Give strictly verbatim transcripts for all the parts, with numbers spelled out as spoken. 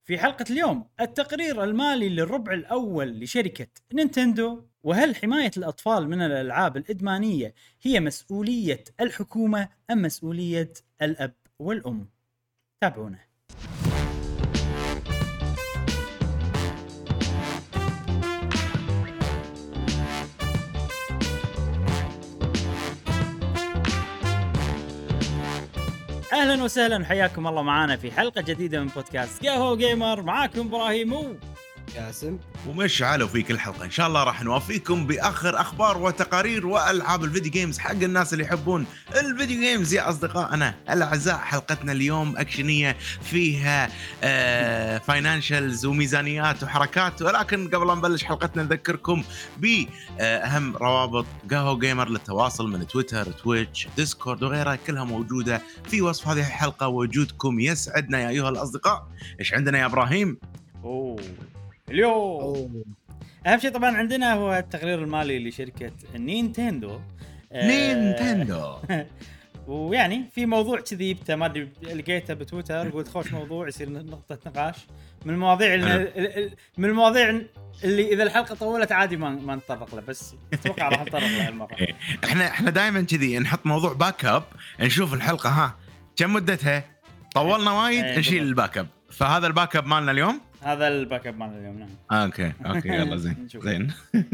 في حلقة اليوم التقرير المالي للربع الأول لشركة نينتندو، وهل حماية الأطفال من الألعاب الإدمانية هي مسؤولية الحكومة أم مسؤولية الأب والأم؟ تابعونا. اهلا وسهلا وحياكم الله معانا في حلقه جديده من بودكاست قهوه جيمر. معاكم ابراهيم و جاسم ومشعل. وفي كل حلقه ان شاء الله راح نوافيكم باخر اخبار وتقارير والعاب الفيديو جيمز حق الناس اللي يحبون الفيديو جيمز يا اصدقائنا الاعزاء. حلقتنا اليوم اكشنيه فيها آه فاينانشلز وميزانيات وحركات، ولكن قبل لا نبلش حلقتنا نذكركم باهم روابط قهوه جيمر للتواصل من تويتر، تويتش، ديسكورد وغيرها، كلها موجوده في وصف هذه الحلقه. وجودكم يسعدنا يا ايها الاصدقاء. ايش عندنا يا ابراهيم؟ اوه اليوم أوه. اهم شيء طبعا عندنا هو التقرير المالي لشركه نينتندو. نينتندو ويعني في موضوع كذي بتا ما ادري لقيته بتويتر، قلت خوش موضوع يصير نقطه نقاش من المواضيع اللي من المواضيع اللي اذا الحلقه طولت عادي ما ما نتطرق له، بس اتوقع راح نتطرق له هالمره. احنا احنا دائما كذي نحط موضوع باك اب، نشوف الحلقه ها كم مدتها، طولنا وايد نشيل الباك اب. فهذا الباك اب مالنا اليوم، هذا الباك اب مالنا اليوم. نعم اوكي اوكي يلا زين زين.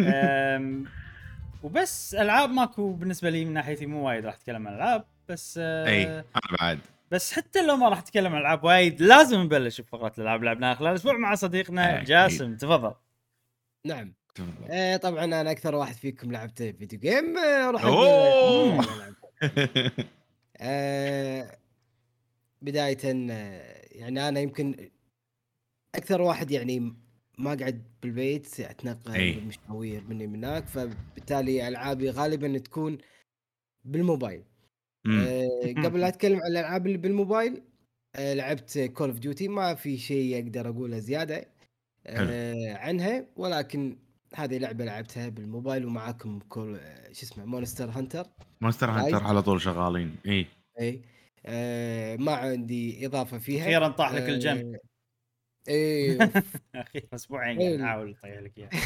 وبس العاب ماكو بالنسبه لي من ناحيتي، مو وايد راح اتكلم عن العاب، بس اي انا بعد. بس حتى لو ما راح اتكلم عن العاب وايد لازم نبلش بفقره الالعاب لعبناها خلال اسبوع مع صديقنا جاسم. تفضل. نعم آه طبعا انا اكثر واحد فيكم لعبت فيديو جيم. آه راح اقول آه بدايه آه يعني انا يمكن اكثر واحد يعني ما قاعد بالبيت اتنقل بالمشاوير مني من هناك، فبالتالي العابي غالبا تكون بالموبايل. آه قبل لا اتكلم عن الالعاب اللي بالموبايل، آه لعبت كول اوف ديوتي، ما في شيء اقدر اقوله زياده آه عنها، ولكن هذه لعبه لعبتها بالموبايل. ومعاكم كل آه شو اسمه مونستر هانتر مونستر هانتر على طول شغالين. اي اي آه ما عندي اضافه فيها. اخيرا طاح لك الجيم. اي اخيرا اسبوعين قاعد احاول اطيح لك اياها.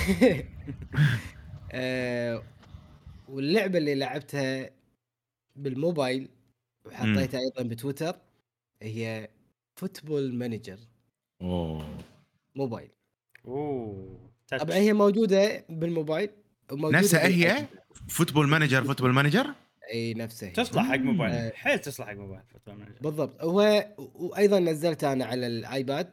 آه واللعبه اللي لعبتها بالموبايل وحطيتها ايضا بتويتر هي فوتبول مانجر. اوه موبايل. اوه طبعا هي موجوده بالموبايل وموجوده نفسها هي فوتبول مانجر. فوتبول مانجر اي نفسها تصلح حق موبايل. آه حيل تصلح حق موبايل فوتبول مانجر بالضبط. هو وايضا نزلتها انا على الايباد.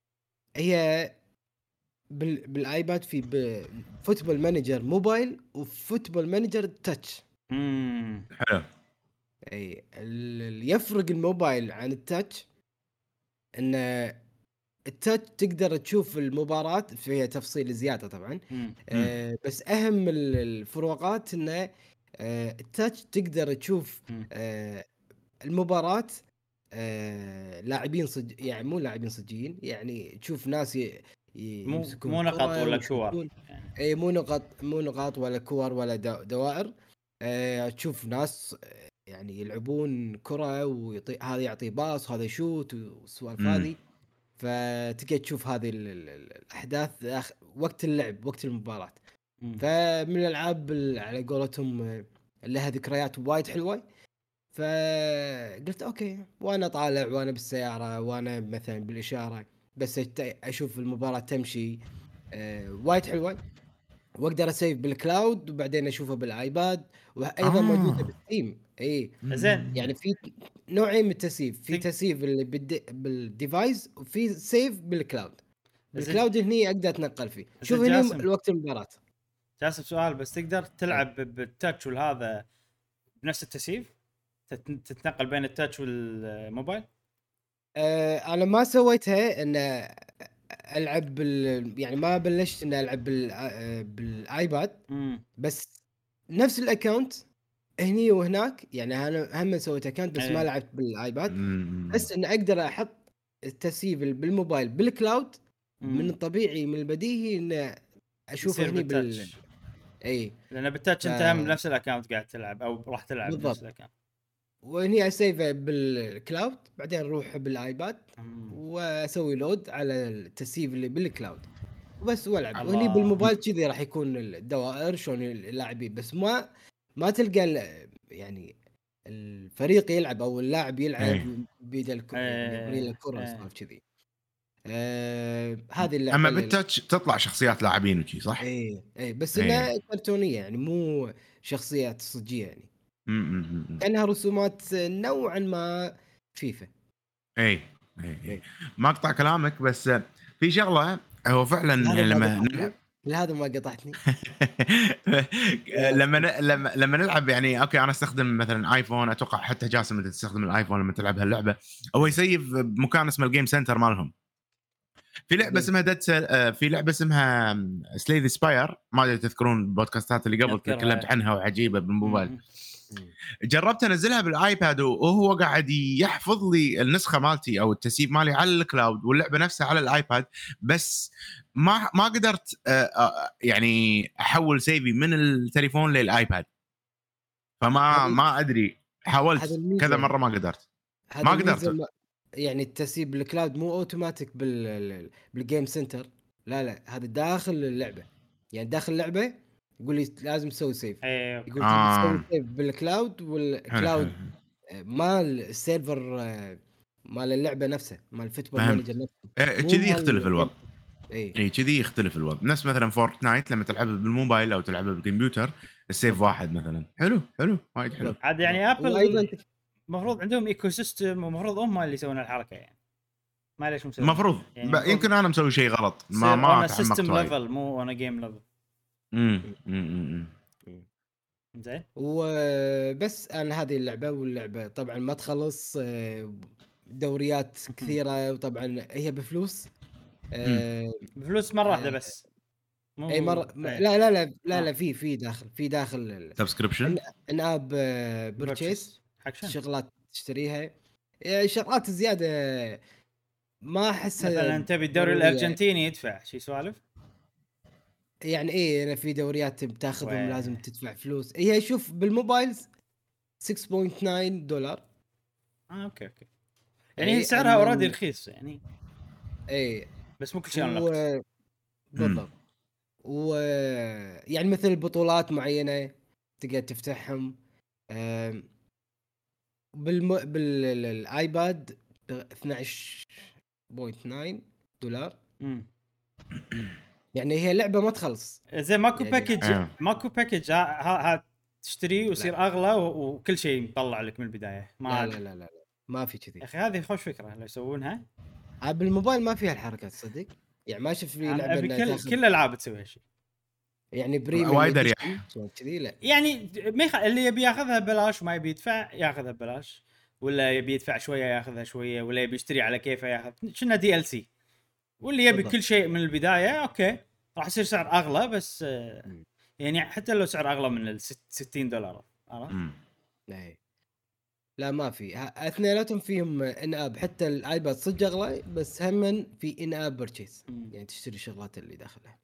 هي بال... بالايباد في فوتبول مانجر موبايل وفوتبول مانجر تاتش. امم حلو. اي اللي يفرق الموبايل عن التاتش ان التاتش تقدر تشوف المباراة، فيها تفصيل زيادة طبعا. آه بس اهم الفروقات انه آه التاتش تقدر تشوف آه المباراة آه لاعبين صج يعني مو لاعبين صجيين، يعني تشوف ناس ي... يمسكون مو نقاط ولا كور يعني. اي مو نقاط مو نقاط ولا كور ولا دوائر. آه تشوف ناس يعني يلعبون كرة ويعطي هذا يعطي باص وهذا يشوت والسوالف هذه، فتقدر تشوف هذه الاحداث وقت اللعب وقت المباراة. فمن الالعاب على قولتهم لها ذكريات وايد حلوة. فقلت اوكي، وانا طالع وانا بالسيارة وانا مثلا بالاشارة بس اشوف المباراة تمشي آه وايد حلوة، واقدر اسيف بالكلاود وبعدين اشوفه بالايباد، وايضا آه. موجوده بالستيم. اي زين، يعني في نوعين من التسييف، في تسييف اللي بالدي... بالديفايس، وفي سيف بالكلاود. بالكلاود هني اقدر اتنقل فيه. شوف هني الوقت المباراه. جاسم سؤال بس، تقدر تلعب بالتاتش والهذا بنفس التسييف؟ تتنقل بين التاتش والموبايل؟ آه انا ما سويتها ان العب بال... يعني ما بلشت ان العب بال... بالايباد مم. بس نفس الاكونت هني وهناك. يعني انا هم سويت اكونت بس أيه. ما لعبت بالايباد. بس ان اقدر احط التسييف بالموبايل بالكلاود. مم. من الطبيعي من البديهي ان اشوف هني بال اي لان بالتاتش ف... انت هم نفس الاكونت قاعد تلعب او راح تلعب بالضبط. نفس الاكونت. وهني اسيفه بالكلاود، بعدين اروح بالايباد مم. واسوي لود على التسييف اللي بالكلاود وبس والعب. الله. وهني بالموبايل كذي راح يكون الدوائر شلون اللاعبين، بس ما ما تلقى ال- يعني الفريق يلعب او اللاعب إيه. يلعب بيد الكره، يعني إيه. يبني الكره إيه. وسوالف كذي. آه هذه اللعبه اما اللي- بالتاتش تطلع شخصيات لاعبين وشي صح؟ ايه ايه بس إيه. انها كرتونيه يعني مو شخصيات صجيه، يعني أمم، أمم، أمم. كانها رسومات نوعا ما فيفا. اي اي إيه. اي ما اقطع كلامك، بس في شغله هو فعلا لهذا ما لما قطعتني؟ نلعب لهذا ما قطعتني. لما ن- لما لما نلعب يعني اوكي انا استخدم مثلا ايفون، اتوقع حتى جاسم انت تستخدم الايفون لما تلعب هاللعبه، هو يسيف بمكان اسمه الجيم سنتر مالهم. في لعبه اسمها ديد سيل، في لعبه اسمها سليذ سباير، ما ادري تذكرون البودكاستات اللي قبل أذكرها. تكلمت عنها وعجيبه بالموبايل. مم. جربت انزلها بالايباد وهو قاعد يحفظ لي النسخه مالتي او التسييف مالي على الكلاود واللعبه نفسها على الايباد، بس ما ما قدرت آه، آه، يعني احول سيفي من التليفون للايباد. فما هذا- ما ادري، هذا حاولت الميزة. كذا مره ما قدرت. هذا ما الميزة قدرت. ما- يعني التسيب بالكلاود مو اوتوماتيك بال بالجيم سنتر، لا لا هذا داخل اللعبه، يعني داخل اللعبه يقول لي لازم تسوي سيف، ايه. يقول آه. تبي تسوي سيف بالكلاود، حلو والكلاود حلو. مال السيرفر آه، مال اللعبه نفسه، مال الفوتبول فهمت. مانجر نفسه. إيه، مو كذي مال يختلف الوضع. اي اي كذي يختلف الوضع، نفس مثلا فورتنايت لما تلعبها بالموبايل او تلعبها بالكمبيوتر السيف واحد مثلا. حلو حلو وايد حلو. بالضبط. عاد يعني ابل وايضا المفروض عندهم ايكو سيستم، ومفروض هم اللي يسوون الحركه يعني. ما ليش مسوي المفروض يعني ب- يمكن انا مسوي شيء غلط، ما ما انا تعمقت سيستم وايد. ليفل مو انا جيم ليفل. امم امم زين. وبس انا هذه اللعبه، واللعبه طبعا ما تخلص، آه، دوريات كثيره، وطبعا هي بفلوس. آه، بفلوس مره واحده آه، بس. مو اي مره لا إيه. لا لا لا آه. لا في في داخل في داخل سبسكريبشن ان اب بيرتشيز، حق شنو؟ شغلات تشتريها، يعني شغلات زياده ما احسها مثلا تبي الدوري ضرورية. الارجنتيني يدفع شي سوالف. يعني ايه انا في دوريات بتاخذهم ويه. لازم تدفع فلوس. هي شوف بالموبايل ستة فاصلة تسعة دولار. اه اوكي اوكي. يعني إيه، هي سعرها أما اوريدي ال- رخيص يعني، ايه بس مو كل شيء و... اونلوكت. بالضبط. و يعني مثل بطولات معينه تقدر تفتحهم. آم، بالم... بالايباد اثنا عشر فاصلة تسعة دولار. امم يعني هي لعبه ما تخلص. زين ماكو يعني- باكج آه. ماكو باكج ها, ها, ها تشتريه ويصير اغلى و- وكل شيء مطلع لك من البدايه. ما لا عاد- لا لا لا, لا. ما في يا كذي. اخي هذه خوش فكره لو يسوونها. آه، بالموبايل ما فيها الحركه تصدق، يعني ما شفت لي أنا لعبه ابي انها كل تاخذ كل الالعاب تسوي هالشيء. يعني بريميوم وايد إديشن، أريح. شلون كذي. لا يعني ما يخ... اللي يبي ياخذها ببلاش وما يبي يدفع ياخذها ببلاش، ولا يبي يدفع شويه ياخذها شويه، ولا يبي يشتري على كيفه ياخذ شنو دي ال سي. واللي يبي بالضبط. كل شيء من البدايه اوكي راح يصير سعر اغلى، بس آه، مم. يعني حتى لو سعر اغلى من ال ستين دولار عرفت؟ مم. ايه لا ما في، ها- اثنيناتهم فيهم ان اب، حتى الايباد صدق اغلى، بس هم في ان اب بيرتشيز، مم. يعني تشتري الشغلات اللي داخلها.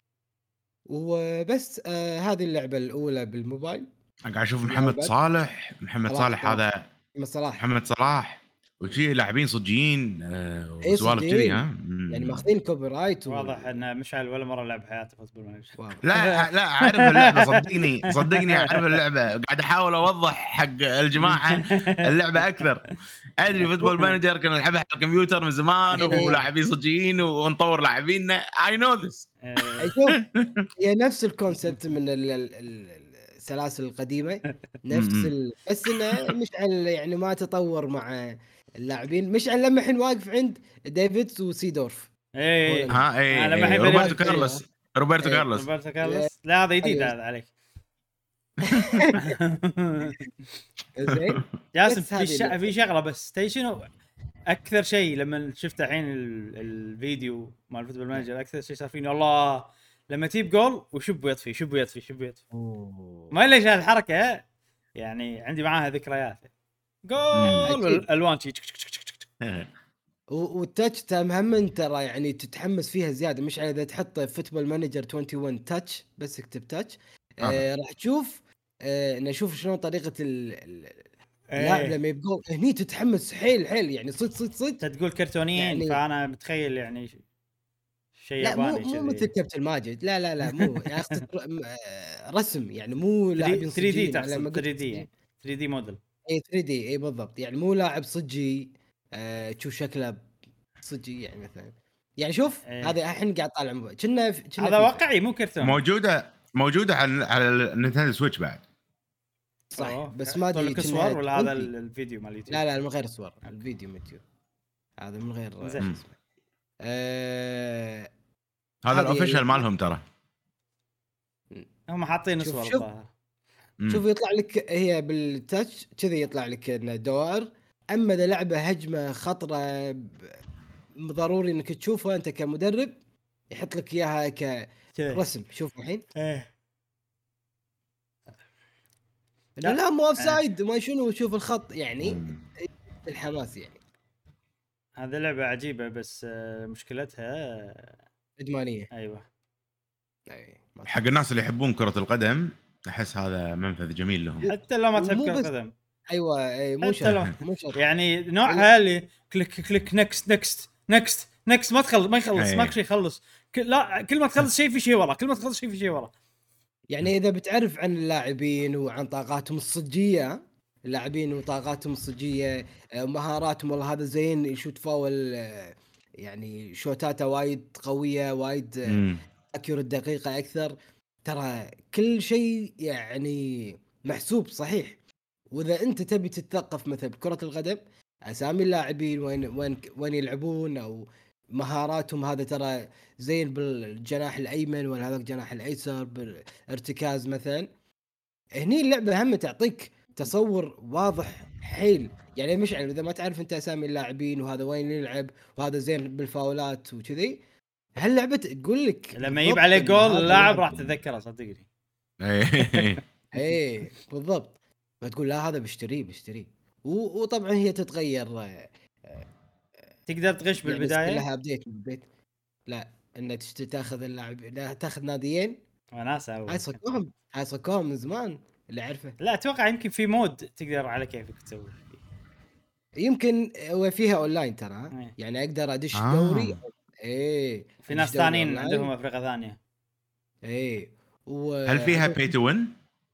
وبس آه هذه اللعبه الاولى بالموبايل. قاعد اشوف محمد الأيباد. صالح محمد صلاح، صالح صلاح. هذا محمد صلاح محمد صلاح وشي لاعبين صجيين آه، إيه وسوالف صجيين. كذي. ها مم. يعني ماخذين كوبي رايت و... واضح ان مشعل ولا مره لعب حياته فوتبول مانجر. واضح. لا لا اعرف اللعبه، صدقني صدقني اعرف اللعبه، قاعد احاول اوضح حق الجماعه اللعبه اكثر. ادري فوتبول مانجر كنا نلعبها على الكمبيوتر من زمان ولاعبين صجيين ونطور لاعبيننا. اي نو ذس. شوف هي نفس الكونسبت من ال- ال- ال- السلاسل القديمه، نفس م-م. ال... بس انه مشعل يعني ما تطور مع اللاعبين. مشعل لما الحين واقف عند ديفيدز وسيدورف. ايه ها اي أنا ما أحب روبرتو ألعب. كارلوس روبرتو إيه. كارلوس روبرتو كارلوس. لا هذا جديد أيوه. هذا عليك. زين جاسم بس في هذه ش... اللعبة. في شغله بس تدري شنو اكثر شيء لما شفت الحين ال... الفيديو مال فوتبول مانجر، اكثر شيء صار فيني الله لما تجيب جول وشب يطفي شب يطفي شب يطفي. أوه. ما ليش هالحركه يعني عندي معاها ذكريات. جول أكيد. والالوان شي و- والتاتش تام هم ترى يعني تتحمس فيها زياده. مش على اذا تحط فوتبول مانجر واحد وعشرين تاتش، بس اكتب تاتش آه راح تشوف آه نشوف شلون طريقه ال- ال- لا إيه. لما يبقوا هني تتحمس حيل حيل يعني صد صد صد انت تقول كرتونيين يعني فانا متخيل يعني ش- شيء لا مو ياباني مو مثل كذي. كابتن ماجد، لا لا لا مو يعني اقصد ر- م- آه، رسم يعني مو لاعبين ثري دي صجيين على تقصد ما قلت ثري دي صجيين. يعني ثري دي موديل. اي ثري دي اي بالضبط، يعني مو لاعب صجي آه تشوف شكله صجي يعني مثلا. يعني شوف إيه. هذا الحين قاعد طالع موبايل كنا كنا هذا فيفا. واقعي مو كرتوني. موجوده موجوده على على النينتندو سويتش بعد. صح أوه. بس ما حطوا ادري لك كنا صور ولا هذا عشرين. الفيديو مال اليوتيوب؟ لا لا من غير صور، الفيديو من يوتيوب هذا من غير زين. شو اسمه. آه هذا هذه الاوفيشال يعني- مالهم ترى. هم حاطين شوف- صور شوف. الظاهر. مم. شوف يطلع لك هي بالتاتش كذي يطلع لك انه دوائر، اما اذا لعبه هجمه خطره ب- ضروري انك تشوفها انت كمدرب، يحط لك اياها كذي. كرسم. شوف الحين ايه. لا, لا مو اوف سايد ما شنو، شوف الخط يعني مم. الحماس يعني هذه لعبة عجيبة بس آه، مشكلتها ادمانيه. ايوه. أي، ما حق الناس اللي يحبون كره القدم احس هذا منفذ جميل لهم. حتى لو ما تحب ومو كرة بس- قدم ايوه أي، مو حتى لو شرط مو شرط يعني نوعها اللي كليك كليك نكست نكست نكست نكست ما تخلص ما يخلص إيه. ماك شيء يخلص. كل لا كل ما تخلص شيء في شيء ورا، كل ما تخلص شيء في شيء ورا. يعني اذا بتعرف عن اللاعبين وعن طاقاتهم الصجيه، اللاعبين وطاقاتهم الصجيه آه، مهاراتهم، والله هذا زين يشوت فاول آه، يعني شوتاته وايد قويه وايد آه، مم. اكيوريت دقيقه اكثر. ترى كل شيء يعني محسوب صحيح. واذا انت تبي تتثقف مثلا بكره القدم، اسامي اللاعبين وين وين وين يلعبون او مهاراتهم، هذا ترى زين بالجناح الايمن ولا هذاك الجناح الايسر بالارتكاز مثلا. هني اللعبه هم تعطيك تصور واضح حيل. يعني مشعل اذا ما تعرف انت اسامي اللاعبين وهذا وين يلعب وهذا زين بالفاولات وكذي، هاللعبه تقول لك لما يجيب بالضبط عليه إن جول هذا اللاعب راح اللاعب- تتذكره صدقني. إيه. ايه بالضبط. فتقول لا هذا بشتريه بشتريه و- وطبعا هي تتغير آه، تقدر تغش يعني يصير بالبداية. لها ابديت بالبيت. لا انك تشتري تاخذ اللاعب، لا تاخذ ناديين. وناسة هاي أول. صكوهم هاي صكوهم من زمان اللي اعرفه. لا اتوقع يمكن في مود تقدر على كيفك تسوي. يمكن هو فيها اونلاين ترى، إيه. يعني اقدر ادش آه. دوري. ايه في أدش ناس دوري ثانيين أونلاين. عندهم افرقة ثانية. ايه و... هل فيها باي تو وين؟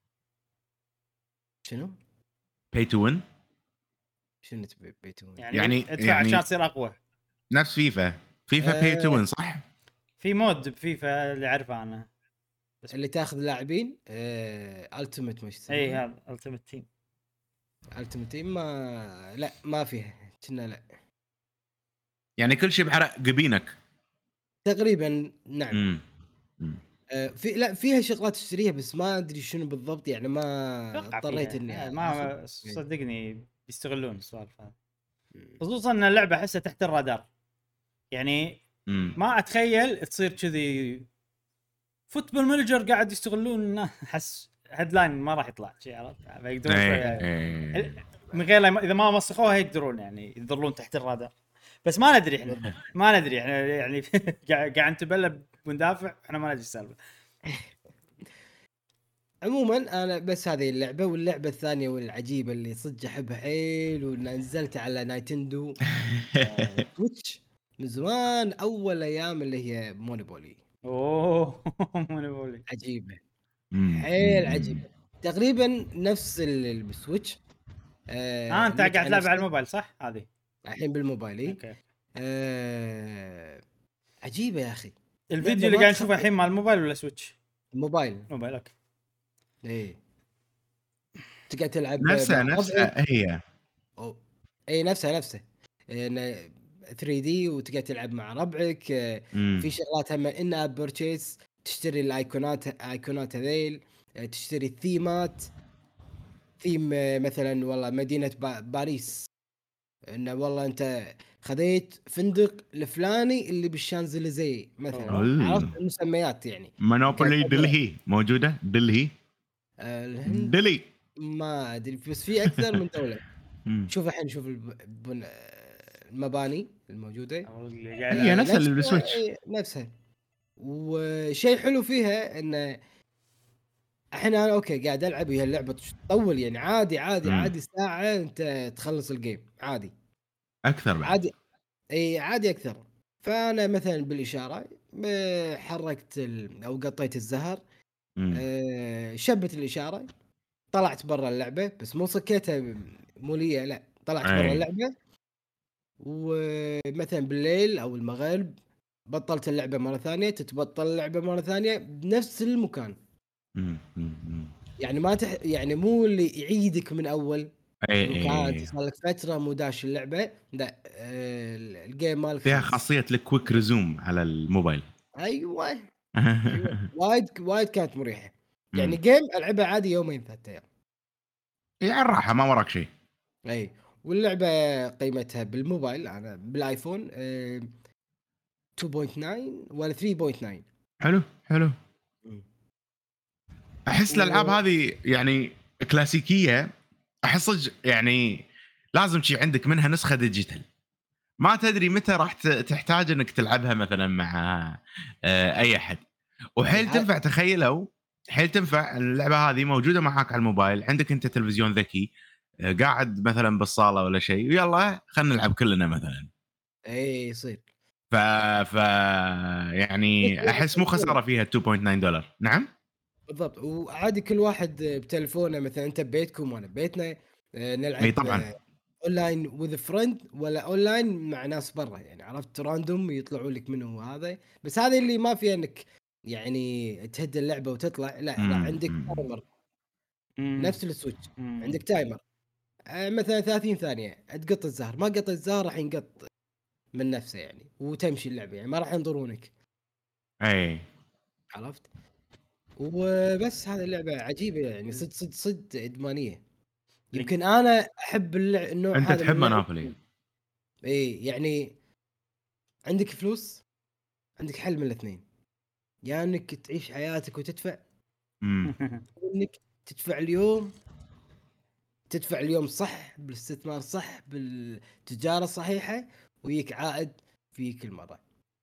شنو باي تو وين شنو تبي بيتون؟ يعني, يعني- يعني ادفع يعني- عشان تصير اقوى. نفس فيفا. فيفا آه. باي تو وين صح؟ في مود بفيفا اللي اعرفه انا. اللي تاخذ لاعبين آه... التيمت مش اي هذا التيمت تيم. التيمت تيم ما لا ما فيها كنا لا يعني كل شيء بحرق قبينك. تقريبا نعم. امم أمم. آه، في لا فيها شغلات تشتريها بس ما ادري شنو بالضبط، يعني ما اتوقع اضطريت فيها. اني آه، ما آخذ. صدقني بيستغلون السوالف هذه، مم. خصوصا ان اللعبه احسها تحت الرادار. يعني أمم. ما اتخيل تصير كذي فوتبول مانجر قاعد يستغلون. احس هيدلاين ما راح يطلع شيء، عرفت؟ فيقدرون إيه، شوية- إيه. من غير لا- اذا ما مسخوها يقدرون يعني يظلون تحت الرادار. بس ما ندري احنا ما ندري احنا يعني قاعد قاعد نتبلى وندافع احنا ما ندري السالفه. عموما انا بس هذه اللعبه، واللعبه الثانيه والعجيبه اللي صدق احبها حيل ونزلتها على نايتندو آه، سويتش من زمان، اول ايام اللي هي مونوبولي. اوه مونوبولي عجيبه أمم. حيل أمم. عجيبه، تقريبا نفس ال- السويتش. آه اه انت قاعد المتعة تلعب على نفسها. الموبايل صح هذه؟ الحين بالموبايل إيه. اوكي. آه عجيبه يا اخي. الفيديو لعبة اللي ما قاعد تخاف- نشوفه الحين مال الموبايل ولا سويتش؟ موبايل موبايل اوكي. ايه تقعد تلعب نفسها مع نفسها ربعك. هي. أو. اي نفسها نفسها إن ثري دي وتقعد تلعب مع ربعك. آه، أمم. في شغلات هم ان اب بيرتشيز، تشتري الايقونات ايقونات هذيل، آه، تشتري الثيمات. ثيم آه، مثلا والله مدينه با- باريس، انه والله انت خذيت فندق الفلاني اللي بالشانزليزيه مثلا. أوه. عرفت المسميات يعني. مونوبولي كان- دلهي موجوده. دلهي آه، الهند دلهي. ما ادري بس في اكثر من دوله. أمم. شوف الحين شوف الب- البن... المباني الموجوده هي نفسها اللي بالسويتش. إيه، نفسها. وشيء حلو فيها انه الحين انا اوكي قاعد العب وهي اللعبه تطول يعني عادي عادي مم. عادي ساعه انت تخلص الجيم عادي اكثر بعد. عادي اي عادي اكثر. فانا مثلا بالاشاره ب- حركت ال... او قطيت الزهر، مم. أه شبت الاشاره، طلعت برا اللعبه بس مو سكيتها مو لي، لا طلعت برا اي اللعبه. ومثلا بالليل او المغرب بطلت اللعبه مره ثانيه، تتبطل اللعبه مره ثانيه بنفس المكان. مم. مم. مم. يعني ما تح... يعني مو اللي يعيدك من اول اي المكان، انت اي صار لك فتره مو داش اللعبه، لا آه، الجيم مالك فيها خلص. خاصيه الكويك ريزوم على الموبايل. ايوه ايوه وايد وايد كانت مريحه. يعني مم. جيم العبها عادي يومين ثلاثة ايام. اي على الراحه ما وراك شيء. اي واللعبه قيمتها بالموبايل انا بالايفون آه، اثنين فاصلة تسعة ولا ثلاثة فاصلة تسعة. حلو حلو. مم. احس الالعاب و... هذه يعني كلاسيكيه، احس صدق يعني لازم شي عندك منها نسخه ديجيتال، ما تدري متى راح ت- تحتاج انك تلعبها مثلا مع آه، اي احد. وحيل ه- تنفع، تخيلوا حيل تنفع اللعبه هذه موجوده معاك على الموبايل، عندك انت تلفزيون ذكي آه، قاعد مثلا بالصاله ولا شيء، ويلا خلينا نلعب كلنا مثلا. اي يصير ف ف يعني احس مو خساره فيها اثنين فاصلة تسعة دولار. نعم. بالضبط. وعادي كل واحد بتلفونه، مثلا انت ببيتكم وانا ببيتنا آه، اي نلعب طبعا. آه، اونلاين وذ فريند ولا اونلاين مع ناس برا، يعني عرفت راندوم يطلعوا لك منه هذا. بس هذا اللي ما فيه انك يعني تهد اللعبه وتطلع، لا لا امم عندك أمم. تايمر مم. نفس السويتش، مم. عندك تايمر آه، مثلا ثلاثين ثانيه تقط الزهر، ما قط الزهر راح ينقط من نفسه يعني، وتمشي اللعبه يعني ما راح ينظرونك. اي عرفت؟ وبس هذه اللعبه عجيبه يعني، صد صد صد ادمانيه. يمكن انا احب اللع... النوع انت هذا من تحب اللعب. مونوبولي؟ اي يعني عندك فلوس، عندك حل من الاثنين، يا يعني انك تعيش حياتك وتدفع، امم انك تدفع اليوم، تدفع اليوم صح بالاستثمار صح بالتجاره الصحيحه، ويك عائد في كل مره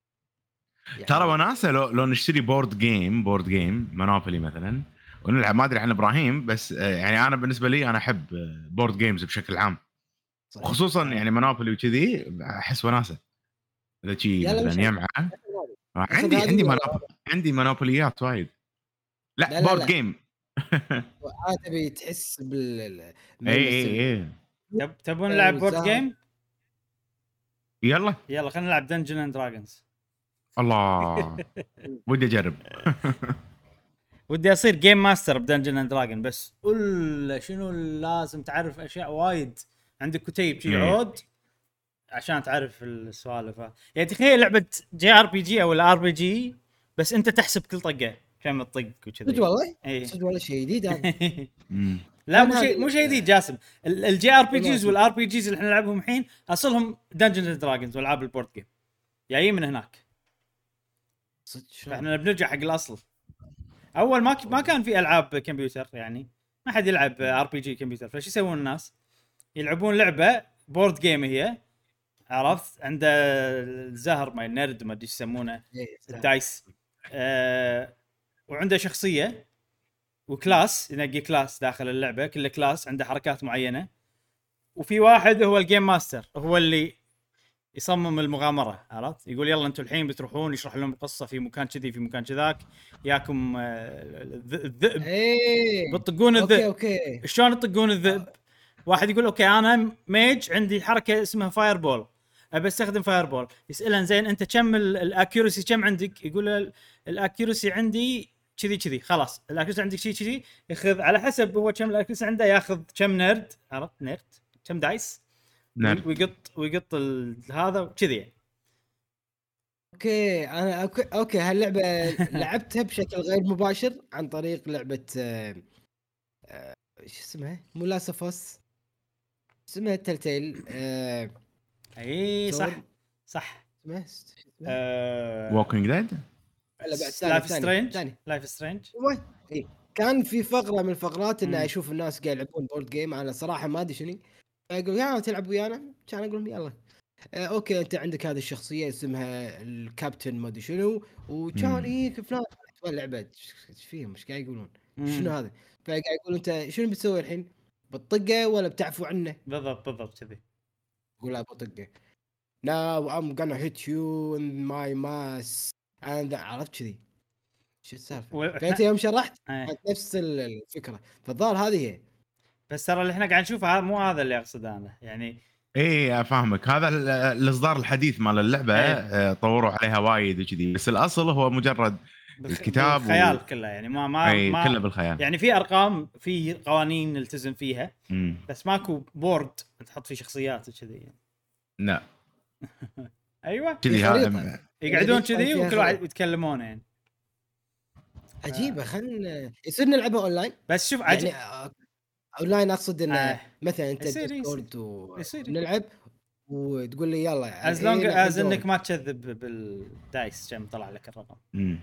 ترى يعني. وناسه لو لو نشتري بورد جيم بورد جيم مونوبولي مثلا ونلعب. ما ادري عن ابراهيم، بس آه، يعني انا بالنسبه لي انا احب آه، بورد جيمز بشكل عام، صحيح وخصوصا آه. يعني مونوبولي وكذي احس وناسه. اذا شي يلا وش مثلا عندك؟ يمعه اخذ عندي هذه عندي ولا منوب... عندي مونوبوليات وايد. لا لا لا بورد لا جيم. عاد تبي تحس بال اي ملمس اي اي تب تبون نلعب بورد الزهر. جيم؟ يلا. يلا خلينا نلعب دنجن اند دراجونز. الله ودي اجرب. ودي اصير جيم ماستر بدنجن اند دراجون، بس ولا شنو لازم تعرف اشياء وايد. عندك كتيب شي إيه. عود عشان تعرف السوالف. يعني تخيل لعبه جي ار بي جي او الار بي جي، بس انت تحسب كل طقه كم تطق صدق وكذا. والله اي صدق والله شيء جديد هذا. أمم. لا وين مو هذه شيء مو شيء اللعبة؟ جديد جاسم. الجي ار بي وين جيز هذه؟ والار بي جيز اللي احنا نلعبهم الحين اصلهم دنجن اند دراجونز والعاب البورد جيم جايين من هناك. صدق شلون؟ فاحنا بنرجع حق الاصل. اول ما ك- ما كان في العاب كمبيوتر، يعني ما حد يلعب ار بي جي كمبيوتر. فايش يسوون الناس؟ يلعبون لعبه بورد جيم هي، عرفت، عنده الزهر ما النرد ما ادري ايش يسمونه، إيه، سهل. الدايس، آه وعنده شخصيه وكلاس، ينقي كلاس داخل اللعبه، كل كلاس عنده حركات معينه. وفي واحد هو الجيم ماستر، هو اللي يصمم المغامره، عرفت، يقول يلا انتم الحين بتروحون، يشرح لهم القصه في مكان كذي في مكان كذاك، ياكم آه، الذ- الذئب، ايه بتطقون اوكي الذئب. اوكي شلون تطقون الذئب؟ واحد يقول اوكي انا ميج عندي حركه اسمها فاير بول، ابي استخدم فاير بول. يساله زين انت كم الاكيورسي كم عندك؟ يقول الاكيورسي عندي كذي كذي. خلاص الاكيورسي عندك شيء كذي، ياخذ على حسب هو كم الاكيورسي عنده، ياخذ كم نرد، عرفت نرد كم دايس، نعم. ويقط ويقط هذا كذي يعني. اوكي انا اوكي اوكي هاللعبه لعبتها بشكل غير مباشر عن طريق لعبه آه، آه، ايش اسمها؟ مو لاسفوس، اسمها تلتيل آه، اي صح سورد. صح. اسمها شو اسمها؟ آه... ووكينج ديد. لا بعد ثاني لايف ثاني سترينج ثاني لايف سترينج ايوه إيه. كان في فقره من الفقرات ان مم. اشوف الناس قاعد يلعبون بورد جيم، انا صراحه ما ادري شنو، يقول يلا تلعب ويانا، كان اقول لهم يلا. آه اوكي انت عندك هذه الشخصيه اسمها الكابتن ما ادري شنو، وكان مم. ايه فلان. اللعبه ايش فيهم ايش قاعد يقولون؟ شنو هذا؟ فقاعد يقول انت شنو بتسوي الحين؟ بتطقه ولا بتعفو عنه؟ بالضبط بالضبط كذي. يقول لا بطقه. Now I'm gonna hit you in my mask and عرفت كذي شو السالفه؟ وإحنا- فانت يوم شرحت إيه. كانت نفس ال- الفكره، فالظاهر هذه هي. بس ترى اللي احنا قاعد نشوفه هذا مو هذا اللي اقصده انا يعني. ايه افهمك، هذا ال- الاصدار الحديث مال اللعبه إيه. آه، طوروا عليها وايد وكذي، بس الاصل هو مجرد بالخ... الكتاب بالخيال و- كله يعني ما ما اي ما كله بالخيال. يعني في ارقام في قوانين نلتزم فيها مم. بس ماكو بورد تحط فيه شخصيات وكذي يعني. لا ايوه كذي في ها- خريطة. يقعدون فيها كذي وكل واحد خريطة. يتكلمون يعني. عجيبه. خلنا يصير نلعبها اونلاين بس شوف عجب يعني آه، اونلاين اقصد انه آه. مثلا انت يصير- ديسكورد يصير. ونلعب وتقول لي يلا از لونج الحين از الحين انك ما تكذب بالدايس كم طلع لك الرقم. مم.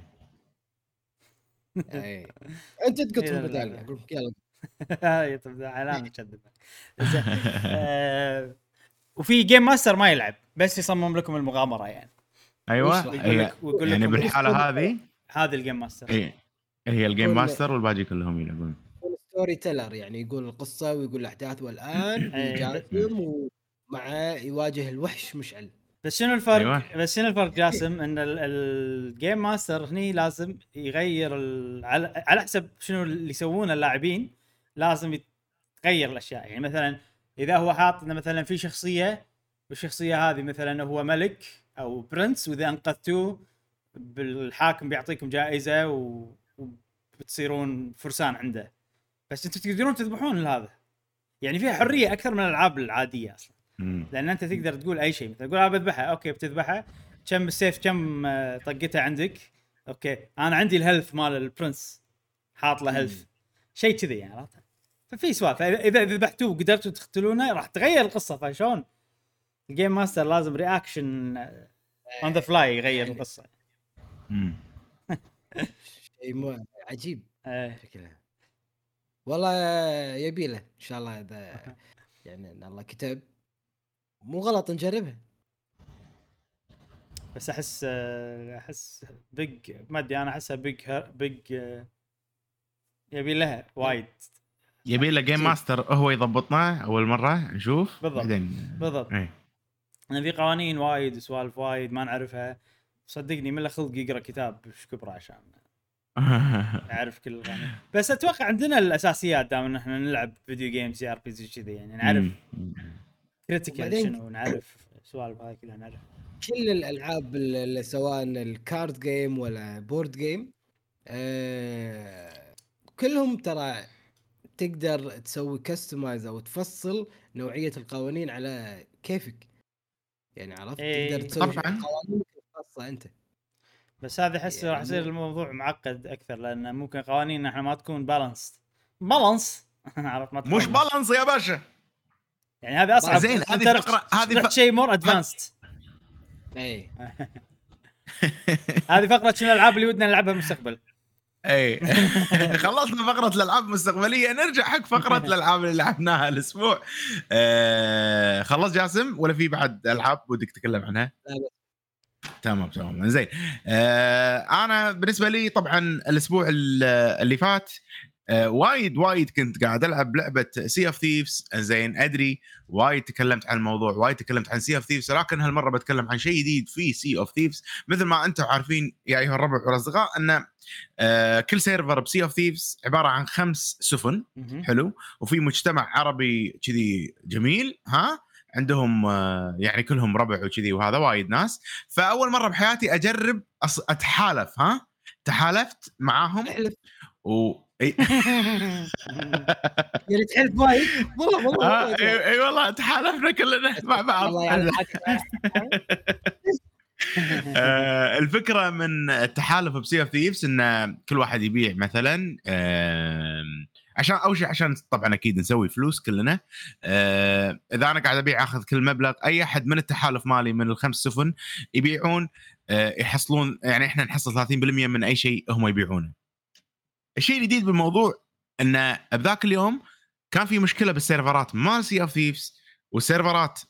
دورك. إيه. انت تقطهم إيه، لا، بدالي لا. اقول لك يلا هاي طب علامه تكذب. زين. آه، وفي جيم ماستر ما يلعب بس يصمم لكم المغامره يعني. ايوه وش- ويقول هي لك ويقول يعني لكم بالحاله هذه هذا الجيم ماستر. هي هي الجيم يكون- ماستر والباقي كلهم يلعبون. ستوري تيلر يعني يقول القصه ويقول الاحداث والان إيه. وجاسم ومع يواجه الوحش مشعل. بس شنو الفرق؟ أيوة. بس شنو الفرق جاسم ان ال- الجيم ماستر هني لازم يغير ال... على... على حسب شنو اللي يسوونه اللاعبين لازم يتغير الاشياء يعني. مثلا اذا هو حاط انه مثلا في شخصيه والشخصيه هذه مثلا هو ملك او برنس واذا انقذتوه بالحاكم بيعطيكم جائزه و... وبتصيرون فرسان عنده. بس انتم تقدرون تذبحون هذا يعني فيها حريه اكثر من الالعاب العاديه اصلا. مم. لان انت تقدر تقول اي شيء مثلا تقول انا بذبحها اوكي بتذبحها كم السيف كم آه، طقتها عندك اوكي انا عندي الهيلث مال البرنس حاط له هيلث شيء كذي يعني عرفت. ففي سوالف فاذا اذا ذبحتوه وقدرتوا تقتلونه راح تغير القصه. فشلون الجيم ماستر لازم رياكشن اون ذا فلاي يغير القصه. مم. شيء مو عجيب ايه شكلها والله. يبي له ان شاء الله اذا يعني ان الله كتب مو غلط نجربها. بس احس آه، احس بيج ما ادري انا احسها بيج بيج يبي لها وايد. يبي له جيم ماستر هو يضبطنا اول مره نشوف بالضبط. بعدين بالضبط. ايه انا في قوانين وايد وسوالف وايد ما نعرفها صدقني من له خلق يقرا كتاب ايش كبره عشان يعرف كل القوانين. بس اتوقع عندنا الاساسيات دام ان احنا نلعب فيديو جيمز سي ار بي جي كذي يعني نعرف مم. كريتيكال وبعدين- شنو نعرف سوالف هاي كلها نعرف. كل الالعاب اللي سواء الكارد جيم ولا بورد جيم آه كلهم ترى تقدر تسوي كستمايز او تفصل نوعيه القوانين على كيفك يعني عرفت. إيه. تقدر تسوي طبعاً. قوانين خاصه انت. بس هذا احس يعني راح يصير مو- الموضوع معقد اكثر لان ممكن قوانين احنا ما تكون بالانس بالانس عرفت ما تكون مش بالانس يا باشا. يعني هذا اصعب. زين، أنت هذه رحت- فقرة- هذه رحت ف- شيء مور ادفانسد. اي هذه فقره شنو الالعاب اللي ودنا نلعبها بالمستقبل. اي خلصنا فقره الالعاب المستقبليه، نرجع حق فقره الالعاب اللي لعبناها الاسبوع. آه خلص جاسم ولا في بعد العاب ودك تتكلم عنها؟ لا بس. تمام تمام زين. آه انا بالنسبه لي طبعا الاسبوع اللي فات آه وايد وايد كنت قاعد العب لعبه سي اوف ثيفز. زين ادري وايد تكلمت عن الموضوع، وايد تكلمت عن سي اوف ثيفز، لكن هالمره بتكلم عن شيء جديد في سي اوف ثيفز. مثل ما انتم عارفين يا ايها الربع والاصدقاء ان آه كل سيرفر بسي اوف ثيفز عباره عن خمس سفن. مهم. حلو. وفي مجتمع عربي كذي جميل ها عندهم آه يعني كلهم ربع وكذي وهذا وايد ناس. فاول مره بحياتي اجرب أص... اتحالف ها تحالفت معاهم احلف و اي يعني تحلف وايد والله والله آه، والله اي أي والله تحالفنا كلنا مع بعض. الله يعلمك. آه، الفكره من التحالف بسي اوف ثيفز ان كل واحد يبيع مثلا آم، عشان اول شيء عشان طبعا اكيد نسوي فلوس كلنا. آه، اذا انا قاعد ابيع اخذ كل مبلغ، اي احد من التحالف مالي من الخمس سفن يبيعون آه، يحصلون يعني احنا نحصل ثلاثين بالمئة من اي شيء هم يبيعونه. الشيء الجديد بالموضوع ان بذاك اليوم كان في مشكله بالسيرفرات مال سي اوف ثيفز، والسيرفرات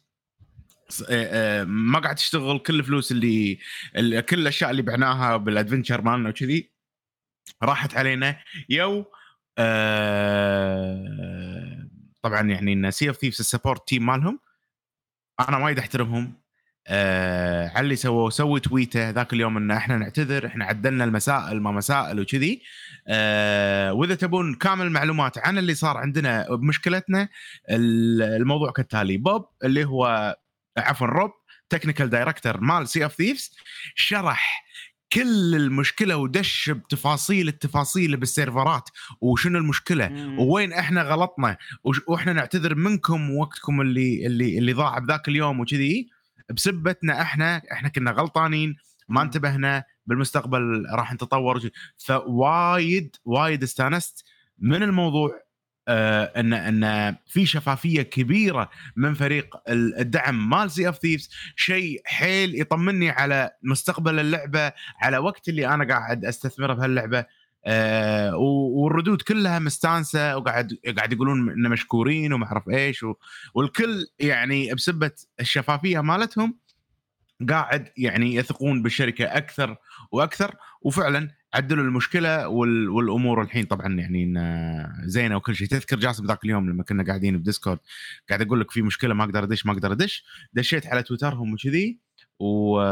ما قاعد تشتغل. كل الفلوس اللي كل الاشياء اللي بعناها بالادفنتشر مالنا وكذي راحت علينا. يو آه طبعا يعني ان سي اوف ثيفز السبورت تيم مالهم انا وايد احترمهم. آه على اللي سووا سووا تويته ذاك اليوم ان احنا نعتذر، احنا عدلنا المسائل ما مسائل وكذي. آه واذا تبون كامل معلومات عن اللي صار عندنا بمشكلتنا، الموضوع كالتالي: بوب اللي هو عفوا روب تكنيكال دايركتور مال سي اوف ثيفز شرح كل المشكله ودش بتفاصيل التفاصيل بالسيرفرات وشنو المشكله مم. ووين احنا غلطنا وش- واحنا نعتذر منكم وقتكم اللي اللي اللي ضاع بذاك اليوم وكذي بسبتنا، احنا احنا كنا غلطانين ما مم. انتبهنا، بالمستقبل راح نتطور. فوايد وايد استانست من الموضوع. آه ان ان في شفافيه كبيره من فريق الدعم مال سي اوف ثيفز، شيء حيل يطمني على مستقبل اللعبه، على وقت اللي انا قاعد استثمره بهاللعبه. آه والردود كلها مستانسه وقاعد قاعد يقولون انه مشكورين وما اعرف ايش، والكل يعني بسبه الشفافيه مالتهم قاعد يعني يثقون بالشركه اكثر واكثر، وفعلا عدلوا المشكله وال... والامور الحين طبعا يعني زينه وكل شيء. تذكر جاسم ذاك اليوم لما كنا قاعدين بديسكورد قاعد اقول لك في مشكله ما اقدر ادش ما اقدر ادش، دشيت على تويترهم وكذي و...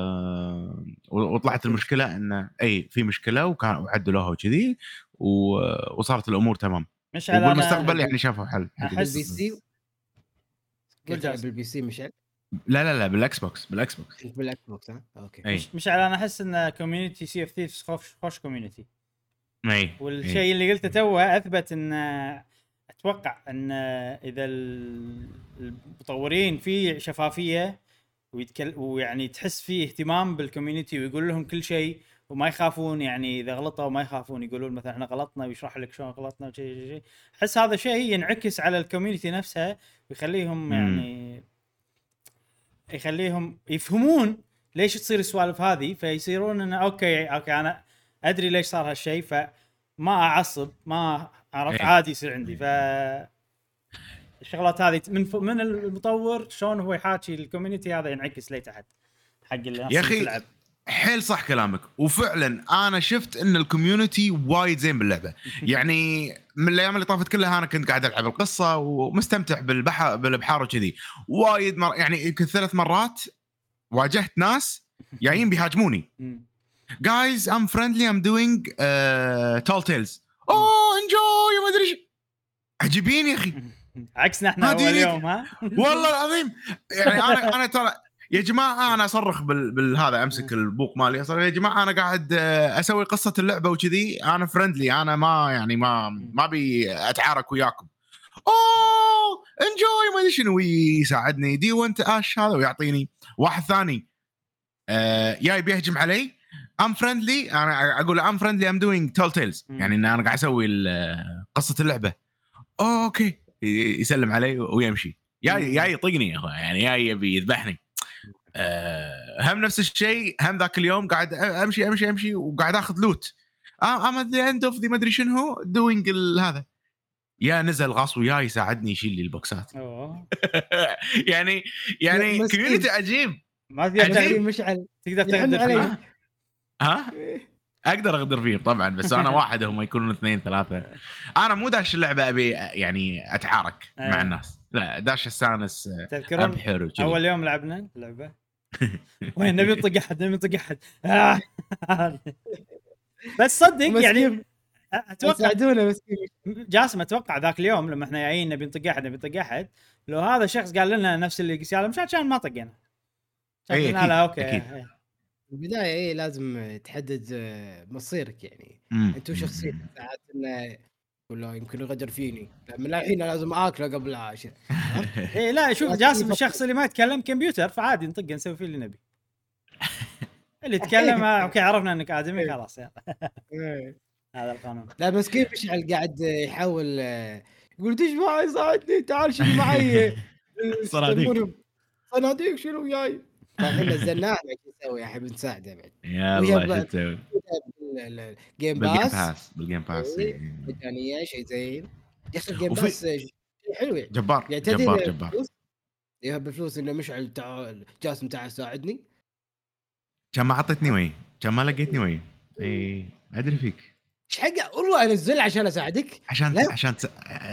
وطلعت المشكله انه اي في مشكله وكان وعدلوها وكذي و... وصارت الامور تمام، مشعل وبالمستقبل انا يعني شافوا حل حق أحس- بالبي سي قول كنت تلعب جاسم. بالبي سي مشعل؟ لا لا لا بالاكس بوكس بالاكس بوكس كنت بالاكس بوكس ها؟ اوكي. اي مش مشعل انا احس ان كوميونتي سي اف ثيفز خوش خوش كوميونتي، اي والشيء اللي قلته توه اثبت ان اتوقع ان اذا ال- المطورين في شفافيه ويتكل ويعني تحس فيه اهتمام بالكوميونتي ويقول لهم كل شيء وما يخافون، يعني اذا غلطوا ما يخافون يقولون مثلا احنا غلطنا ويشرح لك شلون غلطنا وشيء شيء شيء. احس هذا شيء ينعكس على الكوميونتي نفسها ويخليهم يعني يخليهم يفهمون ليش تصير السوالف هذه، فيصيرون انه اوكي اوكي انا ادري ليش صار هالشيء فما اعصب ما عرفت إيه. عادي يصير عندي. ف الشغلات هذه من ف... من المطور شلون هو يحاكي الكوميونتي هذا ينعكس لي تحت حق الناس يا اللي اخي تلعب. حيل صح كلامك، وفعلا انا شفت ان الكوميونتي وايد زين باللعبه. يعني من الايام اللي طافت كلها انا كنت قاعد العب القصه ومستمتع بالبحر بالبحار وكذي. وايد مر... يعني يمكن ثلاث مرات واجهت ناس جايين بيهاجموني. جايز ام فريندلي ام دوينج تول تيلز اوه انجوي ما ادري ايش. عجيبين يا اخي عكسنا احنا اول يوم ها. والله العظيم. يعني انا انا ترى يا جماعه انا اصرخ بال... بالهذا امسك البوق مالي اصرخ يا جماعه انا قاعد اسوي قصه اللعبه وكذي، انا فريندلي انا ما يعني ما ما ابي اتعارك وياكم. اوه انجوي ما ادري شنو يساعدني دي وانت اش هذا ويعطيني واحد ثاني آه جاي بيهجم علي ام فريندلي انا اقول ام فريندلي ام دوينج تول تيلز يعني ان انا قاعد اسوي قصه اللعبه. أوه اوكي يسلم علي ويمشي يا يا يطقني يا اخوي يعني يا يبي يذبحني. أه هم نفس الشيء هم ذاك اليوم قاعد امشي امشي امشي وقاعد اخذ لوت ام ات ذا اند اوف ذا ما ادري شنو دوينج هذا يا نزل غاص وياي يساعدني يشيل لي البوكسات. يعني يعني كوميونتي عجيب ما تقدر مشعل تقدر تقدر فيه. ها اقدر اقدر فيه طبعا بس انا واحد هم يكونون اثنين ثلاثه. انا مو داش اللعبه ابي يعني اتعارك مع الناس، لا داش استانس تذكرون اول يوم لعبنا اللعبه وين نبي نطق احد نبي نطق احد بس صدق يعني اتوقع ساعدونا بس جاسم اتوقع ذاك اليوم لما احنا جايين نبي نطق احد نبي نطق احد لو هذا الشخص قال لنا نفس اللي قال مش عشان ما طقنا قلنا لا اوكي في البدايه ايه لازم تحدد مصيرك يعني انت وشخصيتك ساعات انه ولا يمكن يغدر فيني من الحين لازم اكله قبل العشاء. ايه لا شوف جاسم الشخص اللي ما يتكلم كمبيوتر فعادي نطق نسوي فيه اللي نبي. اللي يتكلم اوكي عرفنا انك ادمي خلاص هذا القانون. لا مسكين مشعل قاعد يحاول يقول دش معي ساعدني تعال شيل معي صناديق صناديق شيلوا وياي. فاحنا نزلناه ايش نسوي يا حبيبي نساعده بعد يلا شو تسوي بالجيم باس بالجيم باس مجانيه شيء زين يا اخي الجيم باس حلو جبار يعني جبار جبار يهب بفلوس انه مشعل تعال جاسم تعال ساعدني كم ما عطتني وين كم ما لقيتني وين اي ادري فيك ايش حق والله انزل عشان اساعدك عشان لا. عشان ت...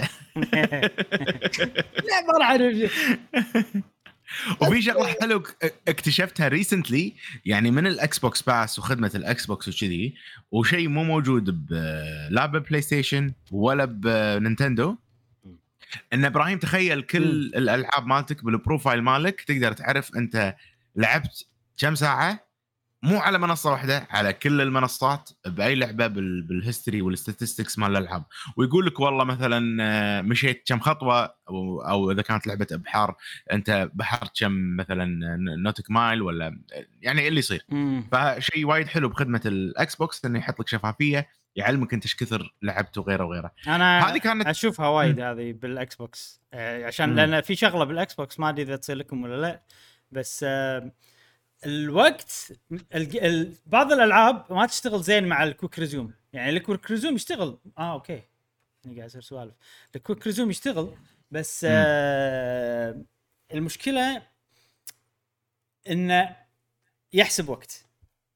لا ما راح اعرف. وفي شغله حلو اكتشفتها ريسنتلي يعني من الاكس بوكس باس وخدمه الاكس بوكس وكذي، وشيء مو موجود ب لا ببلاي ستيشن ولا بنينتندو. ان ابراهيم تخيل كل مم. الالعاب مالتك بالبروفايل مالك تقدر تعرف انت لعبت كم ساعه، مو على منصه واحده، على كل المنصات باي لعبه بال... بالهيستوري والستاتستكس مال الالعاب. ويقول لك والله مثلا آه، مشيت كم خطوه، او, أو اذا كانت لعبه ابحار انت بحرت كم مثلا نوتك مايل، ولا يعني اللي يصير. مم. فشيء وايد حلو بخدمه الاكس بوكس انه يحط لك شفافيه، يعلمك انت ايش كثر لعبت وغيره وغيره. انا هذه كانت اشوفها وايد هذه بالاكس بوكس، آه، عشان مم. لان في شغله بالاكس بوكس ما ادري اذا تصير لكم ولا لا، بس آه، الوقت ال... ال... بعض الالعاب ما تشتغل زين مع الكويك ريزوم. يعني الكويك ريزوم يشتغل اه اوكي انا قاعد اسوي سوالف. الكويك ريزوم يشتغل بس آه المشكله انه يحسب وقت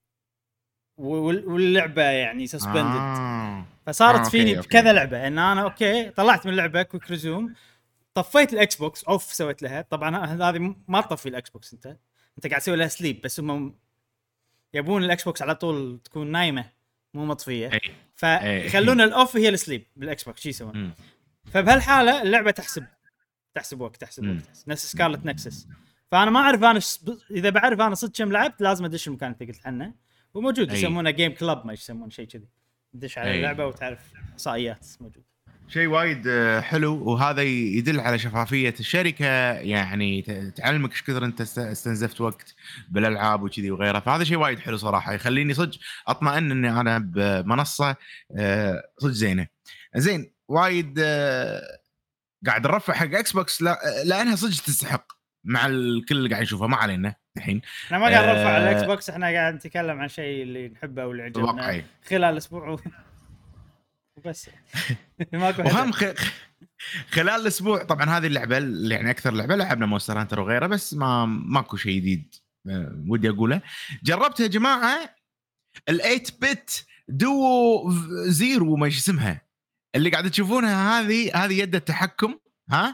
وال- واللعبه يعني سسبندد. آه. فصارت آه، فيني أوكي، أوكي. بكذا لعبه ان انا اوكي طلعت من اللعبه كويك ريزوم، طفيت الاكس بوكس اوف سويت لها. طبعا ه- هذه ما تطفي الاكس بوكس، انت انت قاعد تسوي لها سليب، بس هم يبون الاكس بوكس على طول تكون نايمه مو مطفيه، اي فيخلون الاوف هي السليب بالاكس بوكس شي يسوون. مم. فبهالحاله اللعبه تحسب تحسب وقت تحسب مم. وقت نفس سكارلت نكسس. فانا ما اعرف انا ش... اذا بعرف انا صدق كم لعبت لازم ادش المكان اللي قلت عنه، وموجود أي. يسمونه جيم كلاب ما يسمون شيء كذي، تدش على أي. اللعبه وتعرف احصائيات موجود. شيء وايد آه، حلو، وهذا يدل على شفافية الشركة، يعني ت- تعلمك ايش كثر انت است- استنزفت وقت بالالعاب وكذي وغيره. فهذا شيء وايد حلو صراحة، يخليني صدق اطمئن اني انا بمنصة آه، صدق زينة. زين وايد آه، قاعد نرفع حق اكس بوكس لا- لانها صدق تستحق مع الكل اللي قاعد نشوفه. ما علينا الحين احنا ما قاعد نرفع على آه، الاكس بوكس، احنا قاعد نتكلم عن شيء اللي نحبه واللي عجبنا واقعي. خلال اسبوع و... وبس. ماكو وهم حدا. خ... خلال الاسبوع طبعا هذه اللعبه اللي يعني اكثر لعبه لعبنا مونستر هانتر وغيره، بس ما ماكو شيء جديد آه، ودي اقوله. جربتها يا جماعه ال8 بت دو زيرو ما اسمها اللي قاعد تشوفونها، هذه هذه يد التحكم. ها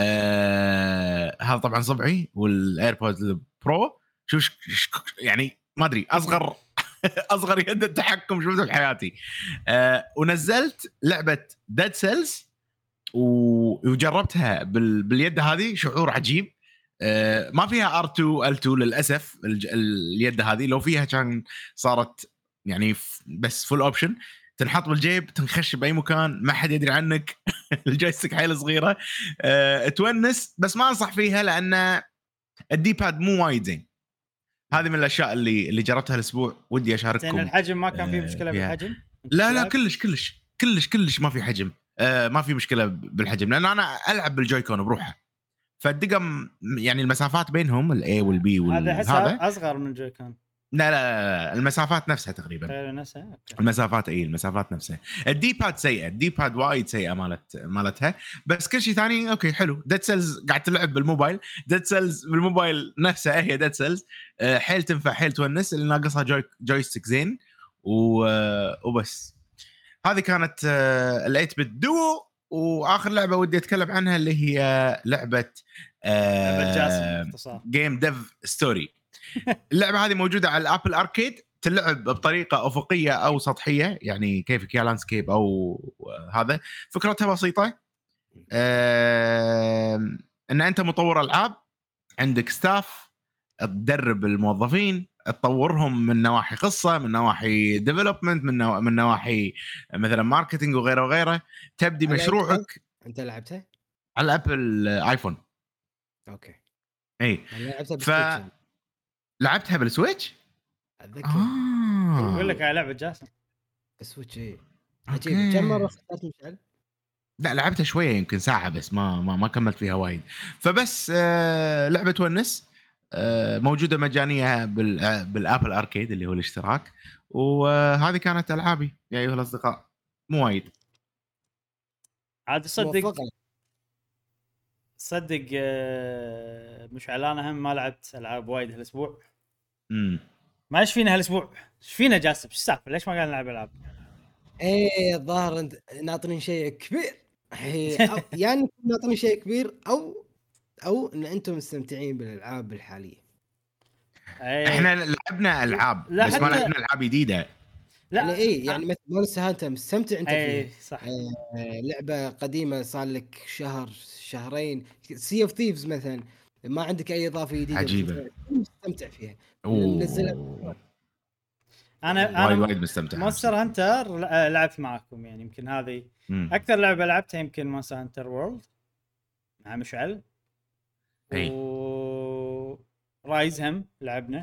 آه... هذا طبعا صبعي والايربودز برو. شوف ش... ش... يعني ما ادري اصغر اصغر يد التحكم شفتها في حياتي. آه... ونزلت لعبه ديد سيلز وجربتها بال... باليد هذه، شعور عجيب. آه ما فيها ار تو ال تو للاسف. الج... اليد هذه لو فيها كان صارت يعني ف... بس فول اوبشن، تنحط بالجيب تنخش باي مكان ما حد يدري عنك. الجويستيك حيل صغيره آه تونس، بس ما انصح فيها لان الدي باد مو وايد زين. هذه من الاشياء اللي اللي جربتها الاسبوع ودي اشارككم. زين الحجم ما كان فيه آه مشكله فيها. بالحجم؟ لا لا كلش كلش كلش كلش ما في حجم. آه ما في مشكله بالحجم لان انا العب بالجويكون بروحه، فالدقم يعني المسافات بينهم الاي والبي هذا والهذا حسها اصغر من جويكون. لا, لا لا المسافات نفسها تقريبا. غير نفسها أوكي. المسافات اي المسافات نفسها. الدي باد سيئه، الدي باد وايد سيئه مالت مالتها، بس كل شيء ثاني اوكي حلو. ديد سيلز قاعد تلعب بالموبايل، ديد سيلز بالموبايل نفسها هي ديد سيلز. آه حيل تنفع حيل تونس، اللي ناقصها جوي جويستيك زين وبس. هذه كانت ال8 بت دو. واخر لعبه ودي اتكلم عنها اللي هي لعبه لعبة جاسم باختصار. جيم ديف ستوري. اللعبه هذه موجوده على الابل اركيد، تلعب بطريقه افقيه او سطحيه، يعني كيفك يا لاندسكيب او هذا. فكرتها بسيطه، ان انت مطور العاب، عندك ستاف تدرب الموظفين، تطورهم من نواحي قصه، من نواحي ديفلوبمنت، من نوا... من نواحي مثلا ماركتينج وغيره وغيره. تبدي مشروعك. انت لعبتها على ابل ايفون؟ اوكي اي لعبتها ف... بالسويتش. لعبتها بالسويتش. اتذكر اه يقول لك على لعبه جاسم السويتش. ايه عجيب. كم مره اخترت مشعل؟ لا لعبتها شويه يمكن ساعه بس ما ما, ما كملت فيها وايد. فبس آه لعبه تونس. آه موجوده مجانيه بال آه بالابل اركيد اللي هو الاشتراك. وهذه كانت العابي يا ايها الاصدقاء، مو وايد. عاد صدق موفقة. صدق آه، مش علان هم ما لعبت العاب وايد هالاسبوع. امم ما ايش فينا هالاسبوع؟ ايش فينا جاسم؟ ايش السالفه؟ ليش ما قاعد نلعب العاب؟ ايه الظاهر انت ناطرين شيء كبير. إيه، أو يعني ناطرين شيء كبير او او ان انتم مستمتعين بالالعاب الحاليه. أي... احنا لعبنا العاب لا بس ما حتى لعبنا العاب جديده. لا يعني ايه يعني مثل مونستر هانتر مستمتع انت فيها. اي صح. آه لعبه قديمه صار لك شهر شهرين. سي اوف ثيفز مثلا ما عندك اي اضافه جديده عجيبه. مستمتع فيها. نزلها اوه انا وايد انا وايد مستمتع. مونستر هانتر لعبت معكم يعني، يمكن هذه امم اكثر لعبه لعبتها يمكن مونستر هانتر وورلد مع مشعل. اي و رايز هم لعبنا.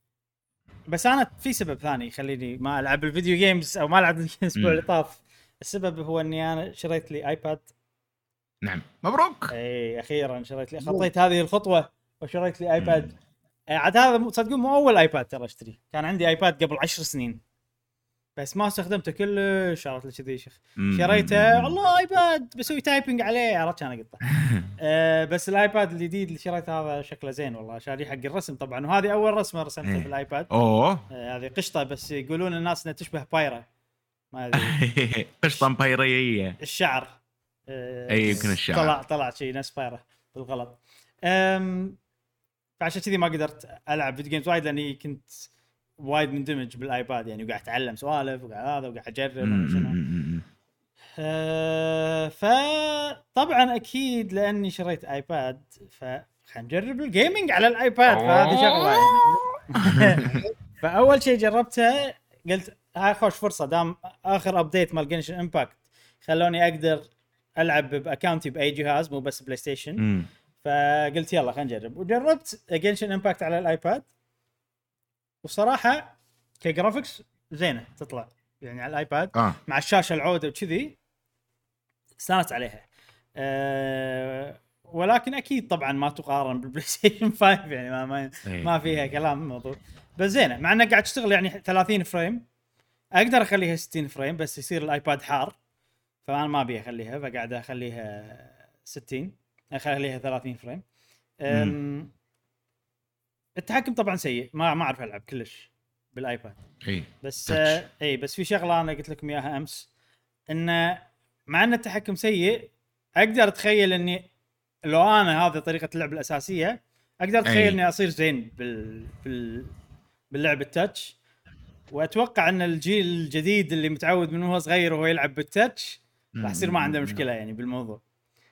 بس انا في سبب ثاني يخليني ما العب الفيديو جيمز او ما العب الاسبوع مم. اللي طاف. السبب هو اني انا شريت لي ايباد. نعم مبروك. اي اخيرا شريت لي، خطيت هذه الخطوه وشريت لي ايباد. مم. آه، عاد هذا مو- تصدقون مو اول ايباد ترى اشتري، كان عندي ايباد قبل عشر سنين بس ما استخدمته كلش. عرفت لي كذي شيخ مم. شريته مم. الله ايباد بسوي تايبنج عليه، عرفت كان اقطه. أه بس الايباد الجديد اللي شريته هذا شكله زين والله، شاري حق الرسم طبعا، وهذه اول رسمه رسمتها إيه. بالايباد. اوه أه هذه قشطه، بس يقولون الناس انها تشبه بايرا ما ادري قشطه امبيريه. الشعر. أه اي يمكن الشعر طلع طلع شيء نفس بايرا بالغلط. أم فعشان كذي ما قدرت العب فيديو جيمز وايد لاني كنت وايد مندمج بالايباد يعني، وقاعد اتعلم سوالف وقاعد هذا وقاعد اجرب مم. وما شنو. مم. أه فطبعا اكيد لاني شريت ايباد فخلينا نجرب الجيمنج على الايباد، فهذه شغله يعني. فاول شيء جربته قلت هاي خوش فرصه دام اخر ابديت مال جنشن امباكت خلوني اقدر العب باكونتي باي جهاز مو بس بلاي ستيشن. مم. فقلت يلا خلينا نجرب، وجربت جنشن امباكت على الايباد. وصراحه كجرافيكس زينه تطلع يعني على الايباد اه مع الشاشه العوده وكذي استانست عليها. أه ولكن اكيد طبعا ما تقارن بالبلاي ستيشن خمسة يعني ما ما, إيه. ما فيها كلام الموضوع. بس زينه مع انها قاعد تشتغل يعني ثلاثين فريم، اقدر اخليها ستين فريم بس يصير الايباد حار، فانا ما ابي اخليها فقاعد اخليها ستين، اخليها ثلاثين فريم. أم التحكم طبعا سيء، ما ما اعرف العب كلش بالايباد. اي بس touch. آه اي بس في شغله انا قلت لكم اياها امس، انه مع ان التحكم سيء اقدر اتخيل اني لو انا هذه طريقه اللعب الاساسيه اقدر اتخيل أي. اني اصير زين بال بال باللعب التاتش. واتوقع ان الجيل الجديد اللي متعود من هو صغير وهو يلعب بالتاتش راح يصير ما عنده مشكله يعني بالموضوع.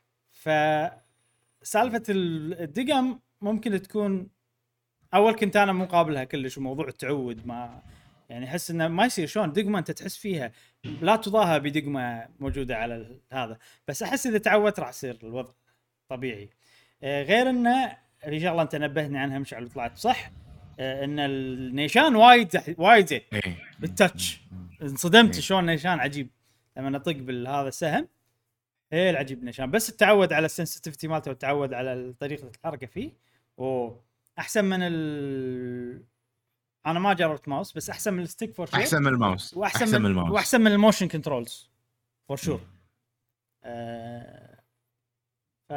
فسالفه الدقم ممكن تكون اول كنت انا مو قابلها كلش، وموضوع التعود ما يعني احس انه ما يصير شلون دقمه انت تحس فيها لا تضاهى بدقمه موجوده على هذا، بس احس اذا تعودت راح يصير الوضع طبيعي. آه غير انه في شغله انت نبهني عنها مشعل طلعت صح، آه ان النيشان وايد وايد زين اي بالتاتش. انصدمت إيه. شلون نيشان عجيب لما نطق بالهذا السهم، ايه العجيب نيشان بس التعود على السنسيتيفيتي مالته والتعود على طريقه الحركه فيه اوه احسن من ال انا ما جربت ماوس بس احسن من الستيك فور شور، احسن من الماوس واحسن احسن من, من الماوس واحسن من الموشن كنترولز فور شور. آه ف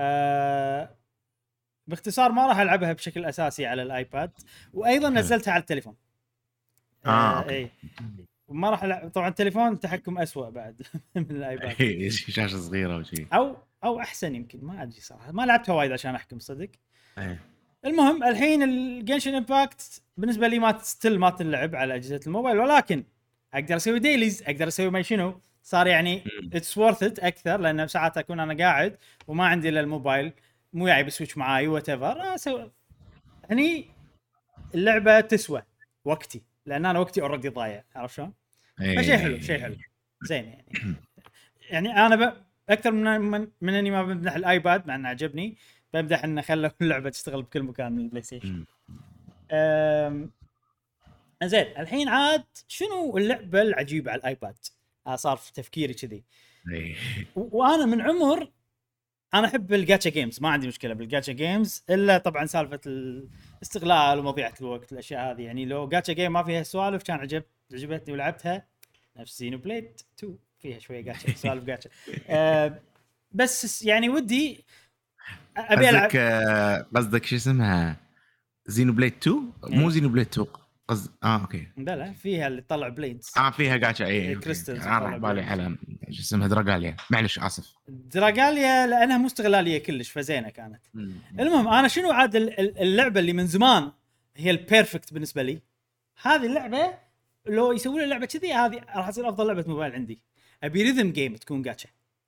باختصار ما راح العبها بشكل اساسي على الايباد، وايضا حلو. نزلتها على التليفون. اه آه اوكي اي وما راح ألعب. طبعا التليفون تحكم أسوأ بعد من الايباد إيه، شاشه صغيره وشي او او احسن يمكن ما ادري صراحه ما لعبتها وايد عشان احكم صدق. إيه. المهم الحين الجنشن امباكت بالنسبه لي ما ستيل ما تلعب على اجهزه الموبايل، ولكن اقدر اسوي ديليز، اقدر اسوي ما شنو صار يعني اتس وورث ات اكثر، لان ساعات اكون انا قاعد وما عندي الا الموبايل مو جايب سويتش معاي وات ايفر اسوي هني اللعبه تسوى وقتي لان انا وقتي اوريدي ضايع، عرفت شلون؟ فشيء حلو شيء حلو زين يعني. يعني انا ب... اكثر من من, من اني ما بمدح الايباد مع انه عجبني، بمدح انه خلوا اللعبه تشتغل بكل مكان من البلاي ستيشن. امم زين الحين عاد شنو اللعبه العجيبه على الايباد؟ آه صار في تفكيري كذي. إيه. و... وانا من عمر انا احب الجاتشا جيمز، ما عندي مشكله بالجاتشا جيمز الا طبعا سالفه الاستغلال ومضيعه الوقت الاشياء هذه. يعني لو جاتشا جيم ما فيها سوالف كان عجب عجبتني ولعبتها، نفس زينو بليد تو فيها شويه جاتشا سوالف جاتشا. آه بس يعني ودي ابي العب. قصدك قصدك شو اسمها زينو بليد تو؟ مو زينو بليد تو، قصد اه اوكي لا لا فيها اللي تطلع بليدز اه فيها جاتشا اي إيه، أوكي. كريستالز انا تطلع راح بالي بليدز. على شو اسمها دراغاليا معلش اسف دراغاليا لانها مو استغلاليه كلش فزينه كانت. مم. المهم انا شنو عاد ال- ال- اللعبه اللي من زمان هي البيرفكت بالنسبه لي. هذه اللعبه لو يسوون لي لعبه كذي هذه راح تصير افضل لعبه موبايل عندي. ابي ريذم جيم تكون جاتشا،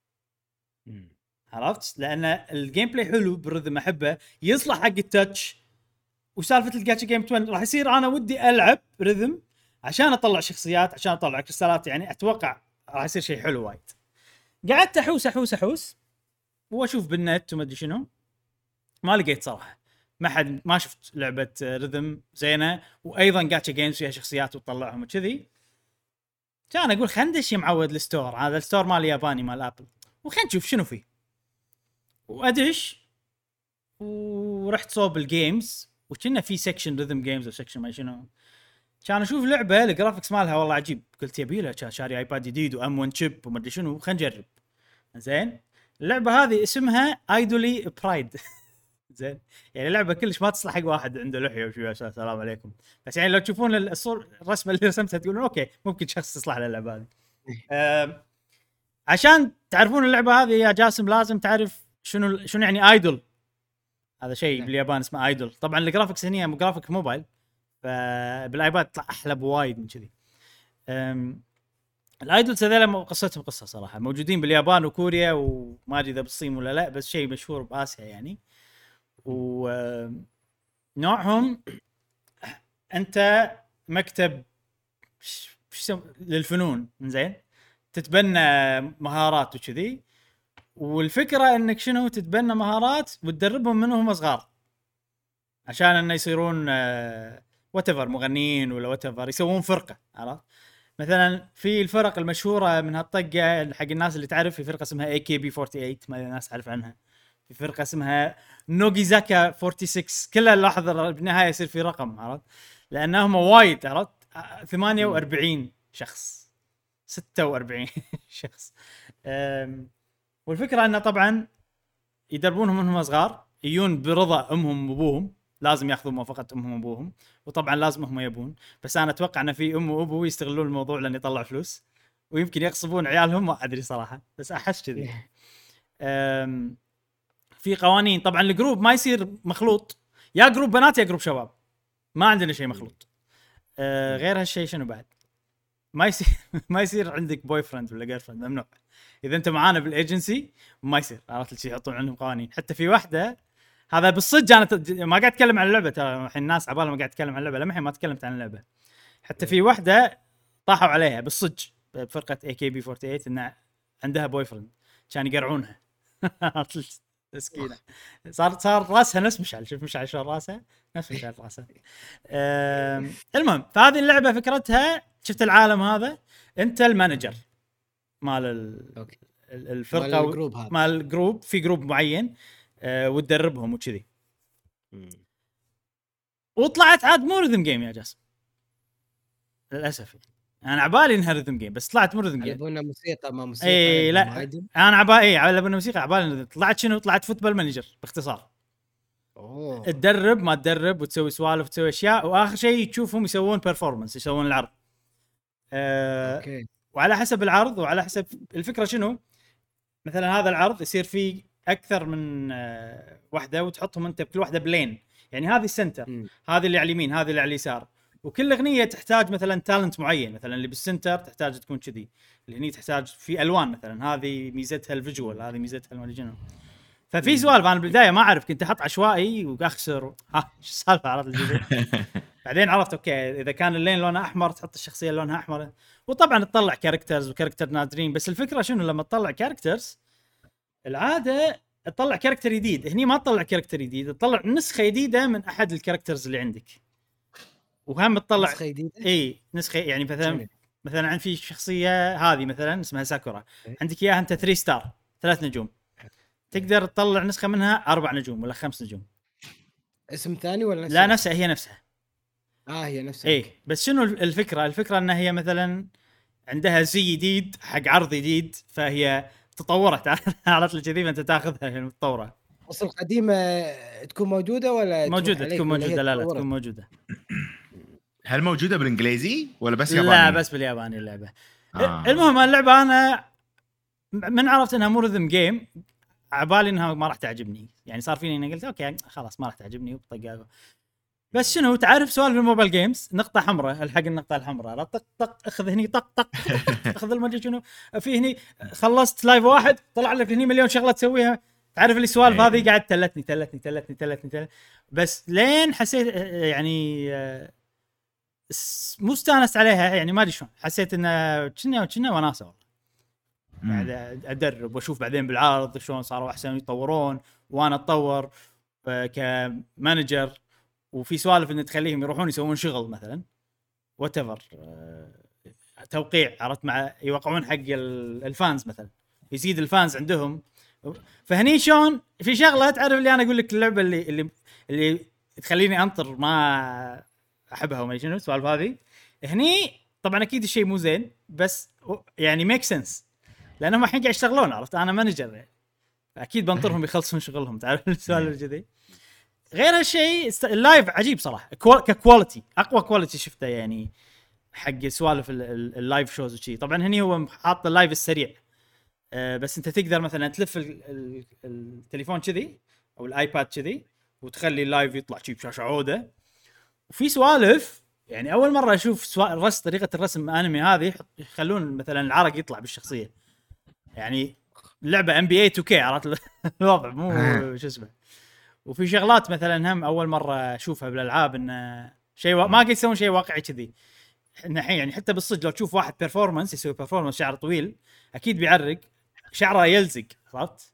عرفت؟ لان الجيم بلاي حلو بالرذم احبه، يصلح حق التاتش. وسالفه الجاتشا جيم اثنين راح يصير انا ودي العب رذم عشان اطلع شخصيات، عشان اطلع كريستالات، يعني اتوقع راح يصير شيء حلو وايد. قعدت احوس احوس احوس واشوف بالنت وما ادري شنو، ما لقيت صراحه، ما حد ما شفت لعبه رذم زينه وايضا جاتشا جيمز فيها شخصيات وتطلعهم وكذي. كان اقول خلينا ندش معود الستور، هذا الستور مال الياباني مال ابل، وخلينا نشوف شنو فيه. وادش ورحت صوب الجيمز وكنا في سكشن ريذم جيمز وسكشن ما شنو، كان اشوف لعبه الجرافكس مالها والله عجيب، قلت يبي لها، كان شاري ايباد جديد وام واحد شيب وما ادري شنو، خلينا نجرب. زين اللعبه هذه اسمها ايدولي برايد. زين يعني لعبه كلش ما تصلح حق واحد عنده لحيه وشو السلام عليكم، بس يعني لو تشوفون الصور الرسمه اللي رسمتها تقولون اوكي ممكن شخص يصلح للعبه هذه. أه عشان تعرفون اللعبه هذه يا جاسم لازم تعرف شنو شنو يعني ايدول. هذا شيء باليابان اسمه ايدول. طبعا الجرافكس هنا مو جرافيك موبايل، فبالايباد طلع احلى بوايد من كذي. الايدولز هذول قصتهم قصه صراحه، موجودين باليابان وكوريا وما ادري اذا بالصين ولا لا، بس شيء مشهور باسيا يعني. ونوعهم انت مكتب للفنون، زين تتبنى مهارات وكذي، والفكره انك شنو تتبنى مهارات وتدربهم من هم صغار عشان انه يصيرون واتيفر مغنيين ولا واتيفر، يسوون فرقه. عرفت؟ مثلا في الفرق المشهوره من هالطقه حق الناس اللي تعرف، في فرقه اسمها إيه كي بي ثمانية وأربعين ما الناس تعرف عنها، في فرقه اسمها نوغيزاكا ستة وأربعين كلها لاحظ بالنهايه يصير في رقم. عرفت؟ لانهم وايد، عرفت؟ ثمانية وأربعين شخص ستة وأربعين شخص. والفكره انه طبعا يدربونهم منهم صغار، يجون برضا امهم وابوهم، لازم ياخذون موافقه امهم وابوهم، وطبعا لازم هم يبون، بس انا اتوقع ان في ام وابو يستغلون الموضوع لان يطلع فلوس، ويمكن يغصبون عيالهم، ما ادري صراحه بس احس كذي. في قوانين طبعا، الجروب ما يصير مخلوط، يا جروب بنات يا جروب شباب، ما عندنا شيء مخلوط. أه غير هالشيء شنو بعد؟ ما يصير ما يصير عندك بوي فريند ولا جيرل فريند، ممنوع. اذا انت معانا بالايجنسي ما يصير، عرفت شيء يحطون عندهم قوانين. حتى في واحده، هذا بالصدق انا ما قاعد اتكلم عن اللعبه ترى، الحين الناس عبالهم ما قاعد اتكلم عن اللعبه، لما الحين ما تكلمت عن اللعبه. حتى في واحده طاحوا عليها بالصدق بفرقه إيه كي بي ثمانية وأربعين ان عندها بوي فريند، كان يقرعونها. مسكينه صار صار راسها نفس مشعل، شوف مشعل شلون راسها نفس مشعل راسها. المهم فهذه اللعبه فكرتها، شفت العالم هذا، انت المانجر مال الفرقه مال الجروب هذا، مال الجروب، في جروب معين أه وتدربهم وكذي. وطلعت عاد مو ريذم جيم يا جاسم للاسف، انا عبالي انها ريذم جيم بس طلعت مو ريذم جيم. على موسيقى ما موسيقى اي لا انا عبالي اي على بالنا موسيقى، عبالي طلعت شنو، طلعت فوتبول مانجر باختصار. اوه تدرب ما تدرب وتسوي سوالف وتسوي اشياء، واخر شيء تشوفهم يسوون بيرفورمانس، يسوون العرض. أه اوكي. وعلى حسب العرض وعلى حسب الفكره شنو، مثلا هذا العرض يصير فيه اكثر من أه واحده، وتحطهم انت بكل واحده بلين، يعني هذه السنتر، هذه اللي على اليمين، هذه اللي على اليسار، وكل اغنيه تحتاج مثلا تالنت معين، مثلا اللي بالسنتر تحتاج تكون كذي، اللي هني تحتاج في الوان، مثلا هذه ميزتها الفيجوال، هذه ميزتها المالجنال. ففي سوالف انا بالبدايه ما اعرف، كنت احط عشوائي واخسر و... ها ايش السالفه، عرفت الجزء. بعدين عرفت اوكي اذا كان اللين لونها احمر تحط الشخصيه لونها احمر، وطبعا تطلع كاركترز وكاركتر نادرين. بس الفكره شنو، لما تطلع كاركترز العاده تطلع كاركتر جديد، هني ما تطلع كاركتر جديد، تطلع نسخه جديده من احد الكاركترز اللي عندك، وهم تطلع نسخه جديده. اي نسخه، يعني مثلا مثلا عند في شخصيه هذه مثلا اسمها ساكورا، عندك اياها انت ثلاثة ستار، ثلاث نجوم، تقدر تطلع نسخه منها اربع نجوم ولا خمس نجوم. اسم ثاني ولا لا نفسها، هي نفسها. اه هي نفسها. اي بس شنو الفكره، الفكره انها هي مثلا عندها زي جديد حق عرض جديد، فهي تطورت على الجديد، انت تاخذها متطوره. اصل القديمه تكون موجوده ولا موجوده تكون موجوده؟ لا لا تكون موجوده. هل موجوده بالانجليزي ولا بس ياباني؟ لا بس بالياباني اللعبه. آه. المهم اللعبه انا من عرفت انها مو ريذم جيم عبالي انها ما راح تعجبني، يعني صار فيني اني قلت اوكي خلاص ما راح تعجبني وطقها. بس شنو تعرف سوالف الموبايل جيمز، نقطه حمراء الحق النقطه الحمراء، لا طق طق اخذ هني طق طق اخذ المجي شنو في هني، خلصت لايف واحد طلع لك هني مليون شغله تسويها، تعرف اللي سوالف هذه قاعد تلتني تلتني تلتني تلتني, تلتني. بس لين حسيت يعني مو استانست عليها، يعني ما ادري شلون حسيت انه كنا كنا وناسه والله. قاعد ادرب واشوف بعدين بالعرض شلون صاروا احسن يطورون، وانا اتطور كمانجر، وفي سوالف ان تخليهم يروحون يسوون شغل مثلا وات ايفر توقيع، عرفت، مع يوقعون حق الفانز مثلا، يزيد الفانز عندهم. فهني شلون في شغله تعرف اللي انا اقول لك اللعبه اللي اللي اللي تخليني انطر ما احبها وما شنو السوالف هذه. هني طبعا اكيد الشيء مو زين بس يعني ميك سنس لانهم الحين قاعد يشتغلون، عرفت، انا مانجر يعني اكيد بنطرهم يخلصون شغلهم، تعرف السوالف كذي. غير هالشيء اللايف عجيب صراحه، ككواليتي اقوى كواليتي شفته يعني حق سوالف اللايف شوز وشي. طبعا هني هو حاط اللايف السريع أه، بس انت تقدر مثلا تلف التليفون كذي او الايباد كذي وتخلي اللايف يطلع شي بشاشه عوده. وفي سوالف يعني اول مره اشوف الرسم، طريقه الرسم انمي هذه يخلون مثلا العرق يطلع بالشخصيه، يعني لعبه ام بي اي تو كي، عرفت الوضع مو شو اسمه. وفي شغلات مثلا هم اول مره اشوفها بالالعاب ان شيء و... ما قاعد يسوون شيء واقعي كذي. احنا الحين يعني حتى بالصدق لو تشوف واحد بيرفورمانس يسوي بيرفورمانس شعر طويل اكيد بيعرق، شعره يلزق، عرفت.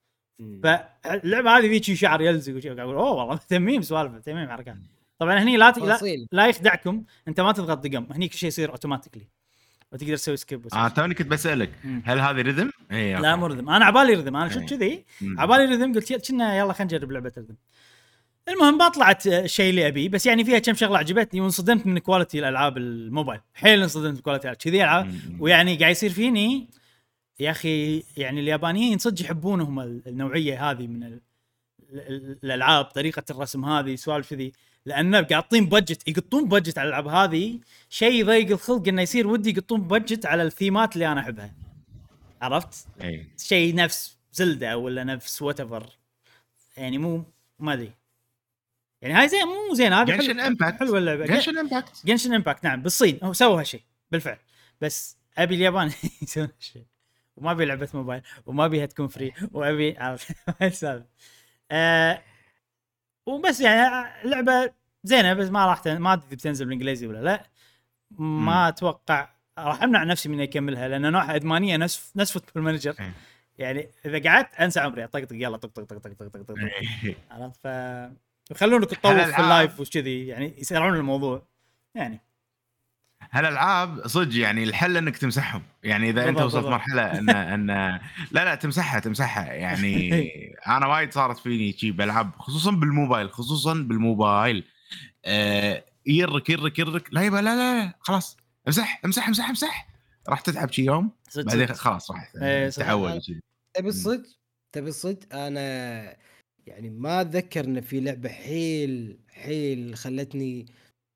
فاللعبه هذه في شعر يلزق وشي، اقول اوه والله تميم سوالف تميم حركات. طبعا هني لا, ت... لا لا يخدعكم، انت ما تضغط دقم هني كل شيء يصير اوتوماتيكلي وتقدر تسوي سكيب. اه توني كنت بسالك هل هذه ريذم؟ اي لا مو ريذم، انا عبالي ريذم، انا شفت كذي عبالي ريذم قلت كنا يلا خلينا نجرب لعبه ريذم. المهم بطلعت الشيء اللي ابي، بس يعني فيها كم شغله عجبتني وانصدمت من كواليتي الالعاب الموبايل، حيل انصدمت بكواليتي كذي العاب. ويعني قاعد يصير فيني يا اخي يعني اليابانيين صدق يحبونهم النوعيه هذه من الالعاب، طريقه الرسم هذه سوالف كذي، لانه قاطين بادجت يقطون بادجت على الالعاب هذه. شيء يضيق الخلق انه يصير ودي يقطون بادجت على الثيمات اللي انا احبها، عرفت. أي. شيء نفس زلدة ولا نفس واتفر، يعني مو ما ادري يعني هاي زين مو زين. هذا جنشن امباكت، حلوه اللعبه جنشن امباكت جنشن امباكت نعم بالصين هو سووا هالشيء بالفعل، بس ابي اليابان يسوون هالشيء، وما ابي لعبه موبايل وما ابيها تكون فري وابي السالفه أه وبس. يعني لعبه زينه بس ما راح ما ادري بتنزل بالانجليزي ولا لا، ما اتوقع. راح امنع نفسي من اكملها لان نوعها ادمانيه نفس نفس فوتبول مانجر، يعني اذا قعدت انسى عمري طق طق يلا طق طق طق طق طق طق عرفت. ف يخلونك تطوف في اللايف وكذي يعني يسرعون الموضوع يعني. هالالعاب صدق يعني الحل انك تمسحهم، يعني اذا انت وصلت مرحله ان ان لا لا تمسحها تمسحها يعني. انا وايد صارت فيني شيء بالعاب خصوصا بالموبايل خصوصا بالموبايل آه يرك يرك يرك لا يبا لا لا خلاص امسح امسح امسح امسح راح تتعب شي يوم بعدين خلاص راح تعود. تبي الصدق تبي الصدق انا يعني ما اتذكر ان في لعبه حيل حيل خلتني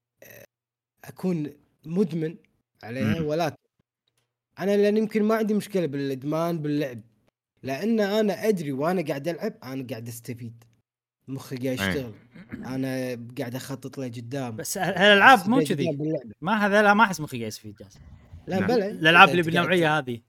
اكون مدمن عليها، ولكن انا لان يمكن ما عندي مشكله بالادمان باللعب، لان انا ادري وانا قاعد العب انا قاعد استفيد، مخي قاعد يشتغل، انا قاعد اخطط له قدام. بس هالالعاب مو كذي، ما هذا لا ما احس مخي قاعد يستفيد جالس. لا بلا الالعاب اللي بالنوعيه هذه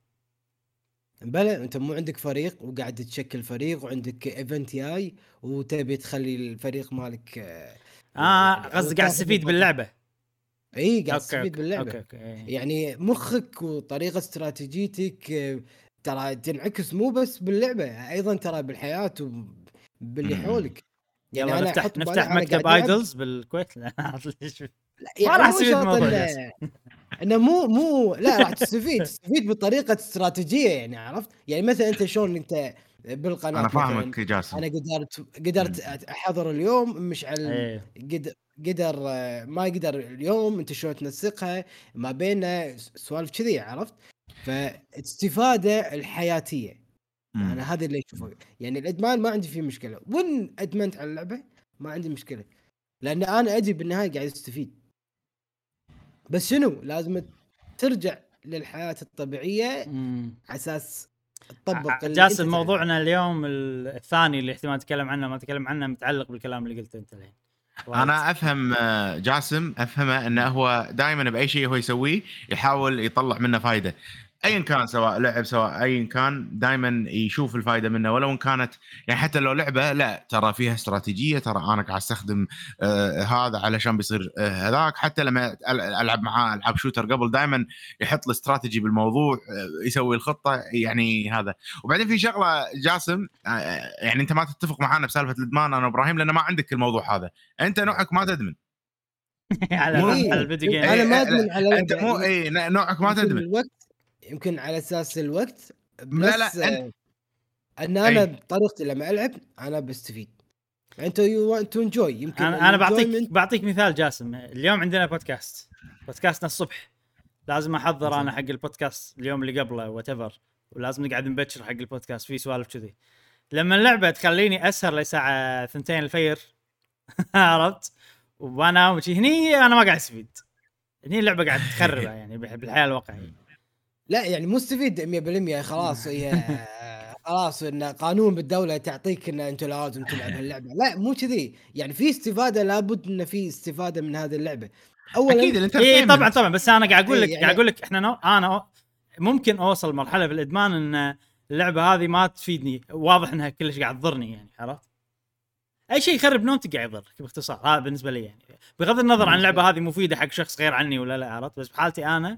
بلا انت مو عندك فريق وقاعد تشكل فريق وعندك ايفنت جاي وتبي تخلي الفريق مالك اه قصدك قاعد تستفيد باللعبه. اي قاعد تستفيد باللعبه. أوكي. أوكي. يعني مخك وطريقه استراتيجيتك ترى تنعكس مو بس باللعبه، ايضا ترى بالحياه وباللي حولك. يعني انا نفتح نفتح مكتب ايدلز بالكويت لا ما راح استفيد الموضوع انه مو مو لا راح تستفيد تستفيد بطريقه استراتيجيه يعني، عرفت. يعني مثلا انت شلون انت بالقناه انا فاهمك جاسم، انا قدرت قدرت احضر اليوم مشعل قدر قدر ما يقدر اليوم انت شلون تنسقها ما بين سوالف كذي، عرفت. فاستفاده الحياتيه انا هذا اللي اشوفه. يعني الادمان ما عندي فيه مشكله، وان ادمنت على اللعبه ما عندي مشكله، لان انا ادري بالنهايه قاعد استفيد. بس شنو لازم ترجع للحياه الطبيعيه مم. على اساس تطبق اللي جاسم أنت موضوعنا اليوم الثاني اللي احتمال نتكلم عنه ما نتكلم عنه متعلق بالكلام اللي قلته انت الحين. وايد. انا افهم آه، جاسم افهمه انه هو دائما باي شيء هو يسويه يحاول يطلع منه فايده ايا كان، سواء لعب سواء ايا كان، دائما يشوف الفائده منه ولو ان كانت يعني حتى لو لعبه لا ترى فيها استراتيجيه، ترى انا قاعد استخدم آه هذا علشان بيصير آه هذاك. حتى لما العب معاه العاب شوتر قبل دائما يحط لي استراتيجي بالموضوع، آه يسوي الخطه يعني هذا. وبعدين في شغله جاسم، آه يعني انت ما تتفق معانا بسالفه الادمان انا ابراهيم لان ما عندك الموضوع هذا، انت نوعك ما تدمن على مو- على الفيديو جيم. انا ما إيه، ادمن لا، على انت لعبة. مو اي نوعك ما يمكن تدمن. الوقت يمكن على اساس الوقت، لا بس لا انت ان انا أي. بطريقتي لما العب انا بستفيد. انت يو وانت تو انجوي. يمكن انا انا بعطيك الenjoyment- بعطيك مثال جاسم. اليوم عندنا بودكاست بودكاستنا الصبح، لازم احضر انا حق البودكاست اليوم اللي قبله واتيفر، ولازم نقعد نبكر حق البودكاست في سوالف كذي. لما اللعبه تخليني اسهر لساعه ثنتين الفير عرفت، وانا وشي هني انا ما قاعد استفيد، هني اللعبه قاعد تخربها يعني بالحياه الواقعيه. لا يعني مستفيد مية بالمية. خلاص هي خلاص ان قانون بالدوله تعطيك ان انت لازم تلعب هاللعبه. لا مو كذي، يعني في استفاده، لابد ان في استفاده من هذه اللعبه. اولا اكيد اي الانترتينمنت طبعا طبعا، بس انا قاعد اقول لك إيه يعني- قاعد اقول لك احنا نو... انا ممكن اوصل مرحله في الادمان ان اللعبه هذه ما تفيدني، واضح انها كلش قاعد تضرني يعني، عرفت؟ اي شيء يخرب نومتك قاعد يضرك باختصار، هذا بالنسبه لي يعني، بغض النظر عن اللعبه هذه مفيده حق شخص غير عني ولا لا، عرفت؟ بس بحالتي انا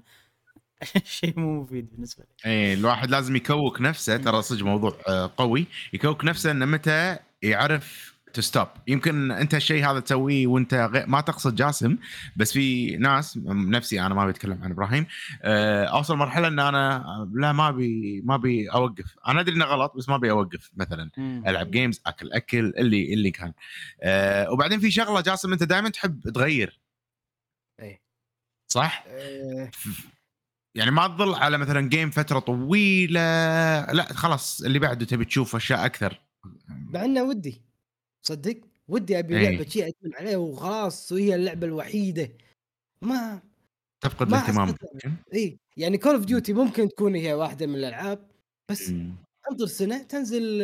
شيء مو مفيد بالنسبه لي. اي الواحد لازم يكوك نفسه، ترى صدق موضوع آه، قوي، يكوك نفسه انه متى يعرف تستوب. يمكن انت الشيء هذا تسويه وانت غي... ما تقصد جاسم، بس في ناس نفسي انا ما بتكلم عن ابراهيم، آه، اوصل مرحله ان انا لا ما بي ما بي اوقف. انا ادري انه غلط بس ما بي اوقف، مثلا مم. العب جيمز، اكل اكل اللي اللي كان. آه، وبعدين في شغله جاسم انت دائما تحب تغير، ايه صح؟ آه، يعني ما تظل على مثلا جيم فتره طويله، لا خلاص اللي بعده تبي تشوف اشياء اكثر. مع انه ودي صدق ودي ابي إيه. لعبه شيء ادمن عليها وخلاص وهي اللعبه الوحيده. ما تفقد ما الاهتمام حسيت. ممكن. اي يعني كول اوف ديوتي ممكن تكون هي واحده من الالعاب، بس مم. انظر سنه تنزل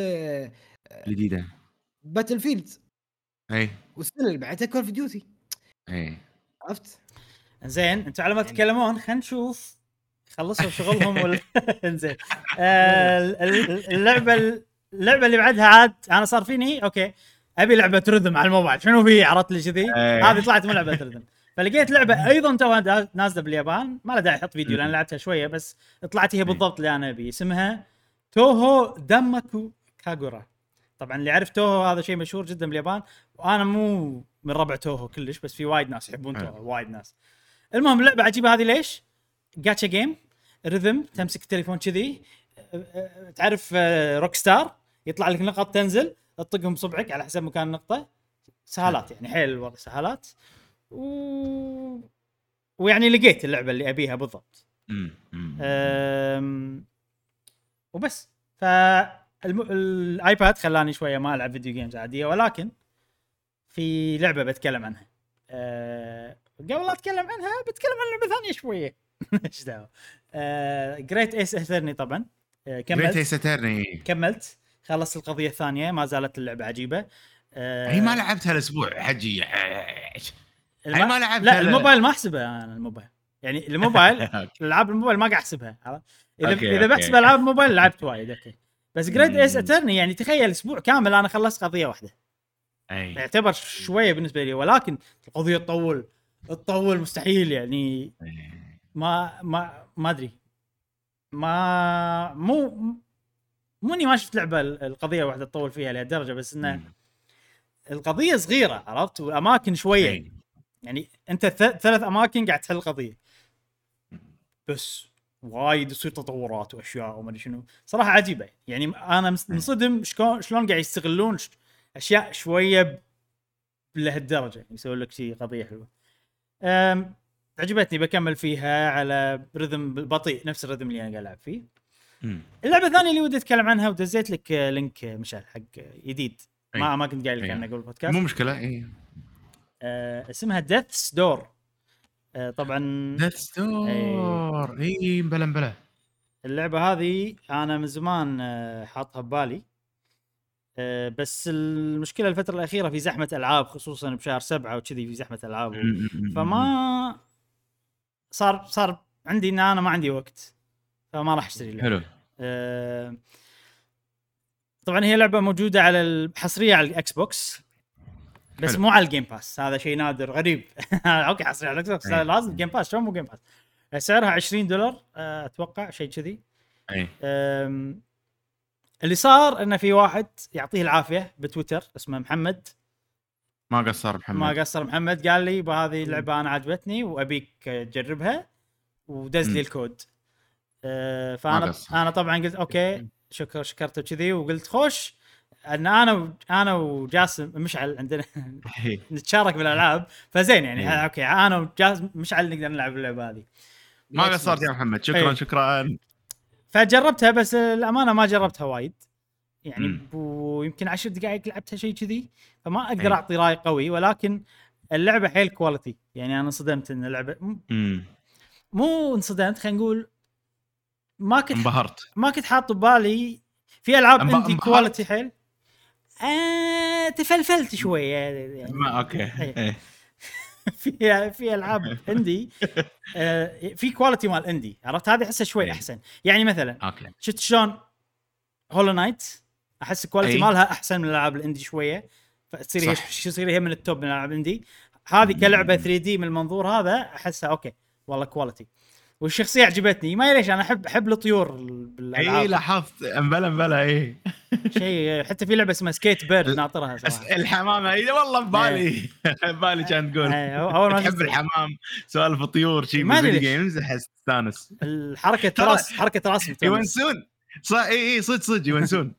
جديده. باتل فيلد، اي والسنه اللي بعدها كول اوف ديوتي. اي عرفت؟ زين انتوا على ما يعني- تتكلمون خلينا نشوف خلصوا شغلهم ولا زين. آه، اللعبه اللعبه اللي بعدها عاد انا صار فيني اوكي ابي لعبه رذم على الموبايل، شنو في عرفت لي كذي؟ إيه. هذه طلعت مو لعبه رذم، فلقيت لعبه ايضا توها نازله باليابان، ما له داعي احط فيديو لان لعبتها شويه بس طلعت هي بالضبط اللي انا ابي. اسمها توهو داماكو كاغورا. طبعا اللي عرف توهو هذا شيء مشهور جدا باليابان، وانا مو من ربع توهو كلش، بس في وايد ناس يحبون توهو، وايد ناس. المهم اللعبه عجيبه هذه ليش؟ جاتشا جيم رذم، تمسك التليفون كذي، تعرف روك ستار يطلع لك نقط تنزل تطقهم بصبعك على حسب مكان النقطه، سهالات يعني حيل الوضع سهالات و... ويعني لقيت اللعبه اللي ابيها بالضبط. مم. مم. أم... وبس. فالايباد خلاني شويه ما العب فيديو جيمز عاديه، ولكن في لعبه بتكلم عنها. أه... قبل لا اتكلم عنها بتكلم عن لعبه ثانيه شويه. ايش دعوه. جريت ايس اترني طبعا. أه كملت جريت ايس اترني كملت خلصت القضيه الثانيه، ما زالت اللعبه عجيبه. أه هي ما لعبتها الاسبوع حجي، الم... هي ما لعبتها. لا الموبايل ما احسبها انا الموبايل، يعني الموبايل العاب الموبايل ما قاعد احسبها. اذا أوكي، اذا أوكي. بحسب العاب الموبايل لعبت وايد اوكي، بس جريت ايس اترني يعني تخيل اسبوع كامل انا خلصت قضيه واحده، اي يعتبر شويه بالنسبه لي، ولكن القضيه تطول تطول مستحيل يعني. ما ما ما ادري، ما مو مو اني ما شفت لعبه القضيه واحده تطول فيها لهالدرجه، بس انه القضيه صغيره عرفت، والاماكن شويه أي. يعني انت ثلاث اماكن قاعد تحل قضيه، بس وايد يصير تطورات واشياء وما ادري شنو. صراحه عجيبه يعني، انا منصدم شلون شلون قاعد يستغلون اشياء شويه لهالدرجه، يسوي لك شيء قضيه حلوه. أم عجبتني بكمل فيها على رذم بطيء نفس الرذم اللي انا قاعد العب فيه. مم. اللعبه الثانيه اللي ودي اتكلم عنها ودزيت لك لينك مشعل حق جديد، ما أي. ما كنت قايل لك أي. عنه قبل البودكاست. مو مشكله. اي أه اسمها ديثس دور. آه طبعا ديث ستور اي بلا بلا. اللعبه هذه انا من زمان آه حاطها ببالي، آه بس المشكله الفتره الاخيره في زحمه العاب، خصوصا بشهر سبعة وكذي في زحمه العاب و... فما صار صار عندي ان انا ما عندي وقت، فما راح اشتري اللعبه. حلو. آه طبعا هي لعبه موجوده على الحصريه على الاكس بوكس، بس حلو. مو على الجيم باس، هذا شيء نادر غريب. اوكي حصريه على الاكس بوكس أي. لازم جيم باس، شلون مو جيم باس؟ سعرها عشرين دولار آه اتوقع شيء كذي. اي آم، اللي صار انه في واحد يعطيه العافيه بتويتر اسمه محمد، ما قصر محمد. ما قصر محمد، قال لي بهذه اللعبه انا عجبتني وابيك تجربها، ودز لي مم. الكود. آه ما فانا قصر. انا طبعا قلت اوكي شكر شكرته كذي، وقلت خوش ان انا و... انا وجاسم مشعل عندنا إي. نتشارك بالالعاب، فزين يعني إي. اوكي انا وجاسم مشعل نقدر نلعب اللعبه هذه. ما قصرت يا محمد، شكرا إي. شكرا. فجربتها، بس الامانه ما جربتها وايد يعني، مم. بو يمكن عشر دقائق لعبتها شيء كذي، فما اقدر إي. اعطي راي قوي، ولكن اللعبه حيل كواليتي يعني. انا انصدمت ان اللعبه م- مم. مو انصدمت، خلينا نقول ما كنت انبهرت. ما كنت حاط ببالي في العاب انب- عندي انبهرت؟ كواليتي حيل. آه تفلفلت شويه يعني. ما اوكي. إيه. إيه. في في العاب عندي آه في كواليتي مال اندي، عرفت؟ هذه احسها شوي إيه. احسن يعني. مثلا اوكي. شفت شلون هولو نايت، احس الكواليتي أي. مالها احسن من الالعاب الاندي شويه، فتصير هي صح. شو تصير هي من التوب من الالعاب الاندي. هذه مم. كلعبه ثري دي من المنظور هذا احسها اوكي والله كواليتي. والشخصيه عجبتني، ما ليش انا احب احب الطيور بالالعاب. اي لاحظت امبلا مبلا. اي شيء حتى في لعبه اسمها سكيت بيرد ناطرها صراحه. الحمامه اي والله ببالي. ببالي كان تقول اول ما تحب شفت الحمام، سوالف الطيور شيء ما أدري بالفيديو ليش. جيمز احس تستانس. الحركه ترى راس حركه راس متونس. يونسون صح. اي اي صدق صدق يونسون.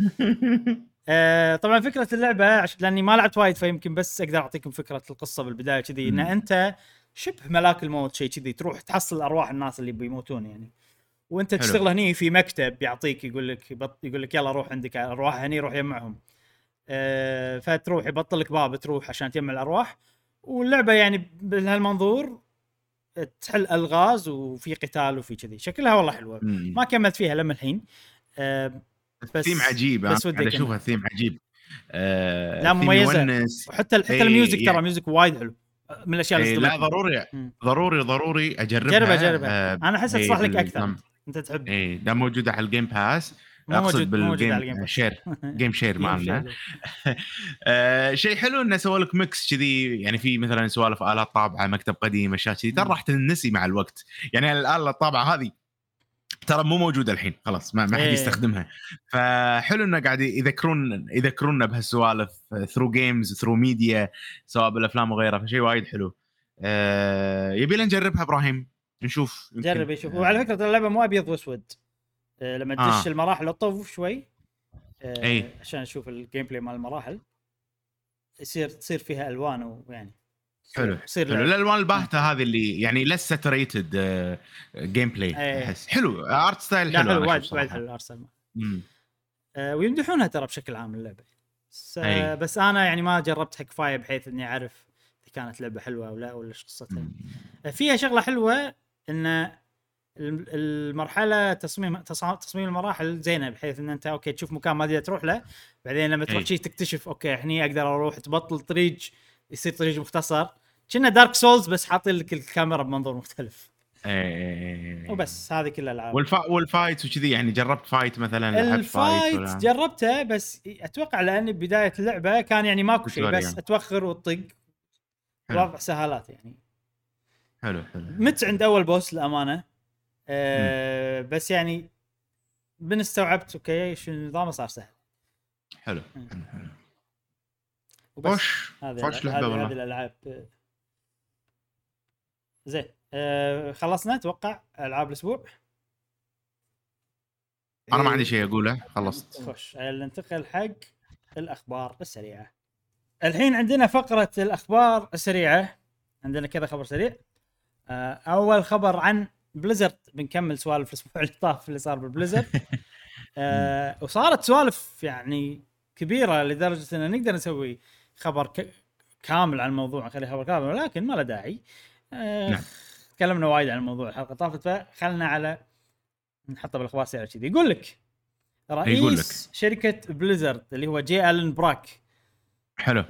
آه طبعا فكره اللعبه عشان لاني ما لعبت وايد، فيمكن بس اقدر اعطيكم فكره القصه بالبدايه كذي، ان مم. انت شبه ملاك الموت شيء كذي، تروح تحصل ارواح الناس اللي بيموتون يعني، وانت حلو. تشتغل هني في مكتب يعطيك يقول لك يبط... يقول لك يلا روح عندك ارواح هني، روح يجمعهم. آه فتروح يبطل لك باب تروح عشان تجمع الارواح. واللعبه يعني بهالمنظور تحل الغاز وفي قتال وفي كذي، شكلها والله حلوه. مم. ما كملت فيها لما الحين آه بس الثيم عجيب. بس انا ودي قاعد اشوفها أكمل. ثيم عجيب. آه لا ثيم مميزه، يونس. وحتى حتى إيه الميوزك ترى يعني- ميوزك وايد حلو من الاشياء اللي إيه لا صدمتني. ضروري مم. ضروري ضروري اجربها. جربها جربها آه انا احسها إيه تصلح لك بال- اكثر، انت, انت تحب. ايه ده موجوده على الجيم باس. مو اقصد موجود مو موجود على الجيم بالجيم باس. شير. جيم شير جيم مالنا. شير. آه شيء حلو انه سووا لك ميكس كذي، يعني في مثلا سوالف آلات طابعه، مكتب قديم، اشياء كذي ترى مم. راح تنسي مع الوقت. يعني الآلة الطابعه هذه ترى مو موجوده الحين خلاص، ما ما حد إيه. يستخدمها. فحلو انه قاعد يذكرون يذكرونا بهالسوالف ثرو جيمز ثرو ميديا، سواء بالافلام وغيرها، فشيء وايد حلو. آه يبي لنا نجربها ابراهيم نشوف. يمكن. جرب يشوف. وعلى فكره اللعبه مو ابيض واسود، آه لما تدش آه. المراحل اطوف شوي آه أي. عشان اشوف الجيم بلاي مال المراحل، يصير تصير فيها الوان ويعني حلو يصير حلو. لعب. الالوان الباهته هذه اللي يعني لسه ساتوريتد جيم بلاي. أي. احس حلو ارت ستايل لا حلو. حلو أنا وايد أشوف وايد صراحة. حلو الارسنال. مم. آه ويمدحونها ترى بشكل عام اللعبه، بس, آه أي. بس انا يعني ما جربتها كفايه بحيث اني اعرف اذا كانت لعبه حلوه او لا ولا ايش قصتها. مم. آه فيها شغله حلوه ان المرحله تصميم تصميم المراحل زينه، بحيث ان انت اوكي تشوف مكان ما تقدر تروح له، بعدين لما تروح أي. شيء تكتشف اوكي هني اقدر اروح، تبطل طريق يصير طريق مختصر، كنا دارك سولز بس حاطين لك الكاميرا بمنظور مختلف. أي. وبس هذه كل الالعاب. والفا والفايت وكذي يعني جربت فايت مثلا؟ لعبت فايت الفايت ولا؟ جربته بس اتوقع لاني بدايه اللعبه كان يعني ماكو شيء، بس توتوريال. اتوخر وتطق حلو. وضع سهالات يعني. حلو حلو. مت عند اول بوس الامانه أه بس يعني بنستوعبت اوكي شو النظام صار سهل. حلو حلو حلو. وبس خوش هذه خوش لعبه هذه والله. هذه الالعاب زين. أه خلصنا اتوقع العاب الاسبوع. انا ما عندي شيء اقوله، خلصت. خوش ننتقل حق الاخبار السريعه. الحين عندنا فقره الاخبار السريعه، عندنا كذا خبر سريع. أه اول خبر عن بليزرد، بنكمل سوالف الاسبوع اللي طاف اللي صار بالبليزرد. أه وصارت سوالف يعني كبيره لدرجه ان نقدر نسوي خبر ك... كامل عن الموضوع، نخلي خبر كامل، ولكن ما له داعي. آه نعم. تكلمنا وايد عن الموضوع الحلقه طافت، فخلنا على نحطه بالاخبار سريع كذي. يقول لك رئيس يقول لك. شركه بليزرد اللي هو جي الين براك حلو.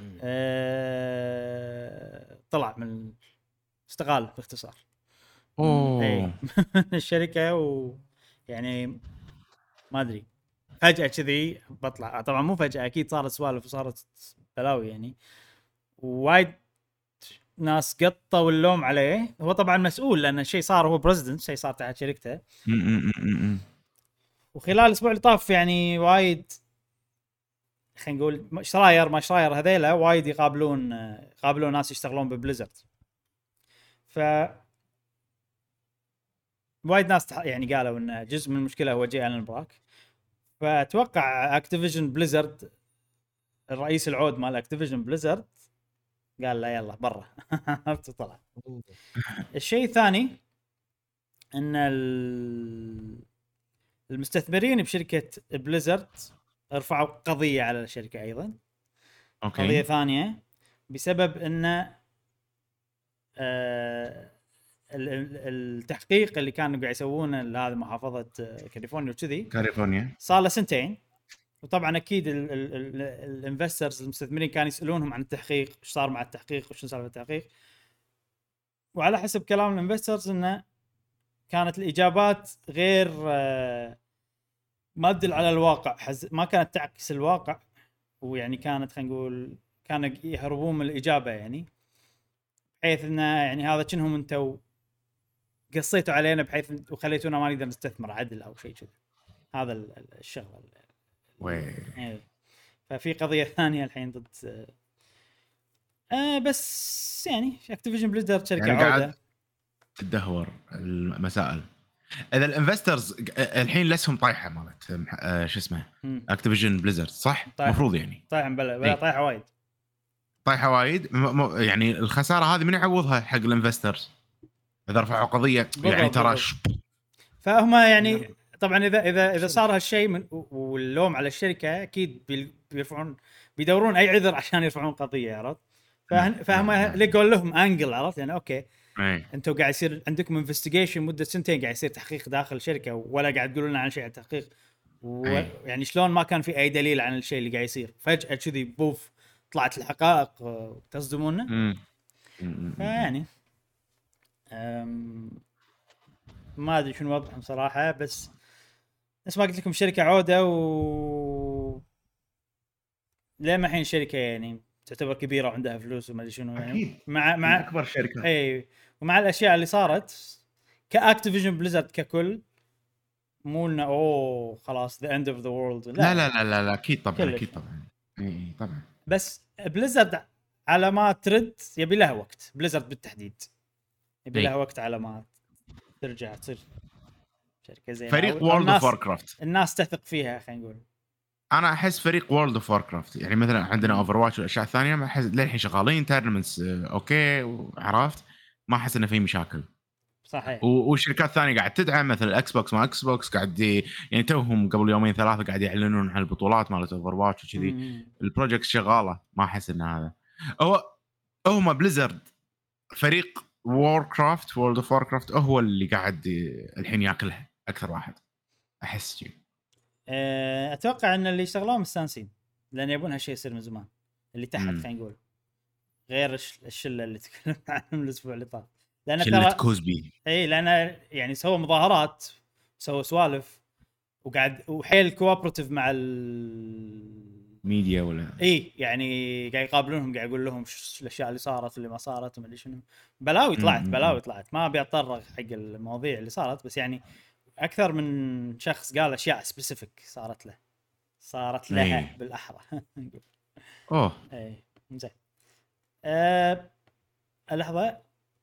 آه طلع من استقال باختصار اوه اي الشركه، ويعني ما ادري فجاه كذي بطلع. طبعا مو فجاه، اكيد صارت سوالف وصارت بلاوي يعني، وايد ناس قطوا اللوم عليه. هو طبعا مسؤول لان الشيء صار، هو بريزدنت، شيء صار تحت شركته. م- م- م- م. وخلال الاسبوع اللي طاف يعني وايد خلينا نقول شراير ما شراير هذيلا وايد يقابلون يقابلون ناس يشتغلون ببليزرد. ف وايد ناس يعني قالوا ان جزء من المشكله هو جي الين براك. فاتوقع اكتيفيجن بليزرد الرئيس العود مال اكتيفيجن بليزرد قال لا يلا برا عرفت طلع. الشيء الثاني ان المستثمرين بشركه بليزرد رفعوا قضيه على الشركه ايضا. اوكي. قضيه ثانيه بسبب ان آه التحقيق اللي كانوا قاعد يسوونه لهذه محافظه كاليفورنيا وكذي كاليفورنيا صار له سنتين. وطبعا اكيد الانفسترز المستثمرين كانوا يسالونهم عن التحقيق، ايش صار مع التحقيق وشو سالفه التحقيق. وعلى حسب كلام الانفسترز انه كانت الاجابات غير ما تدل على الواقع، ما كانت تعكس الواقع. ويعني كانت خلينا نقول كانوا يهربون من الاجابه يعني، بحيث انه يعني هذا كأنهم انتوا قصيتوا علينا بحيث وخليتونا ما نقدر نستثمر عدل او شيء كذا. هذا الشغله وي. ففي قضيه ثانيه الحين ضد آه بس يعني اكتيفيجن بليزرد شركه يعني عوده قاعد تدهور المسائل. اذا الانفسترز الحين لسهم طايحه مالت آه شو اسمه اكتيفيجن بليزرد صح المفروض يعني طايحه بلا بلا طايحه وايد طايحه وايد م- م- يعني الخساره هذه من يعوضها حق الانفسترز اذا رفعوا قضيه يعني ترى. فهم يعني طبعا اذا اذا اذا صار هالشيء من واللوم على الشركه اكيد بيرفعون بيدورون اي عذر عشان يرفعون قضيه عرفت. فهم لقوا لهم انجل عرفت يعني اوكي انتم قاعد يصير عندكم انفستيجيشن مده سنتين قاعد يصير تحقيق داخل الشركه ولا قاعد تقولون لنا عن شيء عن التحقيق ويعني شلون ما كان في اي دليل عن الشيء اللي قاعد يصير فجاه كذي بوف طلعت الحقائق تصدمونا. يعني ما ادري شنو وضعهم صراحه، بس بس ما قلت لكم شركه عوده و لما الحين شركه يعني تعتبر كبيره وعندها فلوس وما ادري شنو يعني أكيد. مع مع اكبر شركه اي ومع الاشياء اللي صارت كاكتيفيجن بليزرد ككل مو لنا اوه خلاص ذا اند اوف ذا وورلد. لا لا لا لا, لا اكيد طبعا اكيد طبعا اي طبعا. بس بليزرد على ما ترد يبي لها وقت. بليزرد بالتحديد يبي لها وقت على ما ترجع تصير شركه زينه. فريق وورلد اوف واركرافت الناس تثق فيها خلينا نقول. انا احس فريق وورلد اوف واركرافت يعني مثلا عندنا اوفر واتش والاشياء الثانيه ما احس للحين شغالين تورنمنتس اوكي وعرفت ما احس انه في مشاكل صحيح. والشركات الثانيه قاعد تدعم مثل الاكس بوكس ما اكس بوكس قاعد يعني توهم قبل يومين ثلاثه قاعد يعلنون عن البطولات مالت اوفر واتش وكذي البروجكت شغاله. ما احس ان هذا هو هم بليزرد فريق ووركرافت وورلد اوف واركرافت هو اللي قاعد الحين ياكلها اكثر واحد احس شيء. اتوقع ان اللي يشتغلون مستانسين لان يبون هالشيء يصير من زمان. اللي تحت خلينا نقول غير الشله اللي تكلمنا عنهم الاسبوع اللي طاف لان شله كوزبي اي لان يعني سووا مظاهرات سووا سوالف وقاعد وحيل كوابرتيف مع الميديا ولا اي يعني قاعد يقابلونهم قاعد يقول لهم شو الاشياء اللي صارت اللي ما صارت وما ادري شنو بلاوي طلعت بلاوي طلعت. ما ابي اتطرق حق المواضيع اللي صارت بس يعني اكثر من شخص قال اشياء سبيسيفيك صارت له صارت لها أي. بالاحرى اوه اي زين. أه... لحظه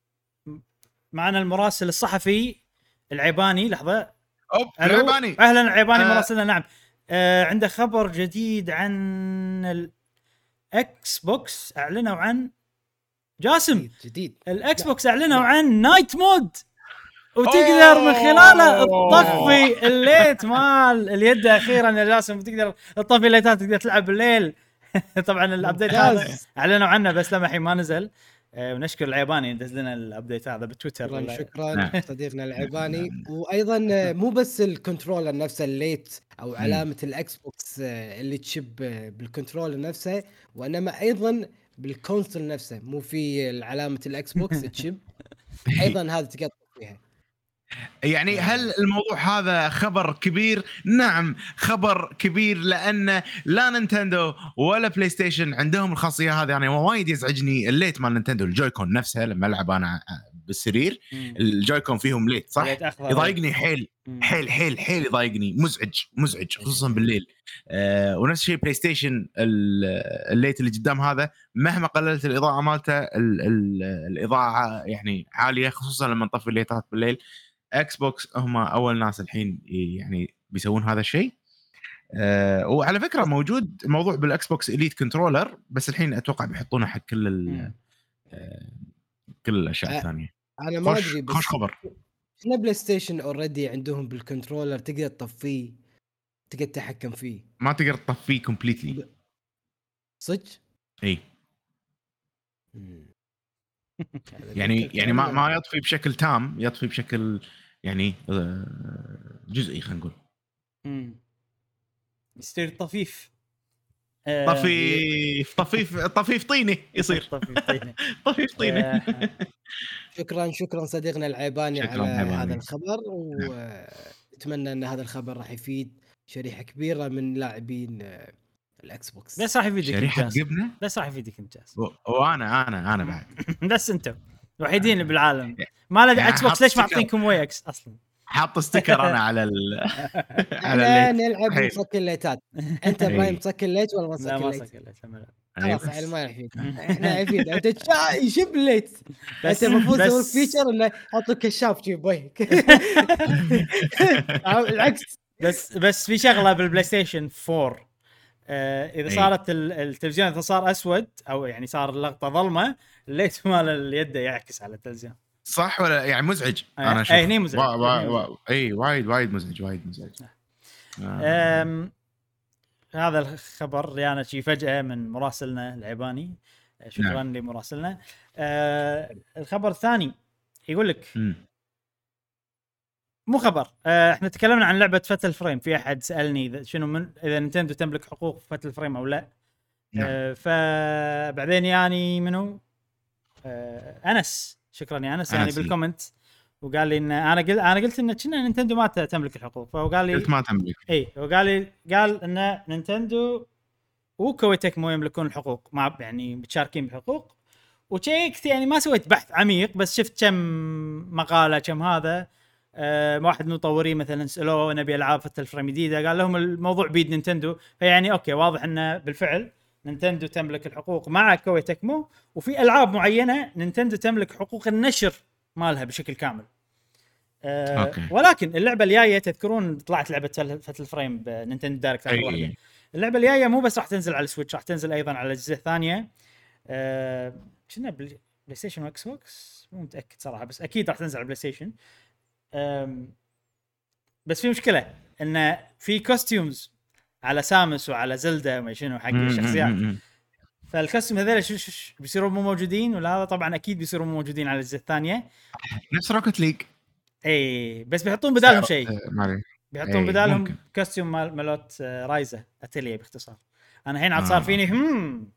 معنا المراسل الصحفي العيباني. لحظه العيباني اهلا العيباني أه... مراسلنا نعم. أه... عنده خبر جديد عن الاكس بوكس. اعلنوا عن جاسم جديد الاكس بوكس اعلنوا عن نايت مود وتقدر من خلاله تطفي الليت مال اليد اخيرا يا جاسم تقدر تطفي الليتات تقدر تلعب بالليل. طبعا الابديت هذا اعلنوا عنه بس لما الحين ما نزل. آه ونشكر العيباني دز لنا الابديت هذا بتويتر. شكرا ولا- شكرا نعم. صديقنا العيباني. نعم. وايضا مو بس الكنترولر نفسه الليت او مم. علامه الاكس بوكس اللي تشب بالكنترولر نفسه، وانما ايضا بالكونسول نفسه، مو في علامه الاكس بوكس تشب ايضا هذا تقدر فيها. يعني هل الموضوع هذا خبر كبير؟ نعم خبر كبير، لأن لا نينتندو ولا بلاي ستيشن عندهم الخاصية هذه. يعني وايد يزعجني الليت مال نينتندو، الجويكون نفسها لما ألعب أنا بالسرير مم. الجويكون فيهم ليت صح، ليت أخضر. يضايقني حيل مم. حيل حيل حيل يضايقني، مزعج مزعج خصوصا بالليل. آه ونفس الشيء بلاي ستيشن الليت اللي قدام هذا مهما قللت الإضاءة مالته ال ال الإضاءة يعني عالية، خصوصا لما نطفي الليتات بالليل. اكس بوكس هم اول ناس الحين يعني بيسوون هذا الشيء. أه وعلى فكره موجود موضوع بالاكس بوكس اليت كنترولر، بس الحين اتوقع بيحطونه حق كل أه كل الاشياء أه الثانيه. انا ما خوش ادري بس خوش خبر. احنا بلاي ستيشن اوريدي عندهم بالكنترولر تقدر تطفيه، تقدر تتحكم فيه، ما تقدر تطفيه كومبليتلي صدق. اي مم. يعني يعني ما ما يطفي بشكل تام، يطفي بشكل يعني أه جزئي خلينا نقول. امم يصير طفيف. طفيف طفيف طفيف طيني يصير. طفيف طيني. طفيف طيني. شكرا شكرا صديقنا العيباني شكراً على عيباني. هذا الخبر، واتمنى ان هذا الخبر راح يفيد شريحه كبيره من لاعبين آه، الاكس بوكس. بس راح يفيدك شريحه انت جبنه. بس راح يفيدك انت و- وانا انا انا بعد بس انتم الوحيدين اللي بالعالم ما له يعني اكس بوكس. حط ليش ما ستيكر. اعطينكم واي اكس اصلا؟ حاط ستيكر انا على ال على احنا الليت. نلعب حلو. مسكن ليتات. انت إيه. ابراهيم مسكن ليت ولا ما لا مسكن ما ليت؟ سكلت لا. أيوة. خلاص يعني ما يفيد. احنا عفيد انت شا- يشب ليت. بس انت المفروض بس- تسوي فيتشر انه يحط لك كشاف جيب وجهك. العكس. بس بس في شغله بالبلاي ستيشن فور، آه اذا إيه. صارت ال- التلفزيون اذا صار اسود او يعني صار اللقطه ظلمه، الليت مال اليد يعكس على التلفزيون. صح ولا يعني مزعج؟ أي- انا اشوف أي هني مزعج. وا- وا- هني وا- اي وايد وايد مزعج وايد مزعج. آه. أم هذا الخبر يعني شي فجأة من مراسلنا العيباني. شكرا نعم. لمراسلنا. آه الخبر الثاني يقول لك مم. مو خبر، آه احنا تكلمنا عن لعبة فتل فريم. في احد سألني إذا شنو من اذا نينتندو تملك حقوق فتل فريم او لا. نعم. آه فبعدين يعني منو آه انس، شكرا يا انس يعني أنس. بالكومنت، وقال لي ان انا قلت انا قلت ان كنا نينتندو ما تملك الحقوق، فهو قال لي قلت ما تملك. اي وقال لي قال ان نينتندو وكوي تكمو يملكون الحقوق، مع يعني متشاركين بالحقوق. وشيكت يعني ما سويت بحث عميق، بس شفت كم مقاله كم هذا. أه واحد من المطورين مثلا سالوه نبي العاب فتل فريم جديده، قال لهم الموضوع بيد نينتندو. فيعني اوكي واضح انه بالفعل نينتندو تملك الحقوق مع كوي تكمو، وفي العاب معينه نينتندو تملك حقوق النشر مالها بشكل كامل. أه أوكي. ولكن اللعبه الجايه تذكرون طلعت لعبه فتل فريم بنينتندو دايركت اخر واحده. اللعبه الجايه مو بس راح تنزل على السويتش، راح تنزل ايضا على الاجهزه الثانيه. أه كنا بلاي ستيشن واكس بوكس مو متاكد صراحه، بس اكيد راح تنزل على بلاي ستيشن. بس في مشكله ان في كوستيومز على سامس وعلى زلدا وما شنو حق الشخصيات، فالكوستيوم هذول شو شو بيصيروا مو موجودين، ولا هذا طبعا اكيد بيصيروا مو موجودين على الاجهزه الثانيه. نفس روكت ليج. اي بس بيحطون بدالهم شيء، مالي بيحطون إيه، بدالهم ممكن. كوستيوم مال مالوت رايزا اتليه باختصار. انا الحين عاد صار فيني هم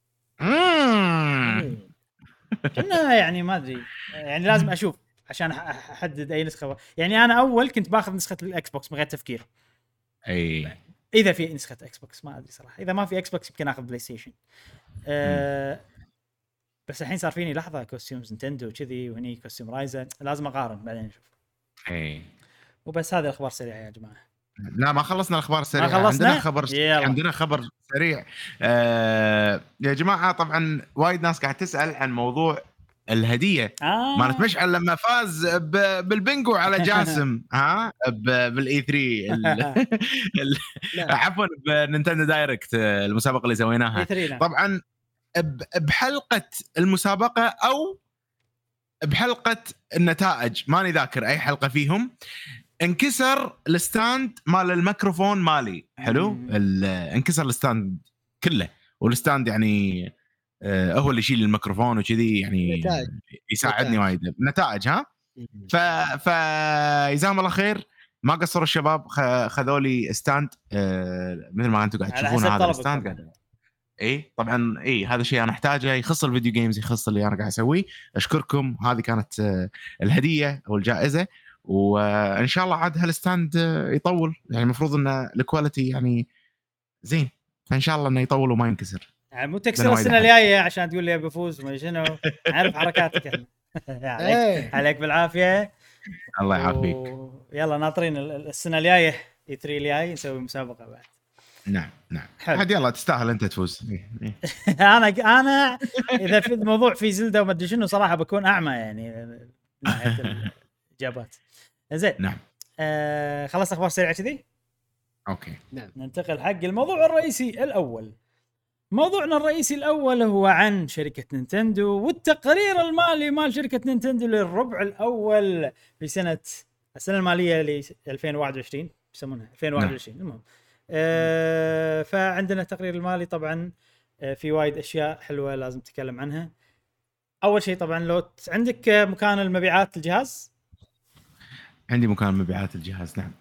كنا يعني ما ادري، يعني لازم اشوف عشان احدد اي نسخه. يعني انا اول كنت باخذ نسخه الاكس بوكس من غير تفكير، اي اذا في نسخه اكس بوكس ما ادري صراحه. اذا ما في اكس بوكس يمكن اخذ بلاي ستيشن. أه بس الحين صار فيني لحظه كوستيومز نينتندو كذي وهني كوستيوم رايزا، لازم اقارن بعدين اشوف. اي وبس هذا الاخبار سريعه يا جماعه. لا ما خلصنا الاخبار السريعه. ما خلصنا؟ عندنا خبر يلا. عندنا خبر سريع. آه يا جماعه طبعا وايد ناس قاعد تسال عن موضوع الهديه آه. مالت مشعل لما فاز ب- بالبنجو على جاسم ها بالاي ثلاثة عفوا بنينتندو دايركت المسابقه اللي سويناها. طبعا ب- بحلقه المسابقه او بحلقه النتائج ماني ذاكر اي حلقه فيهم، انكسر الستاند مال الميكروفون مالي. حلو انكسر الستاند كله، والستاند يعني آه هو اللي يشيل الميكروفون وكذي يعني نتائج. يساعدني نتائج. وايد نتائج ها مم. ف فجزاهم الله خير ما قصروا الشباب خ... خذوا لي ستاند آه مثل ما انتم قاعد على تشوفون حسب هذا طلبك الستاند طبعاً. قاعد اي طبعا اي هذا الشيء انا احتاجه يخص الفيديو جيمز يخص اللي انا قاعد اسويه. اشكركم هذه كانت آه الهديه او الجائزه وان شاء الله عاد هالستاند آه يطول يعني المفروض ان الكواليتي يعني زين فان شاء الله انه يطول وما ينكسر. يعني مو تكسر السنه الجايه عشان تقول لي بفوز ما شنو عارف حركاتك احنا. عليك إيه. عليك بالعافيه. الله يعافيك. و... يلا ناطرين ال- السنه الجايه اي ثري الجاي نسوي مسابقه بعد. نعم نعم حلو. عاد يلا تستاهل انت تفوز. إيه، إيه. انا انا اذا في الموضوع في زلده وما ادري شنو صراحه بكون اعمى يعني من ناحيه الاجابات. زين نعم آه خلاص اخبار سريعه كذي اوكي نعم. ننتقل حق الموضوع الرئيسي الاول. موضوعنا الرئيسي الأول هو عن شركة نينتندو والتقرير المالي مال شركة نينتندو للربع الأول في سنة السنة المالية ل ألفين وواحد وعشرين يسمونها ألفين وواحد وعشرين المهم. آه فعندنا التقرير المالي طبعا آه في وايد أشياء حلوة لازم نتكلم عنها. أول شيء طبعا لو عندك مكان المبيعات الجهاز. عندي مكان مبيعات الجهاز نعم.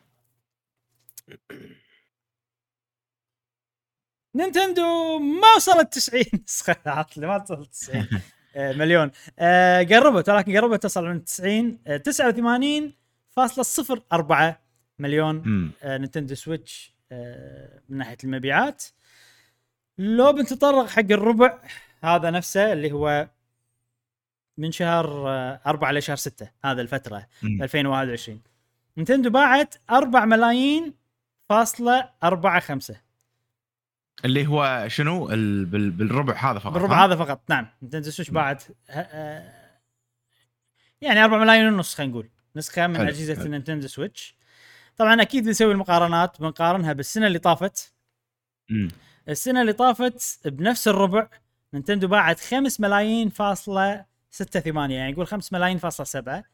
نينتندو ما وصلت تسعين نسخة عطلة ما وصلت تسعين مليون آه قربت ولكن قربت تصل من تسعين آه تسعة وثمانين فاصلة صفر أربعة مليون آه نينتندو سويتش آه من ناحية المبيعات. لو بنتطرق حق الربع هذا نفسه اللي هو من شهر آه أربعة لشهر ستة هذا الفترة ألفين وواحد وعشرين نينتندو باعت أربعة ملايين فاصلة أربعة خمسة اللي هو شنو بالربع هذا فقط. بالربع هذا فقط نعم. نينتندو سويتش باعت يعني أربعة ملايين ونص خلينا نقول نسخة من أجهزة النينتندو سويتش. طبعا أكيد بنسوي المقارنات بنقارنها بالسنة اللي طافت. مم. السنة اللي طافت بنفس الربع نينتندو باعت خمس ملايين فاصلة ستة ثمانية يعني يقول خمس ملايين فاصلة سبعة.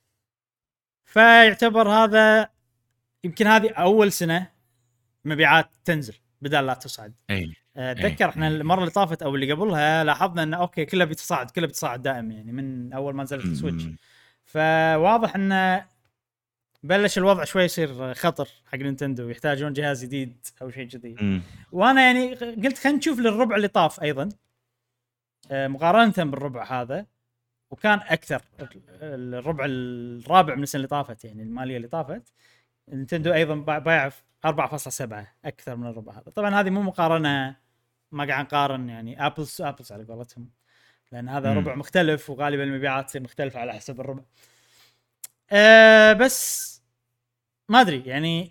فيعتبر هذا يمكن هذه أول سنة مبيعات تنزل بدل لا تصعد. أي. اتذكر احنا المره اللي طافت او اللي قبلها لاحظنا انه اوكي كله بيتصاعد كله بيتصاعد دائم يعني من اول ما نزلت السويتش. فواضح انه بلش الوضع شوي يصير خطر حق نينتندو يحتاجون جهاز جديد او شيء جديد. وانا يعني قلت خلينا نشوف للربع اللي طاف ايضا مقارنه بالربع هذا وكان اكثر الربع الرابع من السنه اللي طافت يعني الماليه اللي طافت نينتندو ايضا بايع أربعة فاصلة سبعة اكثر من الربع هذا. طبعا هذه مو مقارنه ما قاعد نقارن يعني ابلز ابلز على قولتهم لان هذا مم. ربع مختلف وغالبا المبيعات تصير مختلفه على حسب الربع. أه بس ما ادري يعني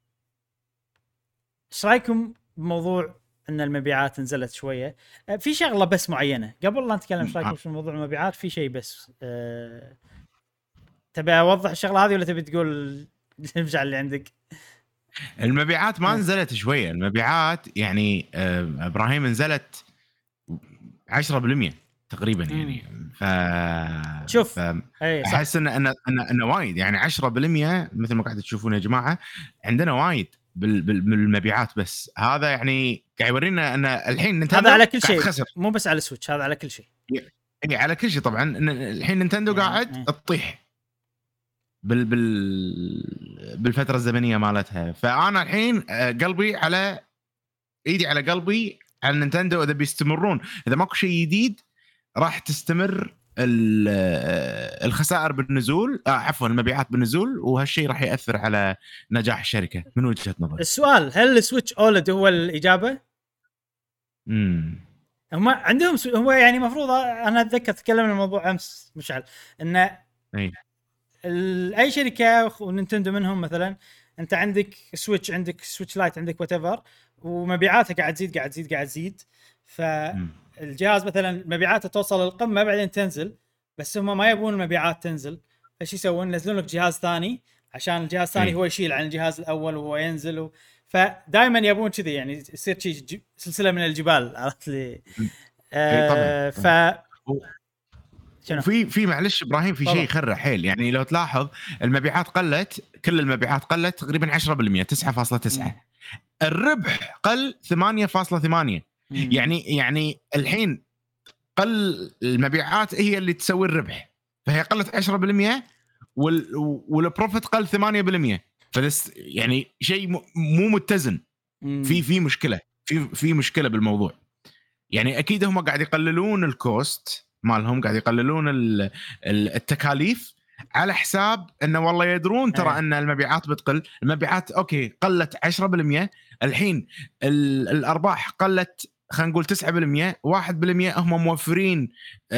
ايش رايكم بموضوع ان المبيعات نزلت شويه؟ أه في شغله بس معينه قبل لا نتكلم ايش رايكم في موضوع المبيعات في شيء بس أه تبي اوضح الشغله هذه ولا تبي تقول نرجع اللي عندك؟ المبيعات ما نزلت شويه المبيعات يعني آه ابراهيم نزلت عشرة بالمية تقريبا يعني ف شوف ف... احس ان ان ان, إن وايد يعني عشرة بالمية مثل ما قاعد تشوفون يا جماعه عندنا وايد بال... بالمبيعات بس هذا يعني قاعد يورينا ان الحين نينتندو هذا على كل شيء خسر. مو بس على السويتش هذا على كل شيء اي على كل شيء طبعا الحين نينتندو يعني قاعد ايه. تطيح بال بال بالفتره الزمنيه مالتها. فانا الحين قلبي على ايدي على قلبي على نينتندو اذا بيستمرون اذا ماكو شيء جديد راح تستمر الخسائر بالنزول آه عفوا المبيعات بالنزول وهالشيء راح ياثر على نجاح الشركه من وجهه نظري. السؤال هل السويتش اولد هو الاجابه؟ امم هم عندهم سو... هو يعني مفروض انا اتذكر تكلمنا الموضوع امس مشعل ان اي اي شركه ونينتندو منهم مثلا انت عندك سويتش عندك سويتش لايت عندك وات ايفر ومبيعاتها قاعد تزيد قاعد تزيد قاعد تزيد فالجهاز مثلا مبيعاته توصل للقمه بعدين تنزل بس هم ما يبون المبيعات تنزل ايش يسوون ينزلون لك جهاز ثاني عشان الجهاز الثاني هو يشيل عن الجهاز الاول وهو ينزل و... فدائما يبون كذي يعني يصير شيء سلسله من الجبال عرفت لي آه ف في في معلش ابراهيم في شيء يخرع حيل يعني لو تلاحظ المبيعات قلت كل المبيعات قلت تقريبا عشرة بالمية تسعة فاصلة تسعة الربح قل ثمانية فاصلة ثمانية يعني يعني الحين قل المبيعات هي اللي تسوي الربح، فهي قلت عشرة بالمية وال والبروفيت قل ثمانية بالمية، فلس يعني شيء مو متزن. في في مشكله في في مشكله بالموضوع. يعني اكيد هم قاعد يقللون الكوست مالهم، قاعد يقللون التكاليف على حساب انه والله يدرون ترى ان المبيعات بتقل. المبيعات اوكي قلت عشرة بالمية، الحين الارباح قلت خلينا نقول تسعة بالمية، واحد بالمية هم موفرين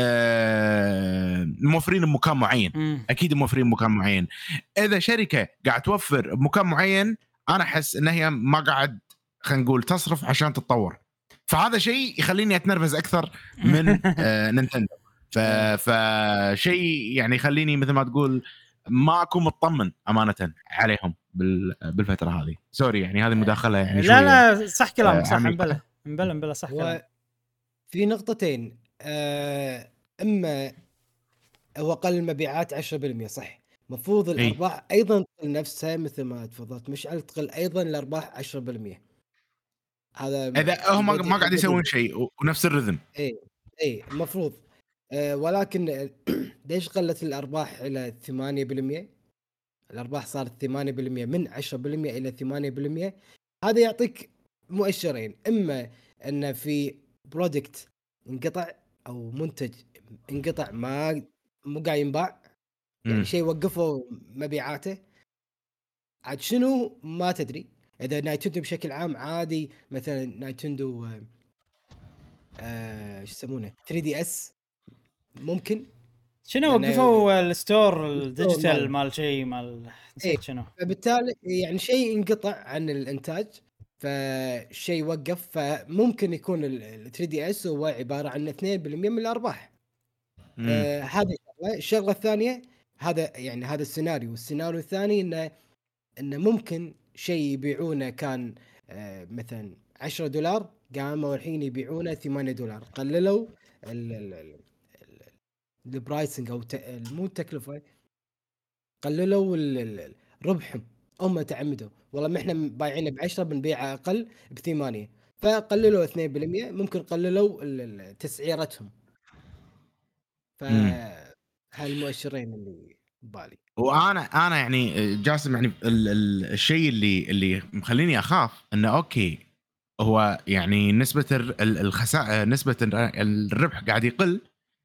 آه موفرين بمكان معين. م. اكيد موفرين بمكان معين. اذا شركه قاعد توفر بمكان معين انا احس ان هي ما قاعد خلينا نقول تصرف عشان تتطور، فهذا شيء يخليني اتنرفز اكثر من آه نينتندو. ف فشيء يعني يخليني مثل ما تقول ما اكون مطمن امانه عليهم بالفتره هذه. سوري يعني هذه مداخله يعني لا لا صح كلامك صح. مبلى مبلى مبلى صح كلام. في نقطتين، آه اما هو قل المبيعات عشرة بالمية صح، مفروض الارباح أي. ايضا تقل نفسها مثل ما تفضلت، مش على تقل ايضا الارباح عشرة بالمية. هذا اذا هم ما قاعد يسوون شيء ونفس الرذم. اي اي المفروض. أه ولكن ليش قلت الارباح الى ثمانية بالمية؟ الارباح صارت ثمانية بالمية من عشرة بالمية الى ثمانية بالمية. هذا يعطيك مؤشرين، اما ان في برودكت انقطع او منتج انقطع ما مو قاعد ينباع، يعني شيء وقفوا مبيعاته عاد شنو ما تدري. اذا نايتندو بشكل عام عادي، مثلا نايتندو ايش آه يسمونه ثري دي اس ممكن شنو وقفوا الستور الديجيتال مال شيء مال نسيت شنو، فبالتالي يعني شيء انقطع عن الانتاج فشيء وقف، فممكن يكون ال ثري دي اس هو عباره عن اثنين بالمية من الارباح. آه هذه الشغله. الشغله الثانيه هذا يعني هذا السيناريو. السيناريو الثاني انه انه ممكن شيء يبيعونه كان آه مثلا عشرة دولار قاموا الحين يبيعونه ثمانية دولار، قللوا البرايسنج او مو التكلفه، قللوا ربحهم. هم تعمدوا والله ما احنا بايعينه بعشرة بنبيعه اقل بثمانية، فقللوا اثنين بالمية. ممكن قللوا تسعيرتهم. فهالمؤشرين اللي ببالي. وانا انا يعني جاسم يعني ال ال الشيء اللي اللي مخليني اخاف انه اوكي هو يعني نسبه الخسائر نسبه الربح قاعد يقل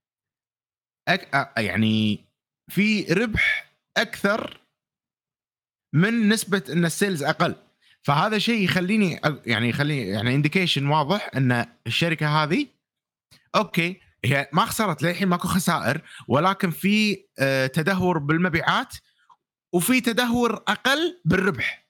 أك يعني في ربح اكثر من نسبه ان السيلز اقل، فهذا شيء يخليني يعني يخلي يعني انديكيشن واضح ان الشركه هذه اوكي هي ما خسرت للحين، ماكو خسائر، ولكن في آه تدهور بالمبيعات وفي تدهور اقل بالربح.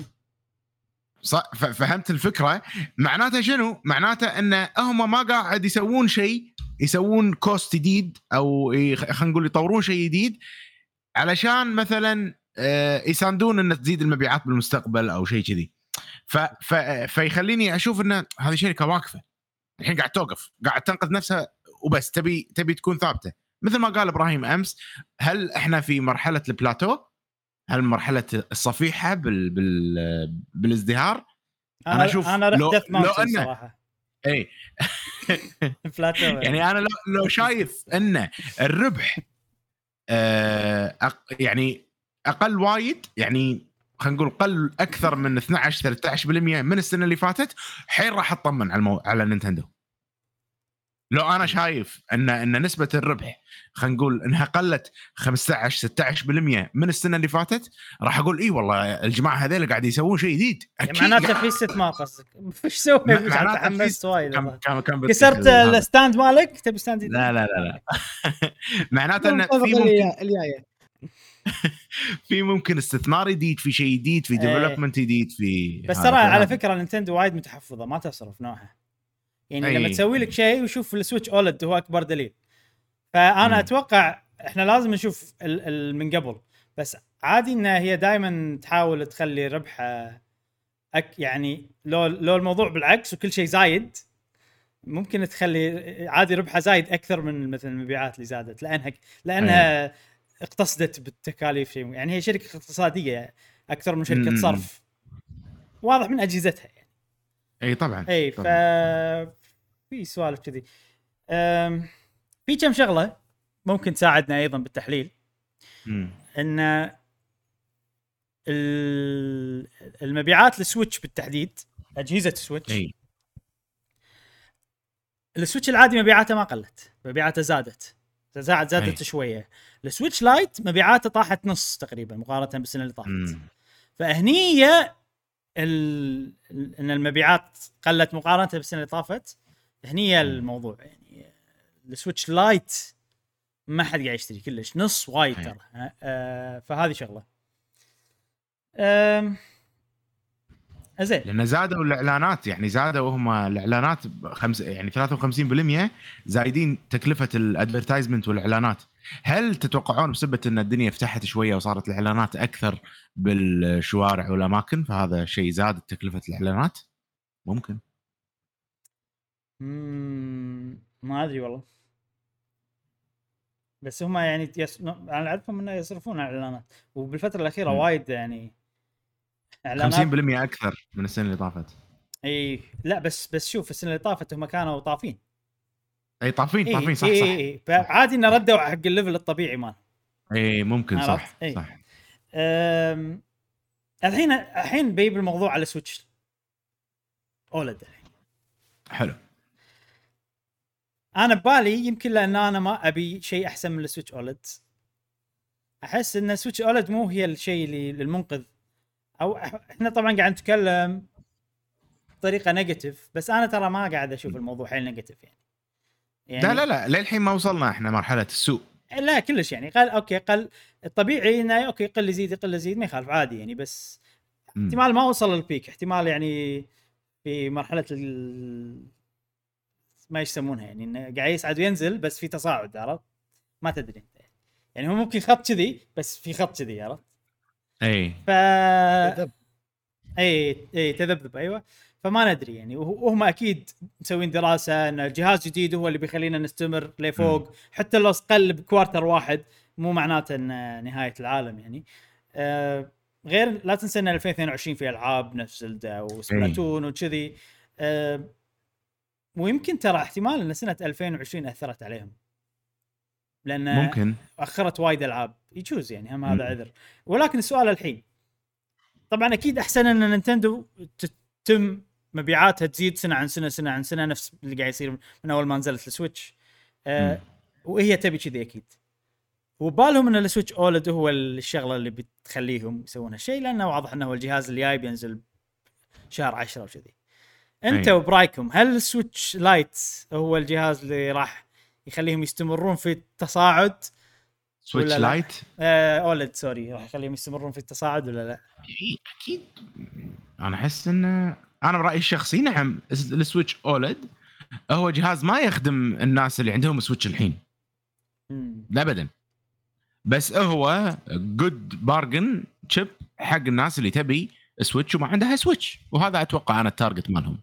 فهمت الفكره؟ معناته شنو؟ معناته ان هم ما قاعد يسوون شيء، يسوون كوست جديد او خلينا نقول يطورون شيء جديد علشان مثلا يساندون ان تزيد المبيعات بالمستقبل او شيء كذي. فيخليني اشوف ان هذه شركه واقفه الحين قاعد توقف، قاعد تنقذ نفسها وبس، تبي تبي تكون ثابته. مثل ما قال ابراهيم امس، هل احنا في مرحله البلاتو؟ هل مرحله الصفيحه بال بال بالازدهار؟ انا اشوف انا رحت ديث ماونتن صراحه. اي بلاتو يعني انا لو, لو شايف ان الربح آه يعني اقل وايد، يعني خلينا نقول قل اكثر من اثنا عشر ثلاثة عشر بالمية من السنه اللي فاتت، حين راح اطمن على المو... على نينتندو. لو انا شايف ان ان نسبه الربح خلينا نقول انها قلت خمسة عشر ستة عشر بالمية من السنه اللي فاتت، راح اقول اي والله الجماعه هذول قاعد يسوون شيء جديد. يعني معناته في استثمار قصدك؟ ايش سوي؟ مش تحمست وايد. كسرت الستاند مالك؟ تبي ستاند؟ لا لا لا لا معناته ان في ممكن في ممكن استثمار جديد، في شيء جديد، في ديفلوبمنت جديد، في بس ترى على فكره نينتندو وايد متحفظه، ما تصرف نوعها. يعني أي. لما تسوي لك شيء وشوف السويتش اولد هو اكبر دليل. فانا م. اتوقع احنا لازم نشوف من قبل، بس عادي انها هي دائما تحاول تخلي ربحها أك يعني لو لو الموضوع بالعكس وكل شيء زايد، ممكن تخلي عادي ربحها زايد اكثر من مثلا المبيعات اللي زادت، لانها لانها أي. اقتصدت بالتكاليف شيء. يعني هي شركه اقتصاديه اكثر من شركه م. صرف، واضح من اجهزتها يعني. اي طبعا اي طبعاً. ف في سوالف كذي. أم، في كم شغله ممكن تساعدنا ايضا بالتحليل. مم. ان ال- المبيعات السويتش بالتحديد، اجهزه السويتش، اي السويتش العادي مبيعاته ما قلت، مبيعاته زادت زادت زادت أي. شويه. السويتش لايت مبيعاته طاحت نص تقريبا مقارنه بالسنه اللي طافت. مم. فهنيه ال... ال- ان المبيعات قلت مقارنه بالسنه اللي طافت. هنيه الموضوع يعني السويتش لايت ما حد قاعد يشتري كلش، نص وايد أي. ترى. آه فهذه شغله. آم، زين. لان زادوا الاعلانات، يعني زادوا هم الاعلانات خمس يعني ثلاثة وخمسين بالمئة زايدين تكلفه الادفرتايزمنت والاعلانات. هل تتوقعون بسبب ان الدنيا فتحت شويه وصارت الاعلانات اكثر بالشوارع والاماكن فهذا شيء زاد تكلفه الاعلانات؟ ممكن. مم، ما ادري والله، بس هم يعني يس... انا اعرفهم انه يصرفون على الاعلانات، وبالفتره الاخيره مم. وايد يعني اعلانات. خمسين بالمئة اكثر من السنه اللي طافت. اي لا، بس بس شوف السنه اللي طافت هم كانوا طافين. اي طافين اي طافين صح اي صح اي عادي انه ردوا حق الليفل الطبيعي مال. اي ممكن صح عرفت؟ اي. صح. أم... الحين الحين بيجيب الموضوع على سويتش اولد. الحين حلو. انا ببالي يمكن لان انا ما ابي شيء احسن من السويتش اولد. احس ان السويتش اولد مو هي الشيء اللي للمنقذ، او احنا طبعا قاعد نتكلم بطريقه نيجاتيف، بس انا ترى ما قاعد اشوف الموضوع حيل نيجاتيف يعني. يعني لا لا لا للحين ما وصلنا احنا مرحله السوق. لا كلش يعني قال اوكي قل الطبيعي انه اوكي قل يزيد يقل يزيد ما يخالف عادي يعني، بس مم. احتمال ما وصل للبيك، احتمال يعني في مرحله ال... ما يسمونها يعني انه قاعد يصعد وينزل بس في تصاعد، عرفت؟ ما تدري انت يعني هو ممكن خط كذي بس في خط كذي، عرفت؟ اي ف تذبذب. اي اي تذبذب ايوه. فما ندري يعني، وه- وهم اكيد مسوين دراسه ان الجهاز جديد هو اللي بيخلينا نستمر لفوق، حتى لو قل بكوارتر واحد مو معناته ان نهايه العالم يعني. آه غير لا تنسى ان ألفين واثنين وعشرين في العاب نفس زلدا وسبلاتون وكذي. آه ويمكن ترى احتمال ان سنه ألفين وعشرين اثرت عليهم، لان ممكن. اخرت وايد العاب يجوز يعني، هم مم. هذا عذر. ولكن السؤال الحين طبعا اكيد احسن ان نينتندو تتم مبيعاتها تزيد سنه عن سنه سنه عن سنه، نفس اللي قاعد يصير من اول ما نزلت السويتش. آه مم. وهي تبي كذي اكيد، وبالهم ان السويتش اولد هو الشغله اللي بتخليهم يسوون هالشيء، لانه واضح انه هو الجهاز اللي جاي بينزل شهر عشرة وكذي. انت أي. وبرايكم هل السويتش لايت هو الجهاز اللي راح يخليهم يستمرون في التصاعد سويتش ولا لا؟ لايت آه اولد سوري، راح يخليهم يستمرون في التصاعد ولا لا؟ إي، اكيد. انا احس ان انا برايي الشخصي نعم السويتش اولد هو جهاز ما يخدم الناس اللي عندهم سويتش الحين مم. لا ابدا، بس هو جود بارجن تشيب حق الناس اللي تبي سويتش وما عندها سويتش، وهذا اتوقع انا التارجت مالهم.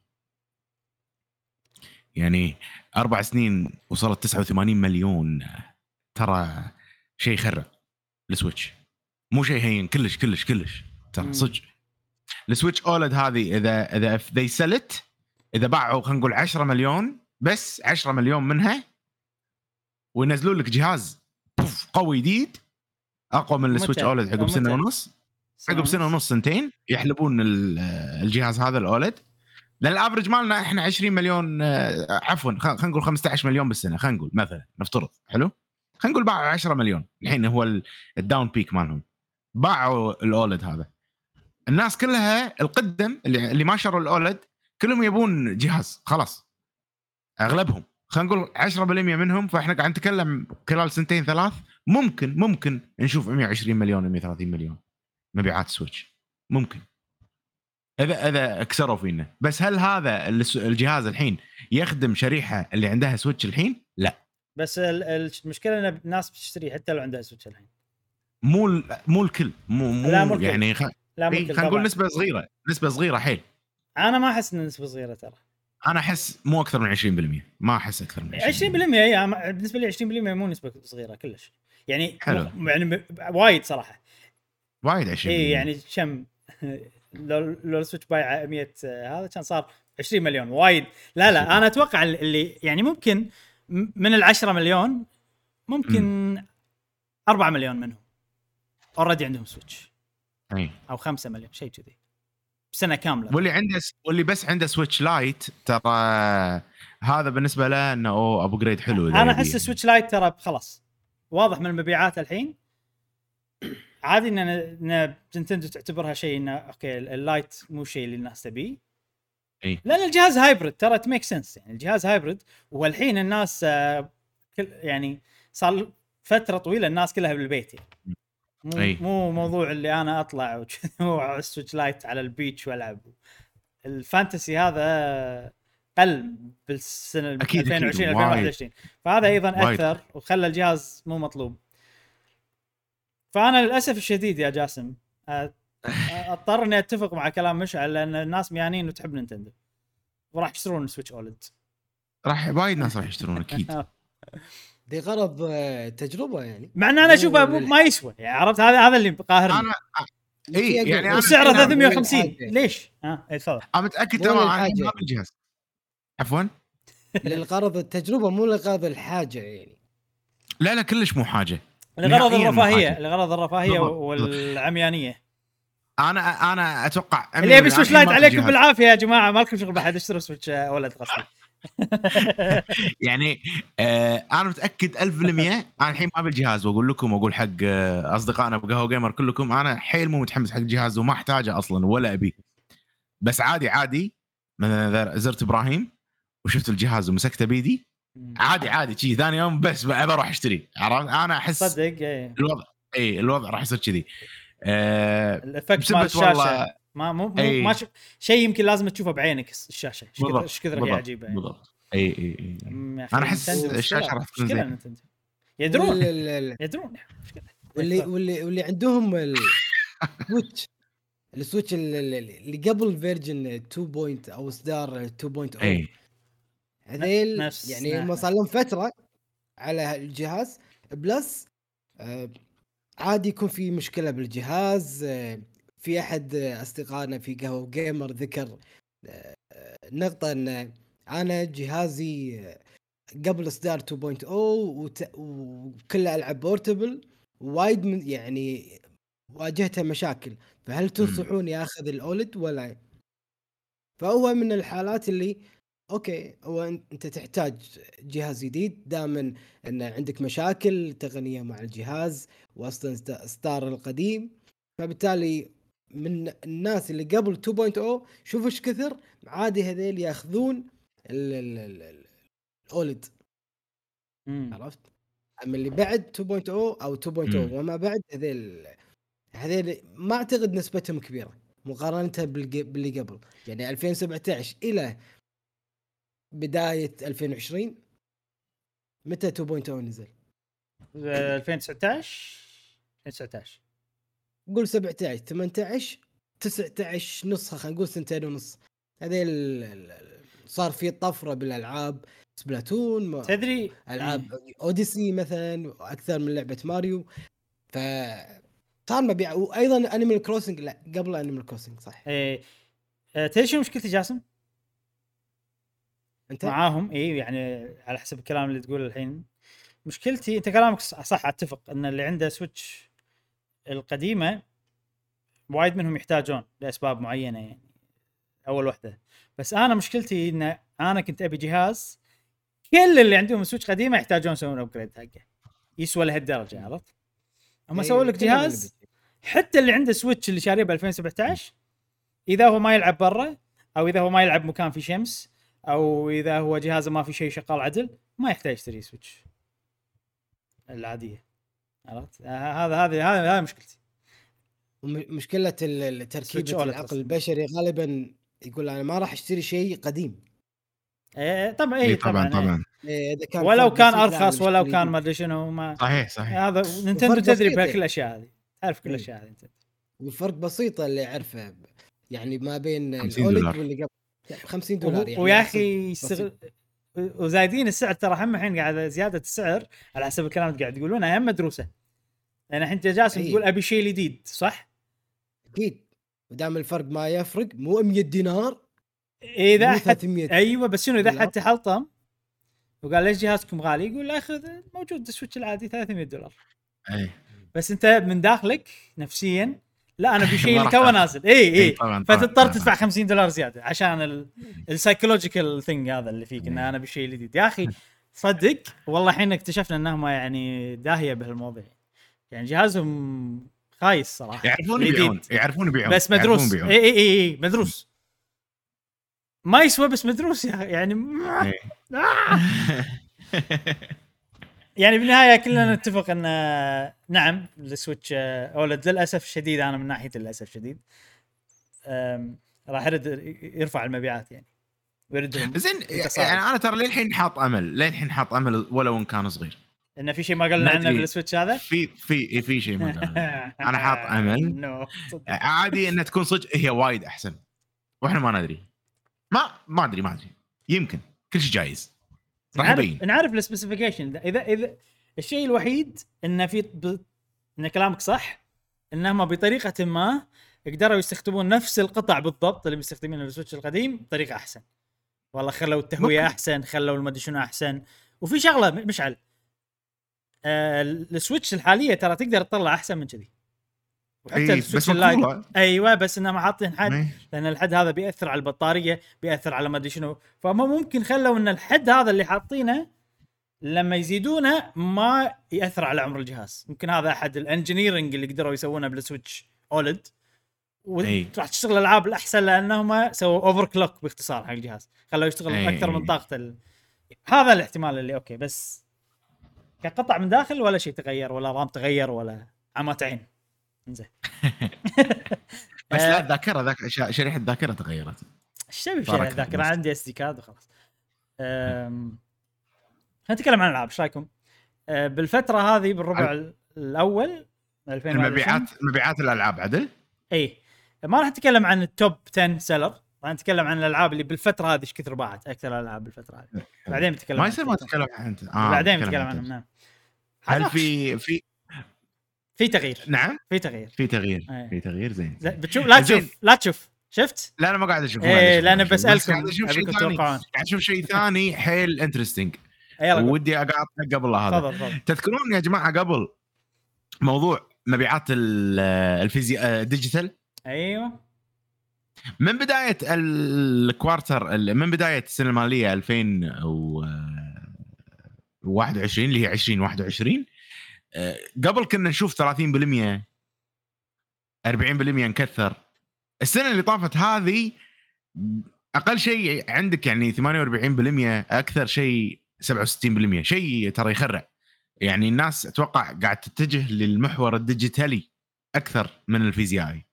يعني اربع سنين وصلت تسعة وثمانين مليون، ترى شيء يخرع السويتش، مو شيء هين كلش كلش كلش ترى مم. صدق. السويتش اولد هذه اذا اذا ذي سلت اذا باعوا خلينا نقول عشرة مليون، بس عشرة مليون منها وينزلوا لك جهاز بوف قوي جديد اقوى من السويتش متى؟ اولد عقب متى؟ سنه ونص، عقب سنه ونص سنتين يحلبون ال- الجهاز هذا الاولد. لان الافرج مالنا احنا عشرين مليون، آه، عفوا خلينا نقول خمسة عشر مليون بالسنه، خلينا نقول مثلا نفترض حلو، خلينا نقول باعوا عشرة مليون الحين هو ال- الداون بيك مالهم، باعوا الاولد هذا. الناس كلها القدم اللي, اللي ما شروا الاولد كلهم يبون جهاز خلاص، اغلبهم خلينا نقول عشرة بالمئة منهم، فاحنا قاعد نتكلم خلال سنتين ثلاث ممكن ممكن نشوف مئة وعشرين مليون مئة وثلاثين مليون مبيعات سويتش ممكن اذا اذا كسروا فينا. بس هل هذا الس- الجهاز الحين يخدم شريحه اللي عندها سويتش الحين؟ لا، بس ال- ال- المشكله ان الناس بتشتري حتى لو عندها سويتش الحين. مو ال- مو الكل، مو مو لا، مو الكل. يعني خ... لا مو إيه، الكل خلينا نقول طبعاً. نسبه صغيره، نسبه صغيره حيل. انا ما احس ان نسبه صغيره ترى. انا احس مو اكثر من عشرين بالمئة، ما احس اكثر من عشرين بالمئة هي أنا- بالنسبه لي عشرين بالمئة مو نسبه صغيره كلش يعني. حلو. م- يعني م- وايد صراحه. وايد عشرين اي بالمئة. يعني كم لو لو السويتش بايع مية، آه، هذا كان صار عشرين مليون وايد. لا لا انا اتوقع اللي يعني ممكن م- من العشرة مليون ممكن أربعة مليون منهم اوريدي عندهم سويتش اي او خمسة مليون شيء كذي بسنه كامله. واللي عنده واللي بس عنده سويتش لايت ترى هذا بالنسبه له انه اوه ابجريد حلو. انا احس السويتش لايت ترى خلاص واضح من المبيعات الحين عادي ان ان نينتندو تعتبرها شيء انه اوكي اللايت مو شيء اللي الناس تبيه. اي لان الجهاز هايبرد ترى تميك سنس يعني الجهاز هايبرد والحين الناس آه، كل يعني صار فتره طويله الناس كلها بالبيت يعني. مو أي. مو موضوع اللي انا اطلع وكذا سويتش لايت على البيتش والعب. الفانتسي هذا قل بالسنه أكيد ألفين وعشرين أكيد. ألفين وواحد وعشرين فهذا ايضا وايد. اثر وخلى الجهاز مو مطلوب. فانا للاسف الشديد يا جاسم أ- اضطر اني اتفق مع كلام مشعل لان الناس ميانين وتحب نينتندو وراح يشترون سويتش اولد. راح وايد ناس راح يشترون اكيد. دي غرض آه، تجربه يعني، مع ان انا مو اشوفه مو- ما يسوى يعني عرفت هذا هذا اللي قاهرني. انا في اي أقل. يعني انا وسعره نعم، ثلاثمية مو وخمسين للحاجة. ليش؟ ها اي تفضل. انا متاكد مو تمام عن للحاجة. هذا الجهاز. عفوا للغرض التجربه مو لغرض الحاجه يعني. لا لا كلش مو حاجه. لغرض نهائياً مو الرفاهيه حاجة. لغرض الرفاهيه بالضبط. والعميانيه. انا انا اتوقع اللي يبي سويتش لايت عليكم بالعافيه. بالعافيه يا جماعه ما لكم شغل بعد اشتروا سويتش ولد قصدي. يعني آه انا متاكد ألف بالمية. انا الحين ما بالجهاز واقول لكم واقول حق آه اصدقائنا بقهوه جيمر كلكم انا حيل مو متحمس حق الجهاز وما احتاجه اصلا ولا ابيه. بس عادي عادي مثلا زرت ابراهيم وشفت الجهاز ومسكته بيدي عادي عادي شيء ثاني يوم بس بروح اشتري. عرفت انا احس صدق ايه الوضع اي الوضع راح يصير كذي. آه الافكت مال بسبة والله- الشاشه ما مو, مو أي. ما ش... شيء يمكن لازم تشوفه بعينك الشاشه ايش كثر بالضبط ايش كثر هي بالضبط عجيبه يعني. بالضبط اي اي اي أمم، يا أخي انا احس نينتندو الشاشه مشكلة. راح تكون مشكلة زين. نينتندو. يدرون وال- ال- ال- يدرون يعني مشكلة. واللي واللي واللي عندهم السويتش السويتش ال- ال- اللي قبل فيرجن اثنين او اصدار اثنين نقطة صفر اي هذيل نفس- يعني هم نفس. صار لهم فتره على الجهاز بلس آه، عادي يكون في مشكله بالجهاز. آه، في احد آه، اصدقائنا في قهوه جيمر ذكر آه، نقطه ان انا جهازي آه، قبل اصدار اثنين نقطة صفر وت- وكله العاب بورتبل وايد من يعني واجهتها مشاكل. فهل تنصحوني اخذ الاولد ولا؟ فهو من الحالات اللي اوكي هو أن- انت تحتاج جهاز جديد دائما ان عندك مشاكل تقنيه مع الجهاز واصلا است- اصدار القديم. فبالتالي من الناس اللي قبل اثنين نقطة صفر شوف ايش كثر عادي هذيل ياخذون الاولد. أمم. عرفت؟ اما اللي بعد اثنين نقطة صفر او اثنين نقطة صفر مم. وما بعد هذيل هذيل ما اعتقد نسبتهم كبيره مقارنه بالج- باللي قبل. يعني ألفين وسبعة عشر الى بدايه ألفين وعشرين متى اثنين نقطة صفر نزل؟ ألفين وتسعة عشر ألفين وتسعة عشر قول سبعة عشر ثمانية عشر تسعة عشر نسخه خلينا نقول سنتين ونص. هذه ال- ال- صار في طفره بالالعاب سبلاتون ما- تدري العاب اوديسي مثلا اكثر من لعبه ماريو. ف صار مبيع. وايضا انيمال كروسنج لا قبل انيمال كروسنج صح ايه آه، تدري شو مشكلتي جاسم انت معاهم؟ اي يعني على حسب الكلام اللي تقوله الحين مشكلتي انت كلامك صح, صح اتفق ان اللي عنده سويتش القديمه وايد منهم يحتاجون لاسباب معينه يعني اول وحده. بس انا مشكلتي ان انا كنت ابي جهاز كل اللي عندهم سويتش قديمه يحتاجون يسوون ابجريد حقه يسوى لهالدرجه. عرفت؟ هم إيه، سووا لك كلهم اللي جهاز حتى اللي عنده سويتش اللي شاريه ب ألفين وسبعة عشر اذا هو ما يلعب برا او اذا هو ما يلعب مكان في شمس او اذا هو جهازه ما في شيء شغال عدل ما يحتاج يشتري سويتش العاديه. عرفت؟ آه، هذا هذه هذا هذا مشكلتي. وم- مشكله ال- سويتش تركيبه أولد العقل قصدي. البشري غالبا يقول انا ما راح اشتري شيء قديم. إيه طبعا اي اي طبعا طبعا, طبعا إيه، اذا كان ولو فرق كان بسيط لا، ارخص أنا ولو بشتري كان جديد. ما ادري شنو ما صحيح صحيح. هذا نينتندو وفرق تدري بسيط بكل يعني. الاشياء هذه تعرف كل إيه. الاشياء هذه انت. والفرق بسيطه اللي اعرفه يعني ما بين خمسين الاولد دولار. واللي قبل خمسين دولار يعني ويا أقصد اخي بسيط. يستغل وزايدين السعر ترى هم الحين قاعد زياده السعر على حسب الكلام اللي قاعد تقولونه هم مدروسه. لان الحين انت جالس أي. تقول ابي شيء جديد صح؟ اكيد ودام الفرق ما يفرق مو مية دينار اذا مو حت... ثلاثمية ايوه بس شنو اذا دولار. حتى حلطم وقال ليش جهازكم غالي؟ يقول لا اخذ موجود السويتش العادي ثلاثمية دولار. اي بس انت من داخلك نفسيا لا انا بشيء ما اللي راح تو تاخذ. نازل اي إي اي طبعاً، طبعاً، فتضطر طبعاً. تدفع خمسين دولار زياده عشان السايكولوجيكال ثينج هذا اللي فيك ان انا بشيء جديد. يا اخي صدق والله الحين اكتشفنا انهم يعني داهيه بهالموضوع، يعني جهازهم خايس صراحه يعرفون الجديد. يبيعون يعرفون يبيعون بس مدروس يعرفون يبيعون. اي اي اي اي مدروس ما يسوى بس مدروس يا أخي. يعني إي. آه. يعني بالنهايه كلنا نتفق ان نعم السويتش اولد للاسف الشديد انا من ناحيه للاسف الشديد أم، راح يرد يرفع المبيعات يعني ويردهم زين انتصار. يعني انا ترى للحين حاط امل، للحين حاط امل ولو ان كان صغير. انه في شيء ما قلنا عنه ندري. بالسويتش هذا في في في شيء ما قال. انا حاط امل نو صدق. عادي انها تكون صدق هي وايد احسن واحنا ما ندري. ما ما ادري ما ادري يمكن كل شيء جايز راح نعرف يبين. نعرف السبيسيفيكيشن اذا اذا الشيء الوحيد انه في ب... ان كلامك صح انهم بطريقه ما يقدروا يستخدمون نفس القطع بالضبط اللي مستخدمينها بالسويتش القديم بطريقه احسن. والله خلوا التهويه ممكن. احسن، خلوا المدري شنو احسن. وفي شغله م- مشعل آه السويتش الحاليه ترى تقدر تطلع احسن من كذي. وحتى إيه، السويتش بس اللايت مقفولة. ايوه بس انهم حاطين حد إيه. لان الحد هذا بياثر على البطاريه بياثر على ما ادري شنو. فما ممكن خلوا ان الحد هذا اللي حاطينه لما يزيدونه ما ياثر على عمر الجهاز. ممكن هذا احد الانجينيرنج اللي قدروا يسوونه بالسويتش اولد إيه. وراح تشتغل الالعاب الاحسن لانهم سووا اوفر كلوك باختصار حق الجهاز خلوه يشتغل إيه. اكثر من طاقته ال... هذا الاحتمال اللي اوكي. بس كقطع من داخل ولا شيء تغير ولا رام تغير ولا عمات عين. زين بس لا الذاكره ذاك ش- شريحه الذاكره تغيرت. ايش تبي بارك بشيء ذاكر بس. عندي اس دي كارد وخلاص. أم... نتكلم عن الالعاب ايش رايكم؟ أه بالفتره هذه بالربع ال- الاول ألفين وواحد وعشرين المبيعات مبيعات الالعاب عدل. اي ما راح نتكلم عن التوب عشرة سيلر، راح نتكلم عن الالعاب اللي بالفتره هذه ايش كثر باعت اكثر الالعاب بالفتره هذه. بعدين بنتكلم ما عن يصير ما التوب. تتكلم عن انت آه بعدين نتكلم بنتكلم عن عنهم. أنت. نعم هل في في في تغيير نعم في تغيير في تغيير إيه. في تغيير زين لا بتشوف لا زين. تشوف لا تشوف شفت لا انا ما قاعد اشوف إيه، ما قاعد لأن أشوف. بس بسألكم، قاعد اشوف شيء أبيكم ثاني تتوقعون. قاعد اشوف شيء ثاني حيل انترستنج يلا قول. ودي اقاطع قبل هذا. تفضل تفضل. تذكرون يا جماعه قبل موضوع مبيعات ال- الفيزياء الديجيتال ايوه من بدايه الكوارتر من بدايه السنه الماليه ألفين وواحد وعشرين اللي هي ألفين وواحد وعشرين آه، قبل كنا نشوف ثلاثين بالمية أربعين بالمية نكثر. السنه اللي طافت هذه اقل شيء عندك يعني ثمانية وأربعين بالمية اكثر شيء سبعة وستين بالمية شيء ترى يخرع. يعني الناس اتوقع قاعد تتجه للمحور الديجيتالي اكثر من الفيزيائي.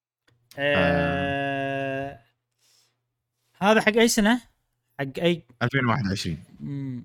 آه... هذا حق اي سنه؟ حق اي ألفين وواحد وعشرين مم.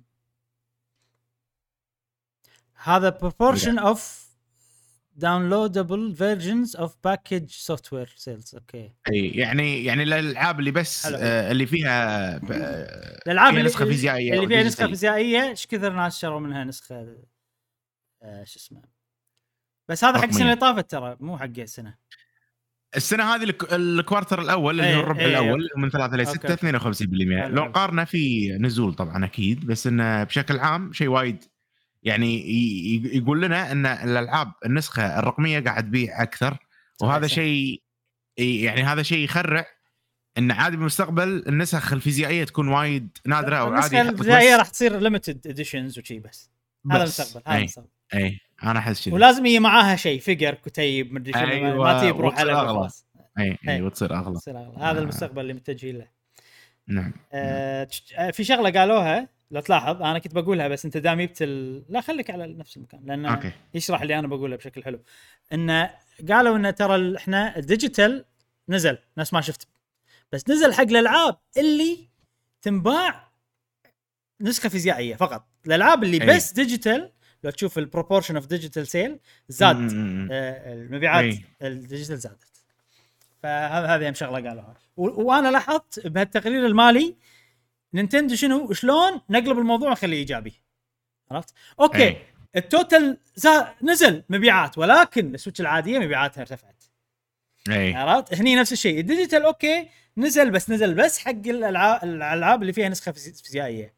هذا proportion of downloadable versions of package software sales. اوكي اي يعني يعني الالعاب اللي بس حلو. آه اللي فيها ب- الالعاب فيها اللي نسخه فيزيائيه اللي أو فيها نسخه ديجيتالي. فيزيائيه ايش كثر ناس شروا منها نسخه آه شو اسمه. بس هذا حق السنه رقمية. اللي طافت ترى مو حق السنه. السنه هذه الك- الكوارتر الاول اللي إيه، هو الربع إيه، الاول أوكي. من ثلاثة إلى أوكي، ستة أوكي. اثنين وخمسين بالمية. حلو، لو حلو. قارنا في نزول طبعا اكيد بس انه بشكل عام شيء وايد يعني ي- ي- يقول لنا ان الالعاب النسخه الرقميه قاعد تبيع اكثر. وهذا صح. شيء يعني هذا شيء يخرع ان عادي بالمستقبل النسخ الفيزيائيه تكون وايد نادره او عادي النسخه يحط الفيزيائيه بس- راح تصير ليمتد اديشنز وشي بس. هذا بس. المستقبل هذا أي. المستقبل. اي انا احس كذا. ولازم يجي معاها شيء فيجر كتيب مدري شنو أيوة، ما تجي بروح وتصير على أغلى. خلاص. اي أي. اي وتصير اغلى. تصير أغلى. هذا آه. المستقبل اللي متجهين له. نعم آه، تش- آه، في شغله قالوها لو تلاحظ انا كنت بقولها بس انت دام جبت ال... لا خليك على نفس المكان لان اوكي يشرح اللي انا بقوله بشكل حلو. ان قالوا ان ترى ال- احنا الديجيتال نزل نفس ما شفت بس نزل حق الالعاب اللي تنباع نسخه فيزيائيه فقط. الالعاب اللي أي. بس ديجيتال لو تشوف البروبورشن اوف ديجيتال سيل زاد. م- م- آه، المبيعات أي. الديجيتال زادت. فهذا هذه هم شغله قالوها و- وانا لاحظت بهالتقرير المالي نينتندو شنو شلون نقلب الموضوع ونخليه ايجابي. عرفت اوكي أي. التوتال زا... نزل مبيعات ولكن السويتش العاديه مبيعاتها ارتفعت. اي عرفت هني نفس الشيء الديجيتال اوكي نزل بس نزل بس حق الالعاب الالعاب اللي فيها نسخه فيزي- فيزيائيه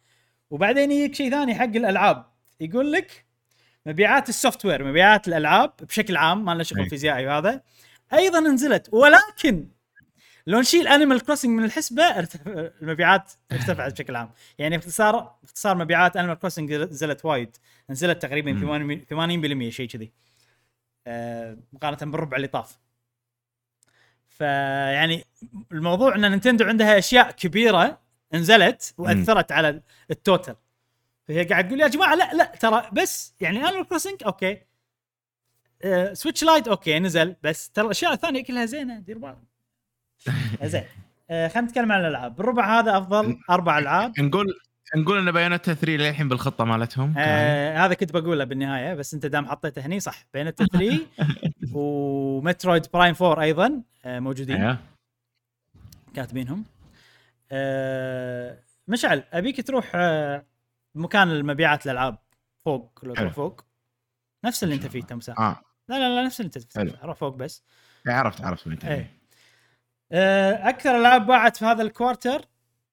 وبعدين يجيك شيء ثاني حق الالعاب، يقول لك مبيعات السوفت وير، مبيعات الالعاب بشكل عام، ما لنا شغل أي. فيزيائي وهذا ايضا نزلت، ولكن لو نشيل انيمال كروسنج من الحسبه ارتف... المبيعات ارتفعت بشكل عام. يعني باختصار باختصار مبيعات انيمال كروسنج نزلت وايد، نزلت تقريبا مم. ثمانين بالمية شيء كذي، آه مقارنه بالربع اللي طاف. فيعني الموضوع ان نينتندو عندها اشياء كبيره نزلت واثرت على التوتال، فهي قاعد تقول يا جماعه لا لا ترى بس يعني انيمال كروسنج اوكي، آه سويتش لايت اوكي نزل، بس ترى الاشياء الثانيه كلها زينه، دير بالك. زين، آه خلينا نتكلم عن الالعاب. بالربع هذا افضل اربع العاب، نقول نقول ان بايونيتا ثلاثة للحين بالخطه مالتهم كهاي. آه هذا كنت بقوله بالنهايه، بس انت دام حطيته هني صح. بايونيتا ثلاثة ومترويد برايم أربعة ايضا آه موجودين ايوه كاتبينهم. آه مشعل ابيك تروح آه مكان المبيعات الالعاب فوق، لو حلو. تروح فوق نفس اللي انت فيه تمساح. اه لا لا لا نفس اللي انت فيه حلو. تمساح. روح فوق بس. عرفت عرفت وين ايه. تبي. آه اكثر العاب باعت في هذا الكوارتر،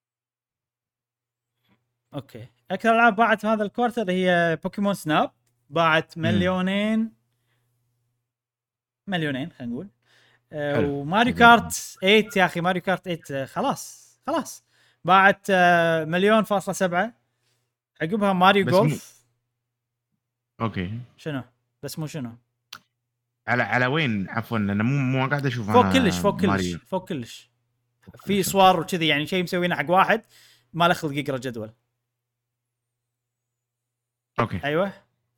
اوكي اكثر العاب باعت في هذا الكوارتر هي بوكيمون سناب، باعت مليونين مليونين خلينا نقول. آه حلو. وماريو كارت ثمانية، يا اخي ماريو كارت ثمانية آه خلاص خلاص باعت آه مليون فاصلة سبعة. عقبها ماريو بس مو جولف. اوكي شنو بس مو شنو على على وين عفوا انا مو مو قاعد اشوف فوق انا كلش فوق كلش ماريو. فوق كلش في صور وكذي، يعني شيء مسوينه حق واحد ما له خلق يقرا جدول. اوكي ايوه.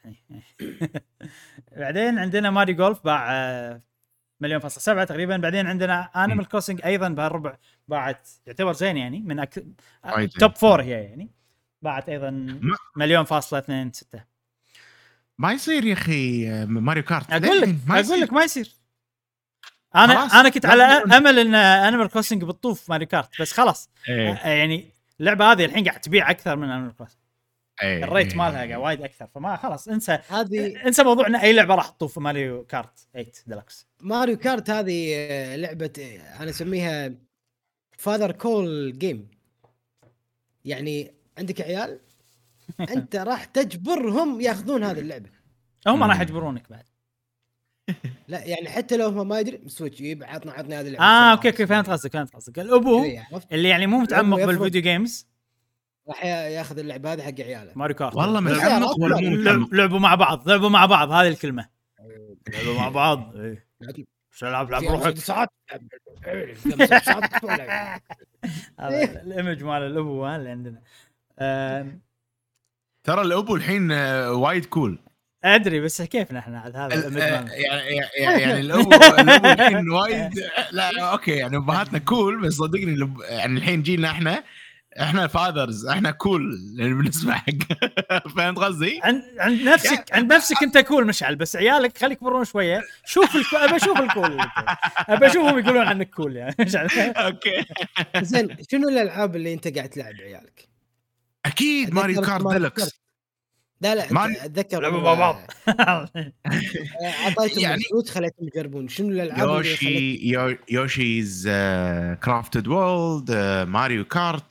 بعدين عندنا ماريو جولف باع آه، مليون فاصلة سبعة تقريبا. بعدين عندنا انيمال كروسنج ايضا بهالربع باعت، يعتبر زين يعني من أك... وايد توب زين. فور هي يعني، باعت ايضا ما, مليون فاصلة اثنين ستة. ما يصير يا اخي ماريو كارت اقول لك للحين ما اقول يصير. لك ما يصير. انا خلاص انا كنت لا على تقولون. امل ان انيمال كروسنج بتطوف ماريو كارت، بس خلاص ايه آه، يعني اللعبه هذه الحين قاعد تبيع اكثر من انيمال كروسنج، ايه الريت إيه. مالها قاعد وايد اكثر، فما خلاص انسى هذه انسى موضوع ان اي لعبه راح تطوف ماريو كارت ثمانية ديلكس. ماريو كارت هذه آه، لعبه آه، انا اسميها فاذر كول جيم. يعني عندك عيال انت راح تجبرهم ياخذون هذه اللعبه. هم راح مم. يجبرونك بعد. لا يعني حتى لو هم ما يدري سويتش يجيب عطنا عطنا هذه اللعبه اه بسرعة. اوكي اوكي فهمت قصدك فهمت قصدك. الابو كذا، عرفت؟ اللي يعني مو متعمق الأبو يفرض. بالفيديو جيمز راح ياخذ اللعبه هذه حق عياله. ماريو كارت والله بس متعمق يا ولا رب. مو متعمق؟ لعب- لعبوا مع بعض لعبوا مع بعض هذه الكلمه، لعبوا مع بعض. ايه شو العب لعب في روحك. ساعات خمس ساعات هذا الايمج مال الابو ها اللي عندنا. آم، ترى الابو الحين آه، وايد كول. ادري بس كيف نحن عاد هذا ال- الايمج آه، مالنا. يعني يعني يعني الابو الابو الحين وايد لا لا، اوكي يعني ابهاتنا كول، بس صدقني الأب- يعني الحين جيلنا احنا احنا فاذرز احنا كول يعني بالنسبه حق فهمت قصدي؟ عند عند نفسك عند نفسك انت كول مشعل، بس عيالك خليك يكبرون شويه. شوف الكو... ابى اشوف الكول اللي أنت. ابى اشوفهم يقولون عنك كول يعني مشعل. اوكي زين شنو الالعاب اللي انت قاعد تلعب عيالك؟ اكيد ماريو أتذكر كارت ماريو ديلكس. كارت. لا لا ماريو- اتذكر لعبوا مع بعض. اعطيتهم يعني- الفلوس خليتهم يجربون شنو الالعاب اللي خليت يوشي يو- يوشيز كرافتد وورلد، ماريو كارت،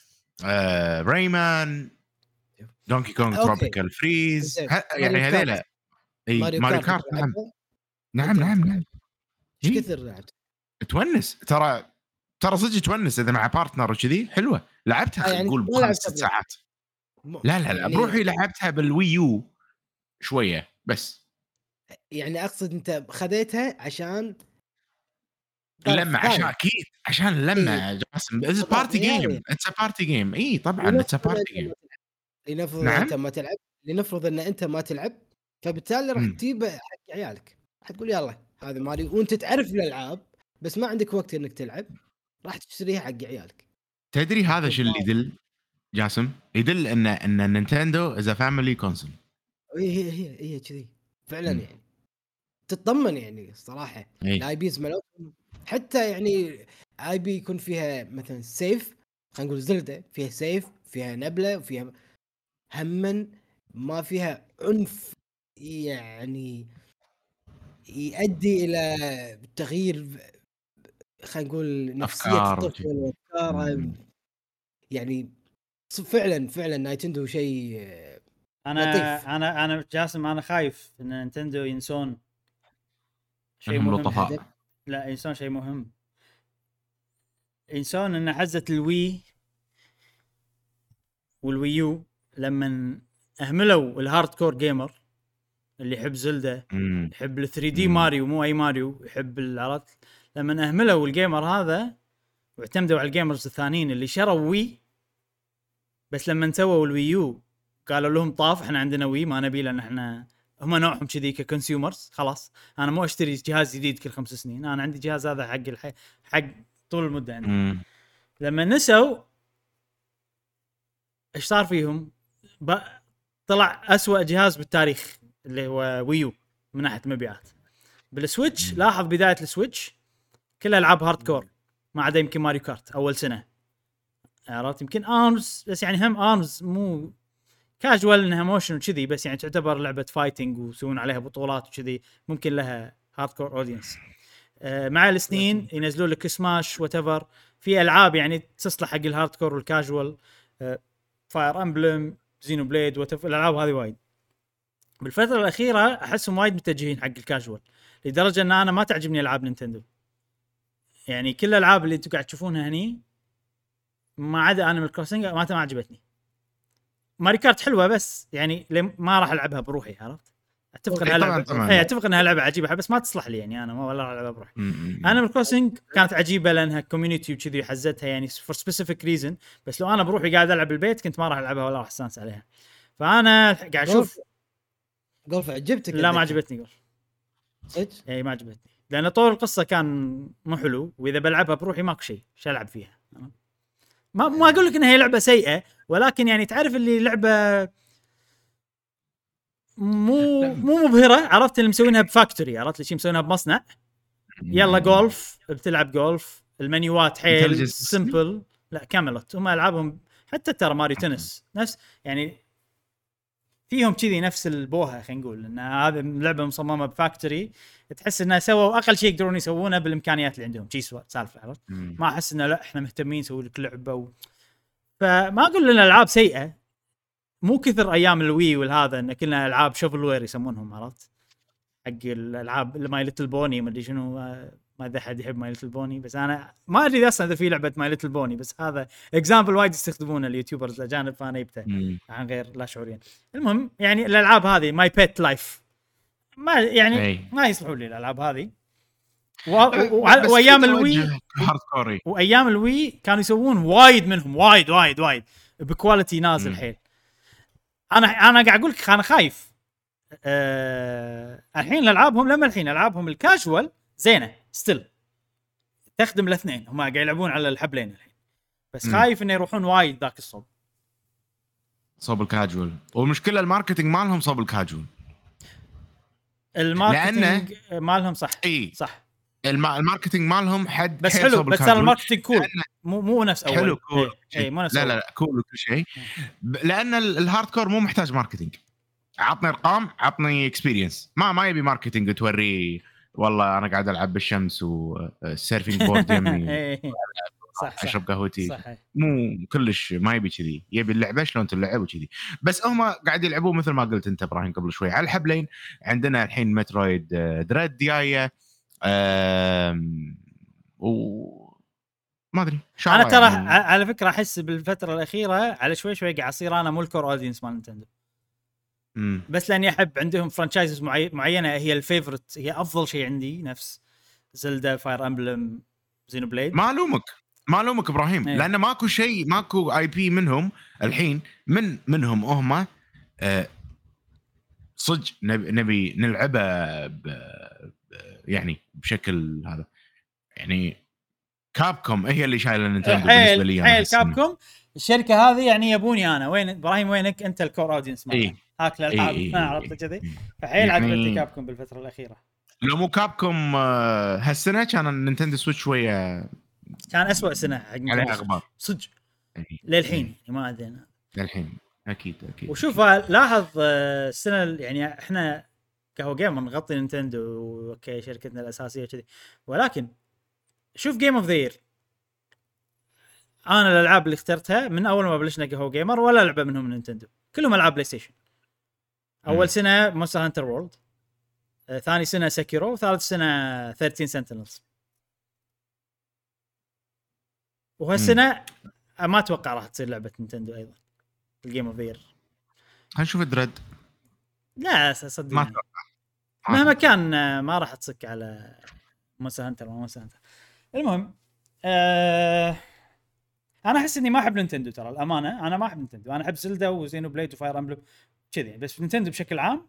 ريمان، دونكي كونغ أوكي. تروبيكال فريز، زين. يعني ماريو كارت. هذيلا إي، ماريو كارت نعم تلعبها؟ نعم أنت نعم تلعب. نعم ايش إي. كثر لعبت؟ تونس ترى ترى صدق تونس اذا مع بارتنر وكذي حلوه. لعبتها آه، يعني نقول ما بخمس لعبتها ست بروحك. ساعات. م- لا لا لا يعني- بروحي لعبتها بالوي يو شويه بس. يعني اقصد انت خذيتها عشان طرف اللمه عشان ثاني. اكيد عشان اللمه إيه. جاسم. اتس طبعاً، بارتي يعني. جيم اتس بارتي جيم اي طبعا اتس لنفرض بارتي إن جيم. أنت ما تلعب. لنفرض نعم. ان انت ما تلعب لنفرض ان انت ما تلعب فبالتالي راح مم. تجيب حق عيالك. راح تقول يلا هذا ماريو وانت تعرف الالعاب بس ما عندك وقت انك تلعب، راح تشتريها حق عيالك. تدري هذا شو اللي يدل جاسم؟ يدل ان ان نينتندو از فاميلي كونسول. هي هي هي هي كذي فعلا مم. يعني تطمن يعني الصراحه. إيه. الاي بيز مالتهم حتى يعني اي بي يكون فيها مثلا سيف، خلينا نقول زلدة فيها سيف فيها نبله وفيها هما ما فيها عنف يعني يؤدي الى تغيير خلينا نقول نفسيه أفكار الطفل وافكاره. مم. يعني فعلا فعلا نايتندو شيء انا لطيف. انا انا جاسم انا خايف ان نينتندو ينسون شيء انهم مهم. لطفاء. لا ينسون شيء مهم، ينسون ان حزة الوي والويو لما اهملوا الهارد كور جيمر اللي يحب زلدة، امم يحب ال ثري دي مم. ماريو مو اي ماريو، يحب العرض. لما اهملوا الجيمر هذا واعتمدوا على الجيمرز الثانيين اللي شروا وي، بس لما سووا الويو قالوا لهم طاف احنا عندنا وي ما نبي، لان احنا هم نوعهم كذي ككونسيومرز. خلاص انا مو اشتري جهاز جديد كل خمس سنين، انا عندي جهاز هذا حق الحي... حق طول المده عندي. مم. لما نسوا ايش صار فيهم؟ ب... طلع أسوأ جهاز بالتاريخ اللي هو ويو من ناحيه مبيعات. بالسويتش مم. لاحظ بدايه السويتش كلها العاب هارد كور ما عدا يمكن ماريو كارت اول سنه، عرفت؟ يمكن ارمز بس، يعني هم ارمز مو كاجوال انها موشن وكذي، بس يعني تعتبر لعبه فايتنج ويسوون عليها بطولات وكذي، ممكن لها هارد كور اودينس. آه مع السنين ينزلوا لك سماش وات في العاب يعني تصلح حق الهارد كور والكاجوال، آه فاير امبلم، زينو بليد، وات الالعاب هذه وايد. بالفتره الاخيره احسهم وايد متجهين حق الكاجوال، لدرجه ان انا ما تعجبني العاب نينتندو. يعني كل الالعاب اللي انتم قاعد تشوفونها هني ما عدا انيمال كروسنج ما ما عجبتني. ماري كارت حلوه بس يعني ما راح العبها بروحي، عرفت؟ اتفق انها لعبه، اي اتفق انها لعبه عجيبه بس ما تصلح لي، يعني انا ما ولا راح العبها بروحي. انيمال كروسنج كانت عجيبه لانها كوميونتي وكذي حزتها يعني فور سبيسيفيك ريزن، بس لو انا بروحي قاعد العب بالبيت كنت ما راح العبها ولا راح استانس عليها. فانا قاعد اشوف جولف عجبتك؟ لا ما عجبتني جولف صدق؟ اي ما عجبتني لان طور القصه كان مو حلو، واذا بلعبها بروحي ماكو شيء ايش العب فيها. ما ما اقول لك انها هي لعبه سيئه، ولكن يعني تعرف اللي لعبه مو مو مبهره، عرفت؟ اللي مسوينها بفاكتوري، عرفت اللي مسوينها بمصنع. يلا جولف بتلعب جولف، المنيوات حيل سمبل. لا كاملت هم العابهم، حتى ترى ماريو تنس نفس يعني فيهم كذي نفس البوهه، خلينا نقول ان هذه اللعبه مصممه بفاكتوري، تحس انها سووا اقل شيء يقدرون يسوونه بالامكانيات اللي عندهم. شي سالفه، عرفت؟ ما احس انه لا احنا مهتمين نسوي لك لعبه و... فما اقول ان الالعاب سيئه، مو كثر ايام الوي والهذا ان كلنا العاب شوفلوير يسمونهم، عرفت؟ حق الالعاب ماي ليتل بوني ما ادري شنو، ما ادري احد يحب ماي ليتل بوني، بس انا ما ادري اصلا اذا في لعبه ماي ليتل بوني، بس هذا اكزامبل وايد يستخدمونه اليوتيوبرز الاجانب، فانا جبته عن غير لا شعوريا. المهم يعني الالعاب هذه ماي بيت لايف ما يعني أي. ما يصلحوا لي الالعاب هذه و... و... وايام الوي وايام الوي كانوا يسوون وايد منهم وايد وايد وايد بكواليتي نازل مم. حيل. انا انا قاعد اقول لك انا خايف أه... الحين العابهم لما الحين العابهم الكاجوال زينه ستيل تخدم الاثنين، هم قاعد يلعبون على الحبلين الحين، بس مم. خايف انه يروحون وايد ذاك الصوب صوب الكاجوال. والمشكله الماركتينج مالهم صوب الكاجوال، الماركتينج مالهم صح اي صح الماركتينج مالهم حد بس حلو، بس ترى الماركتينج كول مو مو نفس اول حلو كول اي ايه مو نفس لا, لا لا كول وكل شيء، لان الهارد كور مو محتاج ماركتينج. عطني ارقام، عطني اكسبيرينس، ما ما يبي ماركتينج توري والله انا قاعد العب بالشمس والسيرفينج بورد يمي صح اشرب قهوتي، مو كلش ما يبي كذي، يبي اللعبه شلون تلعب وكذي. بس هم قاعد يلعبوا مثل ما قلت انت ابراهيم قبل شوي على الحبلين. عندنا الحين مترويد دريد جايه و ما ادري انا ترى يعني... على فكره احس بالفتره الاخيره على شوي شوي قاعد اصير انا مو الكور اودينس مال نينتندو، مم. بس لاني احب عندهم فرانشايزز معي... معينه هي الفيفورت، هي افضل شيء عندي، نفس زلدا، فاير امبلم، زينو بليد. ما الومك ما الومك ابراهيم ايه. لان ماكو شيء ماكو اي بي منهم الحين من منهم هم آه صدق نبي, نبي نلعبه ب... يعني بشكل هذا. يعني كابكوم هي اللي شايله نينتندو بالنسبه لي انا. حيل كابكوم الشركه هذه يعني يبوني انا وين ابراهيم وينك انت الكور اودينس مالك إيه. هاك الالعاب إيه. عرفت كذي إيه. فحيل يعني... عجبتني كابكوم بالفتره الاخيره. لو مو كابكوم هالسنه كان نينتندو سويتش شويه كان أسوأ سنه حق عليه اخبار صدق إيه. للحين إيه. ما ادري للحين اكيد اكيد. وشوف لاحظ السنه يعني احنا كهو جيمر نغطي نينتندو اوكي شركتنا الاساسيه كذي، ولكن شوف جيم اوف ذا يير انا الالعاب اللي اخترتها من اول ما بلشنا قهوه جيمر ولا لعبه منهم نينتندو، كلهم العاب بلاي ستيشن. اول مم. سنه مونستر هانتر وورلد، آه، ثاني سنه سكيرو، ثالث سنه ثيرتين سنتينلز. وهالسنه ما اتوقع راح تصير لعبه نينتندو ايضا الجيم اوف يير. خلينا نشوف دريد. لا ما صدقني اتوقع مهما كان آه، ما راح تصك على مونستر هانتر ولا مونستر هانتر. المهم آه انا احس اني ما احب نينتندو، ترى الامانه انا ما احب نينتندو. انا احب زلدا وزينو بليد وفاير امبلم كذي، بس نينتندو بشكل عام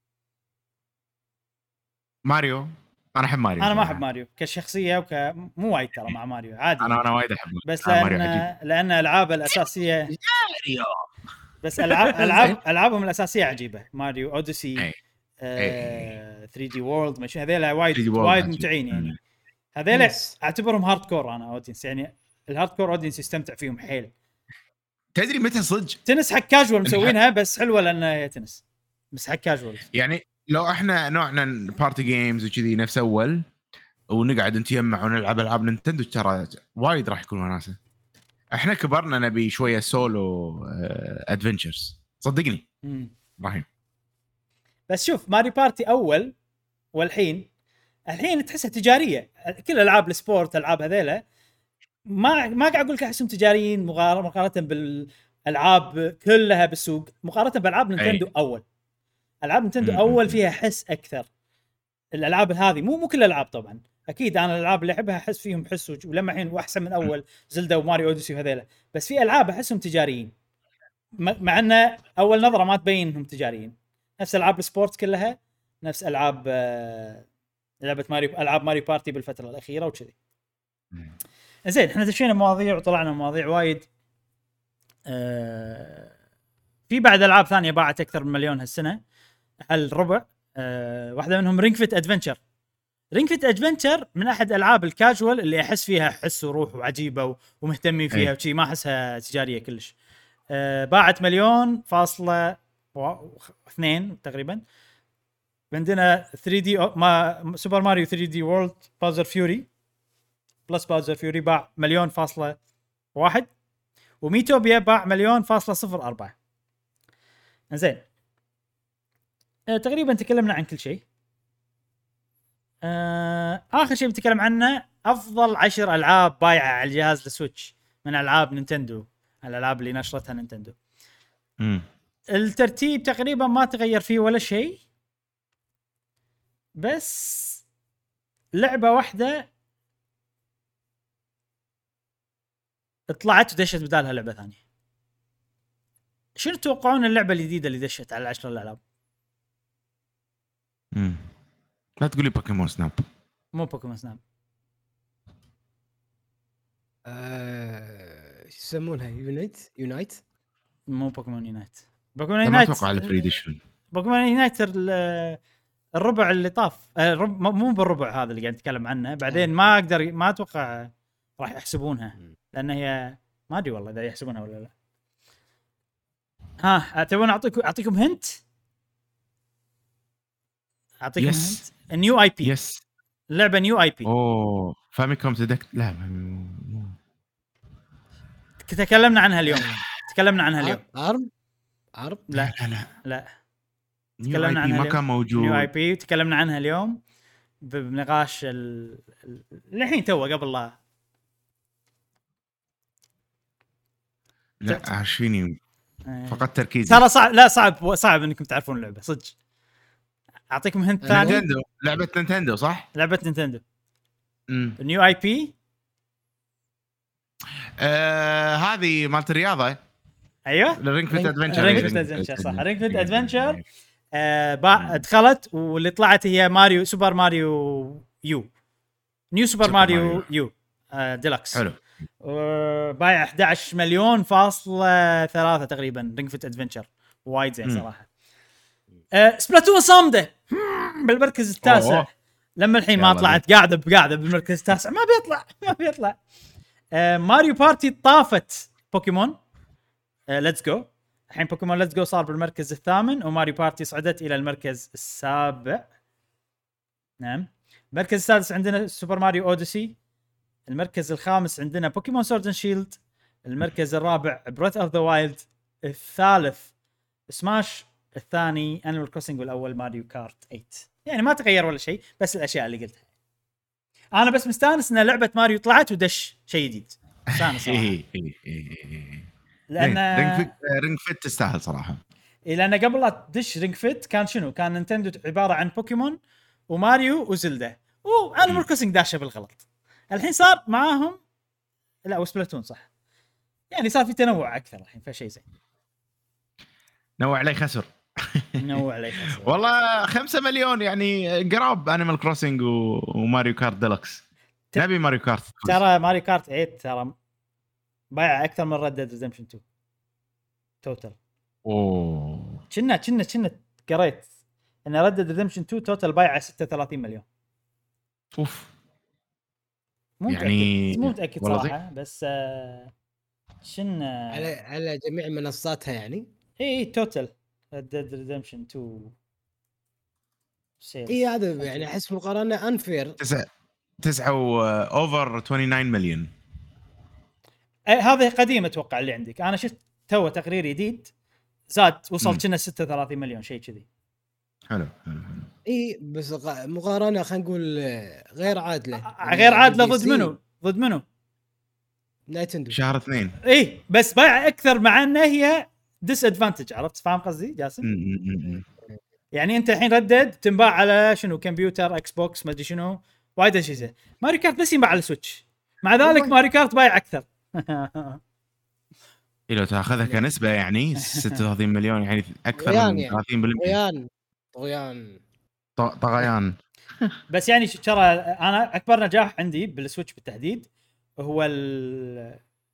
ماريو. انا احب ماريو انا ما صراحة. احب ماريو كشخصيه وك مو وايد ترى مع ماريو عادي انا يعني. انا وايد احب بس ماريو. لان ماريو عجيب. لان الالعاب الاساسيه ماريو. بس العاب العاب العابهم الاساسيه عجيبه. ماريو اوديسي، اي آه ثري دي وورلد، ماشي هذول وايد ثري دي World وايد عجيب. ممتعين يعني. مم. هذول يس. اعتبرهم هارد كور انا اودينس، يعني الهارد كور اودينس يستمتع فيهم حيل. تدري متى صدق تنس حق كاجوال مسوينها بس حلوه لان هي تنس بس حق كاجوال. يعني لو احنا نوعنا بارتي جيمز وكذي نفس اول ونقعد نتجمع ونلعب العاب نينتندو ترى وايد راح يكون وناسه. احنا كبرنا نبي شويه سولو ادفنتشرز صدقني مم. ابراهيم. بس شوف ماري بارتي اول والحين الحين تحسها تجاريه. كل العاب السبورت العاب هذيله ما ما قاعد اقول لك احسهم تجاريين مقارنه مقارنه بالالعاب كلها بالسوق، مقارنه بالعاب نينتندو أي. اول. العاب نينتندو مم. اول فيها حس اكثر. الالعاب هذه مو مو كل الالعاب طبعا، اكيد انا الالعاب اللي احبها احس فيهم حس وج- ولما الحين واحسن من اول زلدا وماريو اوديسي وهذيلا. بس في العاب احسهم تجاريين م- مع انه اول نظره ما تبين انهم تجاريين. نفس العاب السبورت كلها، نفس العاب آه، لعبه ماريو، العاب ماريو بارتي بالفتره الاخيره وكذي. مم. زين احنا دشينا مواضيع وطلعنا مواضيع وايد. آه في بعد العاب ثانيه باعت اكثر من مليون هالسنه على الربع. آه واحده منهم رينج فيت ادفنتشر. رينج فيت ادفنتشر من احد العاب الكاجوال اللي احس فيها حس وروح وعجيبه ومهتمين فيها أي. وشي، ما احسها تجاريه كلش. آه باعت مليون فاصله و- اثنين تقريبا. عندنا ثري دي ما سوبر ماريو ثري دي وورلد باوزر فيوري بلس باوزر فيوري باع مليون فاصله واحد، وميتوبيا باع مليون فاصله صفر أربعة. زين آه تقريبا تكلمنا عن كل شيء. آه اخر شيء بنتكلم عنه افضل عشر العاب بايعه على الجهاز السويتش من العاب نينتندو، الالعاب اللي نشرتها نينتندو. مم. الترتيب تقريبا ما تغير فيه ولا شيء، بس لعبه واحده طلعت ودشت بدالها لعبه ثانيه. شنو تتوقعون اللعبه الجديده اللي دشت على العشر الالعاب؟ مم. لا تقولي بوكيمون سناب. مو بوكيمون سناب. آه، شو يسمونها؟ يونايت يونايت مو بوكيمون يونايت. بوكيمون ما يونايت اتوقع على فري ديشن. بوكيمون يونايت ال- الربع اللي طاف. الربع مو بالربع هذا اللي قاعد نتكلم عنه بعدين. ما اقدر ما اتوقع راح يحسبونها لان هي ما ادري والله اذا يحسبونها ولا لا. ها تبون اعطيكم اعطيكم هنت. اعطيكم Yes. هنت. نيو اي بي. يس. اللعبه نيو اي بي. اوه فاميكوم تدك لا مو- تكلمنا عنها اليوم. تكلمنا عنها اليوم. ارم ارم لا لا لا لا نيو تكلمنا اي بي عنها ما اليوم. كان موجود. نيو اي بي تكلمنا عنها اليوم ب- بنقاش ال... ال- الحين تو قبل لا لا عارفيني آه. فقط تركيزي. ترى صعب. لا صعب صعب انكم تعرفون اللعبه صدق. اعطيكم هنت ثاني. نينتندو لعبه نينتندو صح؟ لعبه نينتندو امم نيو اي بي. آه هذه مالت الرياضه. ايوه رينج فيت ادفنشر. رينج فيت ادفنشر صح. رينج فيت ادفنشر آه با... دخلت واللي طلعت هي ماريو سوبر ماريو يو نيو سوبر سوبر ماريو, ماريو. يو آه ديلكس. حلو. آه بايع احد عشر مليون فاصلة ثلاثة تقريبا. رينج فيت ادفنشر وايد زين مم. صراحه. آه سبلاتون صامده بالمركز التاسع. أوه. لما الحين ما يلا طلعت قاعده بقاعده بالمركز التاسع ما بيطلع ما بيطلع. آه ماريو بارتي طافت بوكيمون ليتس جو. الحين بوكيمون ليتس جو صار بالمركز الثامن وماريو بارتي صعدت الى المركز السابع. نعم. المركز السادس عندنا سوبر ماريو اوديسي. المركز الخامس عندنا بوكيمون سورد اند شيلد. المركز الرابع بريث اوف ذا وايلد، الثالث سماش، الثاني انيمال كروسنج، والاول ماريو كارت ثمانية. يعني ما تغير ولا شيء، بس الاشياء اللي قلتها. انا بس مستانس ان لعبه ماريو طلعت ودش شيء جديد، مستانس صراحه. إيه إيه إيه إيه. لان رينج فيت رينج فيت تستاهل صراحه. إيه، لان قبل لا تدش رينج فيت كان شنو؟ كان نينتندو عباره عن بوكيمون وماريو وزلدا وانيمال كروسنج داشه بالغلط. الحين صار معاهم لا وسبلاتون صح، يعني صار في تنوع اكثر الحين، فشيء زين. نوع عليه خسر. نوع عليه خسر. والله خمسة مليون يعني قراب انيمال كروسنج و... وماريو كارت ديلكس. ت... نبي ماريو كارت. ترى ماريو كارت ثمانية ترى بايع اكثر من ريد ديد ريدمشن اثنين توتال. اوه كنا كنا كنا قريت ان ريد ديد ريدمشن اثنين توتال بايعه ستة وثلاثين مليون. اوف مو يعني متاكد مو متاكد والله صراحه، بس آه شنا على على جميع منصاتها يعني. اي توتال ريد ديد ريدمشن اثنين سيلز. اي هذا يعني احس مقارنه انفير. تسعة تسعة اوفر تسعة وعشرين مليون. هذه قديمه اتوقع اللي عندك. انا شفت تو تقرير جديد زاد وصل كنا ستة وثلاثين مليون شيء كذي. حلو حلو حلو. اي بس غ- مقارنه خلينا نقول غير عادله. غير عادله ضد منو؟ ضد منو؟ نايتندو. شهر اثنين. ايه بس بايع اكثر مع ان هي ديس ادفانتج. عرفت فاهم قصدي جاسم؟ م-م-م. يعني انت الحين ردد تنباع على شنو؟ كمبيوتر، اكس بوكس، ما ادري شنو، وايد اشياء. ماريو كارت بس ينباع على السويتش، مع ذلك ماريو كارت بايع اكثر. إيه لو تاخذها كنسبه يعني ستة وثلاثين مليون يعني اكثر طغيان من يعني. ثلاثين بالمئة. طغيان طغيان ط- طغيان. بس يعني ش- ترى انا اكبر نجاح عندي بالسويتش بالتحديد هو ال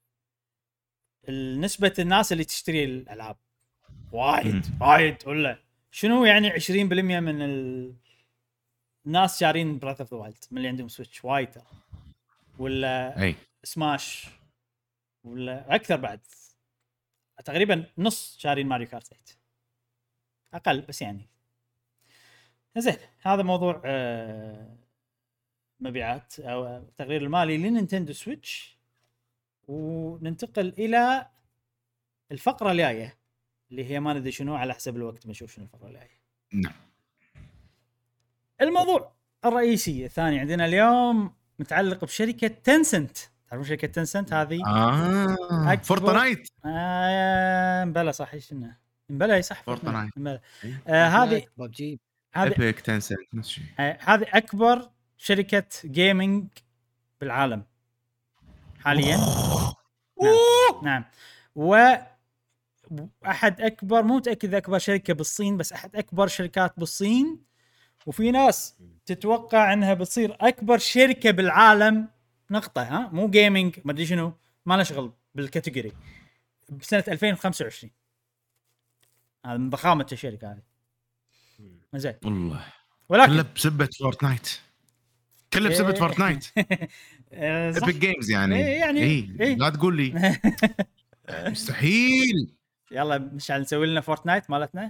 النسبة الناس اللي تشتري الالعاب وايد وايد ولا شنو يعني عشرين بالمئة من ال... الناس شارين براث اوف ذا وايلد من اللي عندهم سويتش وايد ترى. ولا اي سماش ولا اكثر بعد، تقريبا نص شارين ماريو كارت ثمانية اقل بس يعني زين. هذا موضوع آه مبيعات او التقرير المالي لنينتندو سويتش. وننتقل الى الفقره الجايه اللي هي ما ندري شنو، على حسب الوقت بنشوف شنو الفقره الجايه. نعم. الموضوع الرئيسي الثاني عندنا اليوم متعلق بشركه تنسنت. تعرفون شركه تنسنت هذه؟ اه أكبر- فورتنايت. آه بلا صح ايش انه بلا صح فورتنايت. بلا. آه هذه ببجي. هذه ايبك تنسنت نفس الشيء. آه هذه اكبر شركه جيمنج بالعالم حاليا. نعم, نعم. و احد اكبر، مو متاكد اكبر شركه بالصين، بس احد اكبر شركات بالصين. وفي ناس تتوقع انها بتصير اكبر شركه بالعالم نقطه، ها مو جيمنج ما ادري شنو، ما له شغل بالكاتيجوري، بسنه ألفين وخمسة وعشرين. هذا من ضخامه الشركه هذه. زين والله ولكن كله بسبه فورتنايت، كله بسبه فورتنايت. آه، صح. ايبك جيمز يعني إيه يعني إيه. إيه. لا تقول لي مستحيل. يلا مشعل نسوي لنا فورتنايت مالتنا.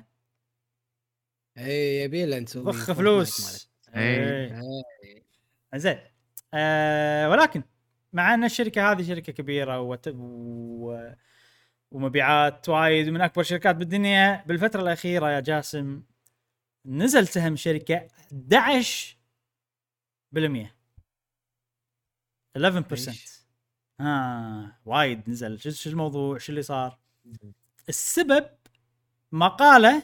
اي يبي لنا نسوي ضخ فورتنايت فلوس. إيه. مالت. زين أه ولكن مع ان الشركه هذه شركه كبيره وت... و... ومبيعات وايد ومن اكبر الشركات بالدنيا، بالفتره الاخيره يا جاسم نزل سهم شركه أحد عشر بالمئة إحدى عشر بالمئة. ها وايد نزل. شو شو الموضوع؟ شو اللي صار؟ السبب مقاله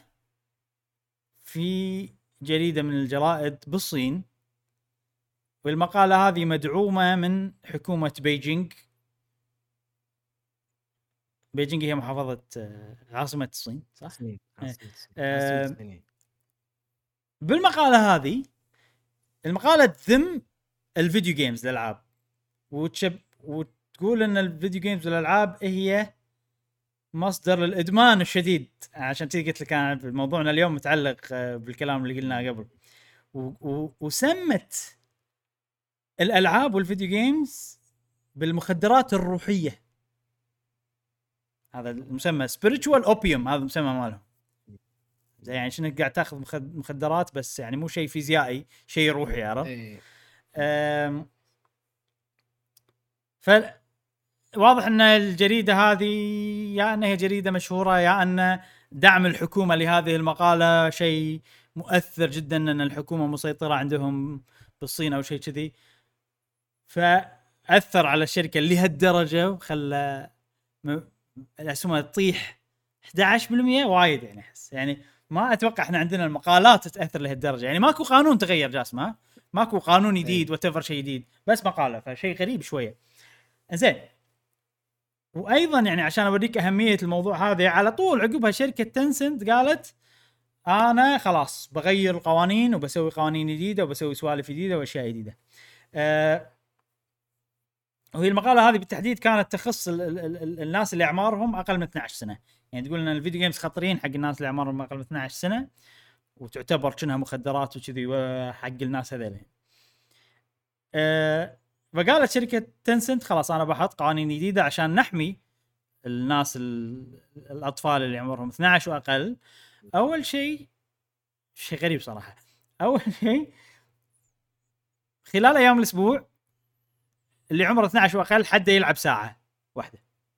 في جريده من الجرائد بالصين، والمقالة هذه مدعومة من حكومة بيجينغ. بيجينغ هي محافظة عاصمة الصين صح؟ صين. أه بالمقالة هذه، المقالة تذم الفيديو جيمز الألعاب وتشب وتقول أن الفيديو جيمز والألعاب هي مصدر الإدمان الشديد. عشان تيجي قلت لك أنا موضوعنا اليوم متعلق بالكلام اللي قلناه قبل. وسمت الالعاب والفيديو جيمز بالمخدرات الروحيه. هذا المسمى spiritual opium، هذا المسمى ماله. زي يعني شنو قاعد تاخذ مخدرات بس يعني مو شيء فيزيائي، شيء روحي. عرفت؟ ايه. أم ف واضح ان الجريده هذه يا انها جريده مشهوره يا ان دعم الحكومه لهذه المقاله شيء مؤثر جدا، ان الحكومه مسيطره عندهم بالصين او شيء كذي، فاثر على الشركه لهالدرجه وخلى م- الاسهم تطيح احد عشر بالمئة. وايد يعني احس يعني ما اتوقع احنا عندنا المقالات تتاثر لهالدرجه، يعني ماكو قانون تغير جاسم، ها ماكو قانون جديد وتفر شيء جديد، بس مقاله، فشيء غريب شويه. زين، وايضا يعني عشان اوريك اهميه الموضوع هذا، على طول عقبها شركه تنسنت قالت انا خلاص بغير القوانين وبسوي قوانين جديده وبسوي سوالف جديده واشياء جديده. أه وهي المقاله هذه بالتحديد كانت تخص ال ال ال ال الناس اللي اعمارهم اقل من اثني عشر سنه، يعني تقول ان الفيديو جيمز خطرين حق الناس اللي اعمارهم اقل من اثني عشر سنه، وتعتبر كأنها مخدرات وكذي حق الناس هذول. أه فقالت شركه تنسنت خلاص انا بحط قوانين جديده عشان نحمي الناس الاطفال اللي عمرهم اثني عشر واقل. اول شيء شيء غريب صراحه، اول شيء خلال ايام الاسبوع اللي عمره اثني عشر واقل حده يلعب ساعه واحده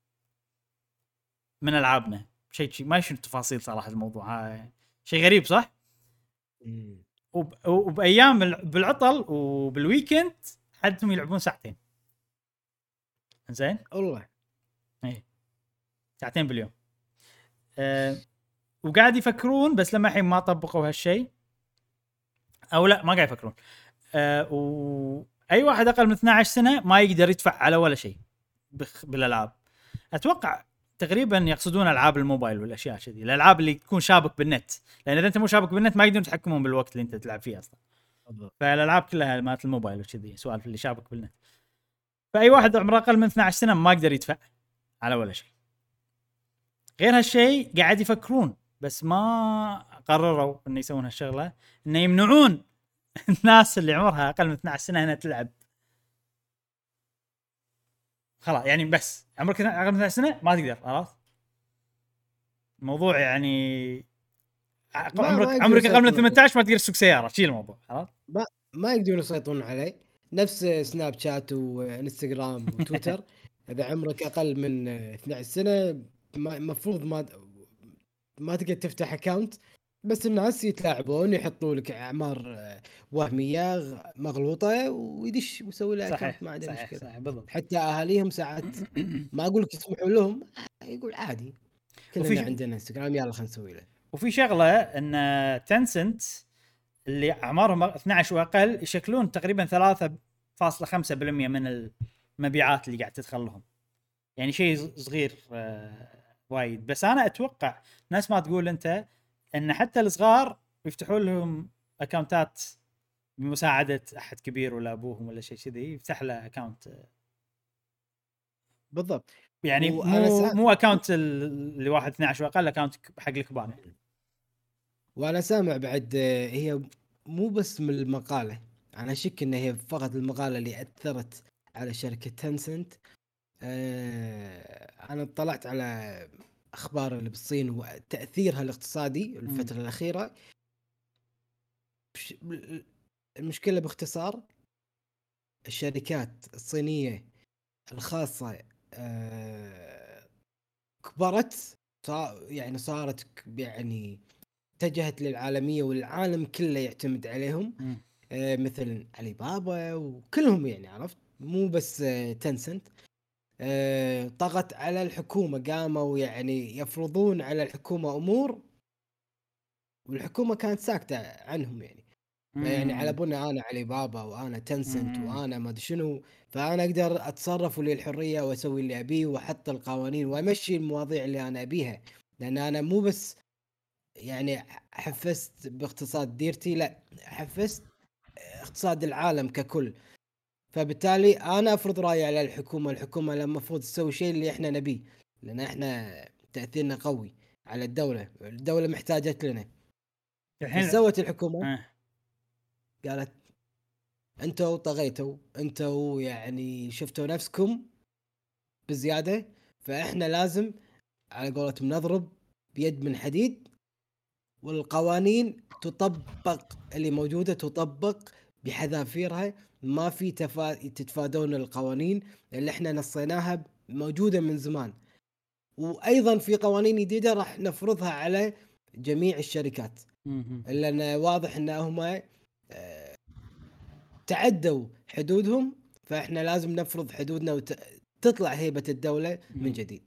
من العابنا. شيء شيء ما يشوف التفاصيل صراحه الموضوع، ها شيء غريب صح. وب... وبايام بالعطل وبالويكند حدهم يلعبون ساعتين. زين والله ايه ساعتين باليوم. أه وقاعد يفكرون، بس لما الحين ما طبقوا هالشيء، او لا ما قاعد يفكرون. أه واي واحد اقل من اثني عشر سنه ما يقدر يدفع على ولا شيء بخ... بالالعاب. اتوقع تقريبا يقصدون العاب الموبايل والاشياء كذي، الالعاب اللي تكون شابك بالنت، لان اذا انت مو شابك بالنت ما يقدرون يتحكمون بالوقت اللي انت تلعب فيه اصلا. فالالعاب كلها مالت الموبايل وكذي، سوالف اللي شابك بالنت. فاي واحد عمره اقل من اثني عشر سنه ما يقدر يدفع على ولا شيء. غير هالشيء قاعد يفكرون، بس ما قرروا انه يسوون هالشغله، انه يمنعون الناس اللي عمرها اقل من اثني عشر سنه هنا تلعب. خلاص يعني بس عمرك اقل من اثني عشر سنه ما تقدر، خلاص الموضوع يعني عمرك عمرك اقل من ثمانية عشر ما تقدر تسوق سياره، شيل الموضوع خلاص. ما ما يقدرون يسيطرون عليه، نفس سناب شات وانستغرام وتويتر. اذا عمرك اقل من اثني عشر سنه المفروض ما ما تقدر تفتح اكاونت، بس الناس يتلاعبون يحطوا لك اعمار وهميه مغلوطه ويدش ويسوي له اكاونت، ما عنده مشكله. صحيح بالضبط. حتى اهاليهم ساعات ما اقول لك يسمحوا لهم، يقول عادي كلنا عندنا انستغرام يلا خلينا نسوي له. وفي شغله ان تنسنت اللي اعمارهم اثني عشر واقل يشكلون تقريبا ثلاثة فاصلة خمسة بالمئة من المبيعات اللي قاعد تدخل لهم، يعني شيء صغير آه وايد. بس انا اتوقع ناس ما تقول انت ان حتى الصغار يفتحوا لهم اكاونتات بمساعده احد كبير ولا ابوهم ولا شيء كذي، يفتح له اكاونت بالضبط. يعني مو سا... مو اكاونت اللي واحد اثني عشر واقل، اكاونت حق الكبار يعني. وانا سامع بعد هي مو بس من المقاله، انا اشك ان هي فقط المقاله اللي اثرت على شركه تنسنت. أه انا اطلعت على اخبار اللي بالصين وتاثيرها الاقتصادي الفتره م. الاخيره. المشكله باختصار الشركات الصينيه الخاصه أه كبرت، يعني صارت يعني اتجهت للعالميه والعالم كله يعتمد عليهم. آه مثل علي بابا وكلهم يعني عرفت، مو بس آه تنسنت. آه طغت على الحكومه، قاموا يعني يفرضون على الحكومه امور والحكومه كانت ساكته عنهم يعني. يعني على بنا انا علي بابا وانا تنسنت وانا ما ادري شنو، فانا اقدر اتصرف لي الحريه واسوي اللي ابيه واحط القوانين وامشي المواضيع اللي انا ابيها، لان انا مو بس يعني حفزت باقتصاد ديرتي، لا حفزت اقتصاد العالم ككل. فبالتالي انا افرض رايي على الحكومه، الحكومه لما المفروض تسوي شيء اللي احنا نبيه، لان احنا تاثيرنا قوي على الدوله، الدوله محتاجت لنا. الحين سوت الحكومه أه. قالت انتوا طغيتوا، انتوا يعني شفتوا نفسكم بزياده، فاحنا لازم على قولتهم نضرب بيد من حديد، والقوانين تطبق اللي موجودة تطبق بحذافيرها، ما في تفا... تتفادون القوانين اللي احنا نصيناها موجوده من زمان، وايضا في قوانين جديده راح نفرضها على جميع الشركات، لان واضح انهم آه، تعدوا حدودهم، فاحنا لازم نفرض حدودنا وتطلع هيبه الدوله من جديد.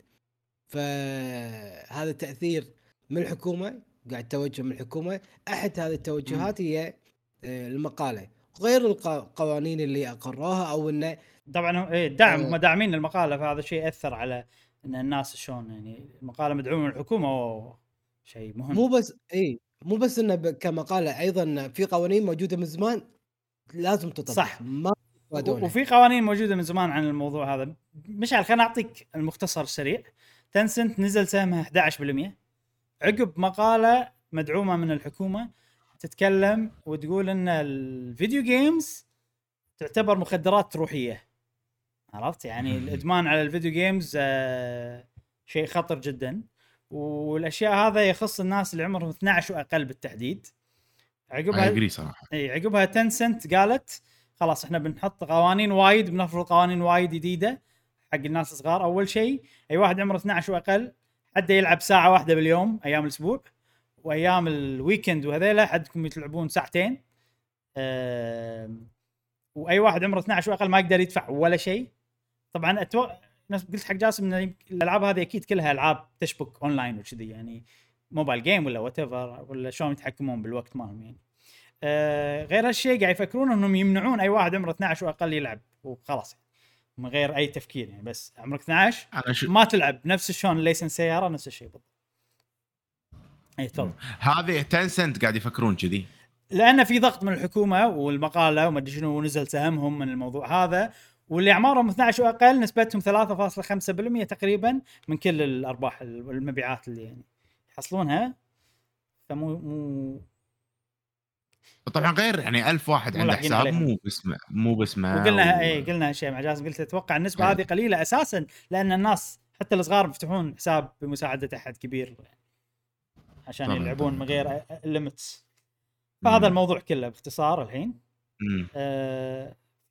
فهذا التاثير من الحكومه، قاعد توجه من الحكومه. احد هذه التوجهات هي آه، المقاله، غير القوانين اللي اقروها او انه طبعا ايه دعم هم داعمين المقاله، فهذا شيء اثر على ان الناس شلون يعني المقاله مدعومه من الحكومه، شيء مهم. مو بس اي مو بس انه كمقاله، ايضا في قوانين موجوده من زمان لازم تطبق. صح. ما وفي قوانين موجوده من زمان عن الموضوع هذا. مشعل خلينا نعطيك المختصر السريع. تنسنت نزل سهمها أحد عشر بالمئة عقب مقاله مدعومه من الحكومه تتكلم وتقول ان الفيديو جيمز تعتبر مخدرات روحيه. عرفت يعني الادمان على الفيديو جيمز آه شيء خطر جدا، والاشياء هذا يخص الناس اللي عمرهم اثني عشر واقل بالتحديد. عقبها اجري صراحه اي عقبها تنسنت قالت خلاص احنا بنحط قوانين وايد، بنفرض قوانين وايد جديده حق الناس الصغار. اول شيء اي واحد عمره اثني عشر واقل حد يلعب ساعه واحده باليوم ايام الاسبوع، وايام الويكند وهذيلا حدكم يلعبون ساعتين. أه... واي واحد عمره اثني عشر واقل ما يقدر يدفع ولا شيء. طبعا اتوقع نفس قلت حق جاسم ان الالعاب هذه اكيد كلها العاب تشبك اونلاين وكذي، يعني موبايل جيم ولا وات ايفر، ولا شلون يتحكمون بالوقت مالهم يعني. أه غير هالشيء قاعد يفكرون انهم يمنعون اي واحد عمره اثني عشر واقل يلعب وخلاص من غير اي تفكير، يعني بس عمرك اثني عشر شو... ما تلعب. نفس شلون ليسن سياره نفس الشيء بالضبط. اي تفضل. هذه تنسنت قاعد يفكرون كذي لان في ضغط من الحكومه والمقاله وما ادري شنو، ونزل سهمهم من الموضوع هذا، واللي اعمارهم اثني عشر واقل نسبتهم ثلاثة فاصلة خمسة بالمئة تقريبا من كل الارباح والمبيعات اللي يعني يحصلونها. فمو مو طبعا غير يعني ألف واحد عنده حساب مو باسمه مو باسمه. وقلنا و... اي قلنا هالشيء مع جاسم، قلت اتوقع النسبه هذه قليله اساسا لان الناس حتى الصغار يفتحون حساب بمساعده احد كبير عشان طبعًا يلعبون طبعًا من غير ليميتس. فهذا مم. الموضوع كله باختصار الحين. آه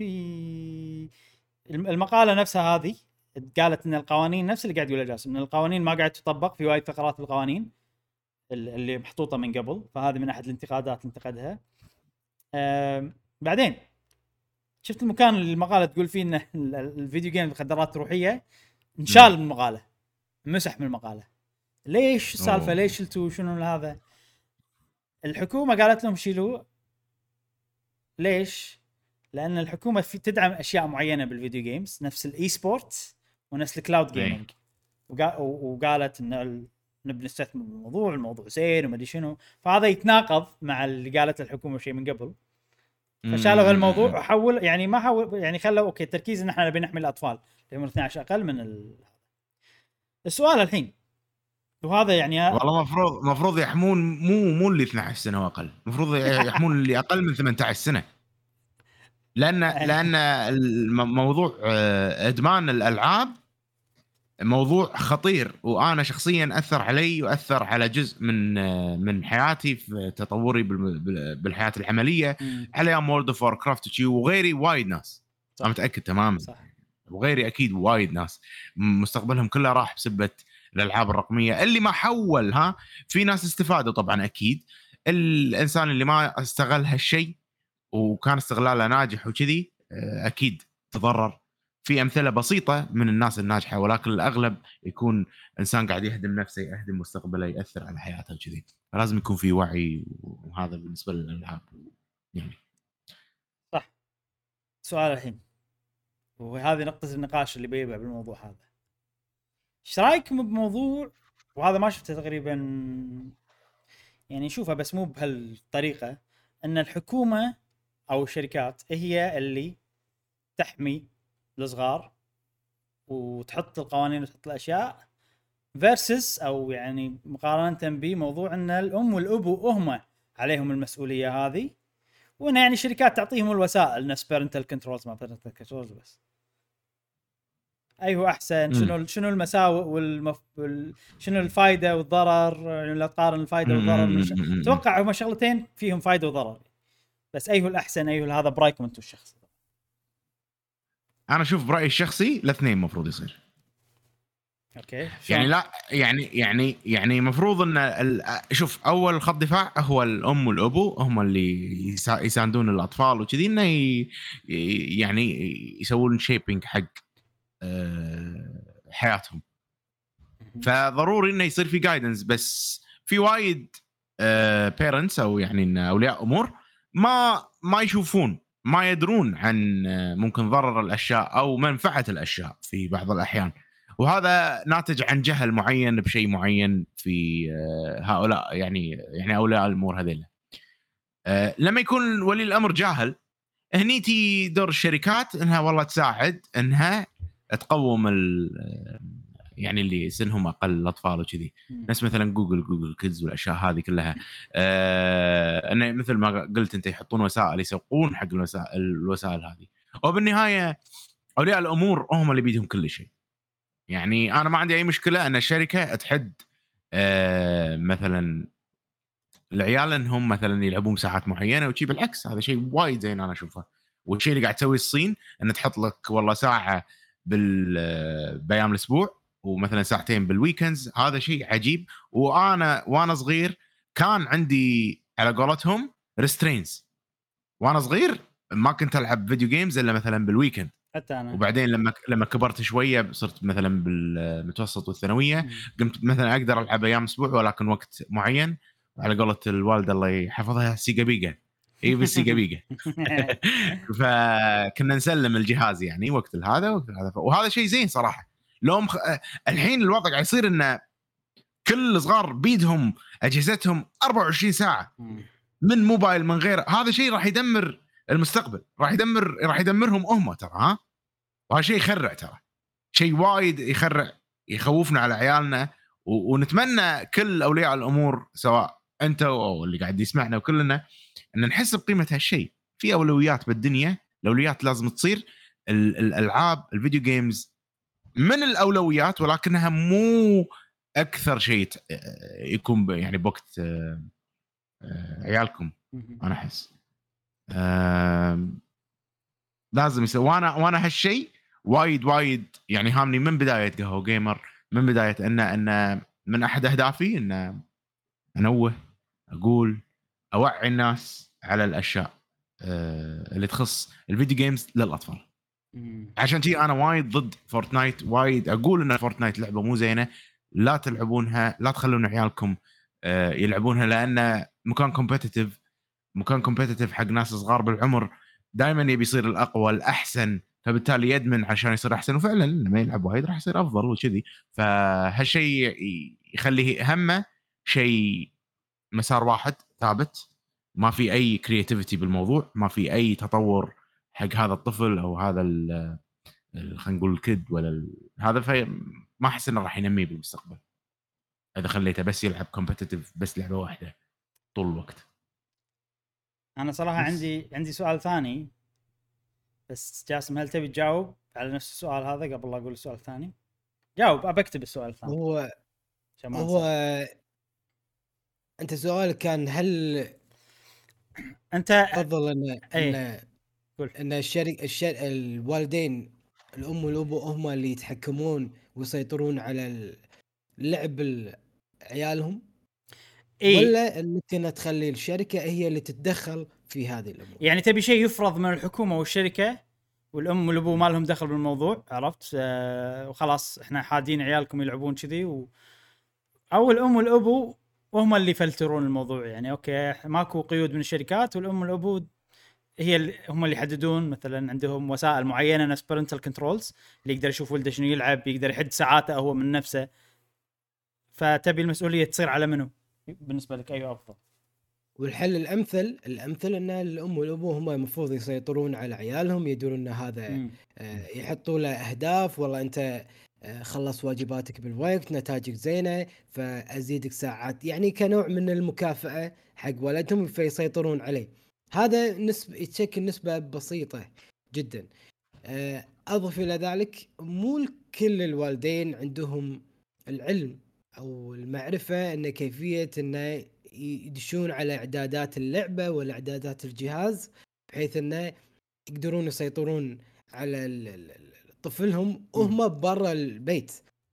في المقاله نفسها هذه قالت ان القوانين نفس اللي قاعد يقوله جاسم، ان القوانين ما قاعد تطبق في وايد فقرات بالقوانين اللي محطوطه من قبل، فهذه من احد الانتقادات اللي انتقدها. آه بعدين شفت المكان اللي المقاله تقول فيه ان الفيديو جيم مخدرات روحيه، انشال من المقاله، مسح من المقاله. ليش السالفه؟ ليش شلتوا؟ شنو هذا؟ الحكومه قالت لهم شيلوه. ليش؟ لان الحكومه في تدعم اشياء معينه بالفيديو جيمز نفس الاي سبورت ونفس الكلاود جيمنج، وقالت ان نبي نستثمر بالموضوع، الموضوع زين وما ادري شنو. فهذا يتناقض مع اللي قالت الحكومه شيء من قبل. فشالوا هالموضوع وحول يعني ما حول يعني خلوا اوكي التركيز ان احنا نبي نحمي الاطفال اللي عمرهم اثني عشر اقل من ال... السؤال الحين، وهذا يعني والله مفروض مفروض يحمون مو مو اللي اثني عشر سنه واقل، مفروض يحمون اللي اقل من ثمانية عشر سنه، لان لان الموضوع ادمان الالعاب موضوع خطير، وانا شخصيا اثر علي واثر على جزء من من حياتي في تطوري بالحياه العمليه على ايام وورلد اوف واركرافت وغيري. وايد ناس انا متاكد تماما صح. وغيري اكيد وايد ناس مستقبلهم كله راح بسبه الالعاب الرقميه. اللي ما حول ها في ناس استفادوا طبعا اكيد، الانسان اللي ما استغل هالشيء وكان استغلاله ناجح وكذي اكيد تضرر. في امثله بسيطه من الناس الناجحه، ولكن الاغلب يكون انسان قاعد يهدم نفسه، يهدم مستقبله، ياثر على حياته وكذي. فلازم يكون في وعي، وهذا بالنسبه للالعاب يعني صح. سؤال الحين، وهذه نقطه النقاش اللي بيبع بالموضوع هذا، ايش رايكم بموضوع، وهذا ما شفته تقريبا يعني نشوفها بس مو بهالطريقه، ان الحكومه او الشركات هي اللي تحمي الصغار وتحط القوانين وتحط الاشياء فيرسس او يعني مقارنه بموضوع ان الام والاب وهم عليهم المسؤوليه هذه، وان يعني الشركات تعطيهم الوسائل نفس بارنتال كنترولز ما بارنتال كنترولز. بس ايوه احسن؟ شنو شنو المساوئ والمف... وال... شنو الفائده والضرر؟ يعني لا تقارن الفائده والضرر من ش... اتوقع هما شغلتين فيهم فائده وضرر، بس ايه الاحسن؟ ايه هذا برايكم انتم الشخصي؟ انا اشوف برايي الشخصي الاثنين مفروض يصير. اوكي يعني لا يعني يعني يعني المفروض ان ال... شوف اول خط دفاع هو الام والابو هم اللي يسا... يساندون الاطفال وكذي انه ي... يعني يسوون شيبينج حق أه... حياتهم. فضروري انه يصير في جايدنس، بس في وايد بيرنتس او يعني إن اولياء امور ما ما يشوفون ما يدرون عن ممكن ضرر الاشياء او منفعه الاشياء في بعض الاحيان، وهذا ناتج عن جهل معين بشيء معين في هؤلاء يعني يعني اولياء الامور هذيلا. لما يكون ولي الامر جاهل هني تي دور الشركات انها والله تساعد انها تقوم يعني اللي سنهم اقل الاطفال وكذي، ناس مثلا جوجل جوجل كيدز والاشياء هذه كلها. آه انه مثل ما قلت انت يحطون وسائل يسوقون حق الوسائل الوسائل هذه، وبالنهايه اولياء الامور هم اللي بيدهم كل شيء. يعني انا ما عندي اي مشكله ان الشركه تحد آه مثلا العيال انهم مثلا يلعبون مساحات معينه وشي، بالعكس هذا شيء وايد زين انا اشوفه. والشيء اللي قاعد تسويه الصين ان تحط لك والله ساعه بال بايام الاسبوع ومثلا ساعتين بالويكندز، هذا شيء عجيب. وانا وانا صغير كان عندي على قولتهم ريسترينز، وانا صغير ما كنت العب فيديو جيمز الا مثلا بالويكند حتى انا. وبعدين لما لما كبرت شويه صرت مثلا بالمتوسط والثانويه قمت مثلا اقدر العب ايام اسبوع ولكن وقت معين، على قولة الوالده الله يحفظها سيجا بيجا، اي بالسيجا بيجا. فكنا نسلم الجهاز يعني وقت هذا وقت هذا، وهذا شيء زين صراحه. لو مخ... الحين الوضع قاعد يصير ان كل صغار بيدهم اجهزتهم أربعة وعشرين ساعه من موبايل من غير، هذا شيء راح يدمر المستقبل، راح يدمر راح يدمرهم هم ترى. ها وهذا شيء يخرع، ترى شيء وايد يخرع يخوفنا على عيالنا. و... ونتمنى كل اولياء الامور سواء انت او اللي قاعد يسمعنا وكلنا ان نحس بقيمه هالشيء. في اولويات بالدنيا، الاولويات لازم تصير. الالعاب الفيديو جيمز من الاولويات، ولكنها مو اكثر شيء يكون يعني بوقت عيالكم. انا احس لازم يسوي. وانا وانا هالشيء وايد وايد يعني هامني من بدايه قهوه جيمر، من بدايه ان ان من احد اهدافي ان انوه اقول اوعي الناس على الاشياء اللي تخص الفيديو جيمز للاطفال. عشان تي انا وايد ضد فورتنايت، وايد اقول ان فورتنايت لعبه مو زينه، لا تلعبونها، لا تخلون عيالكم يلعبونها، لان مكان كومبيتيتيف مكان كومبيتيتيف حق ناس صغار بالعمر دائما يبي يصير الاقوى الاحسن، فبالتالي يدمن عشان يصير احسن، وفعلا لما يلعب وايد راح يصير افضل وكذي. فهالشيء يخليه همه شيء مسار واحد ثابت، ما في اي كرياتيفيتي بالموضوع، ما في اي تطور حق هذا الطفل او هذا خلينا نقول الكيد ولا ال... هذا في ما احس انه راح ينميه بالمستقبل اذا خليته بس يلعب كومبيتيتيف بس لعبه واحده طول الوقت. انا صراحه بس. عندي عندي سؤال ثاني، بس جاسم هل تبي تجاوب على نفس السؤال هذا قبل لا اقول السؤال الثاني؟ جاوب، ابى اكتب السؤال الثاني. هو هو انت سؤالك كان هل انت تفضل ان ايه؟ ان, إن الشركه الشر... الوالدين الام والابو هم اللي يتحكمون ويسيطرون على اللعب عيالهم، إيه؟ ولا ممكن تخلي الشركه هي اللي تتدخل في هذه الامور؟ يعني تبي شيء يفرض من الحكومه والشركه والام والابو ما لهم دخل بالموضوع، عرفت؟ آه وخلاص احنا حادين عيالكم يلعبون كذي، و... او الام والابو وهم اللي يفلترون الموضوع. يعني اوكي ماكو قيود من الشركات، والام والابو هي اللي هم اللي يحددون، مثلا عندهم وسائل معينه نفس parental controls اللي يقدر يشوف ولده شنو يلعب، يقدر يحد ساعاته هو من نفسه. فتبي المسؤوليه تصير على منو بالنسبه لك؟ ايوه افضل. والحل الامثل الامثل ان الام والابو هم المفروض يسيطرون على عيالهم، يدرون ان هذا آه يحطوا له اهداف، والله انت آه خلص واجباتك بالوقت، نتائجك زينه فازيدك ساعات، يعني كنوع من المكافاه حق ولدهم فيسيطرون عليه. هذا نسبه يتشكل نسبه بسيطه جدا. آه اضف الى ذلك مو كل الوالدين عندهم العلم او المعرفه ان كيفيه انه يدشون على اعدادات اللعبه ولا اعدادات الجهاز بحيث انه يقدرون يسيطرون على طفلهم وهم برا البيت.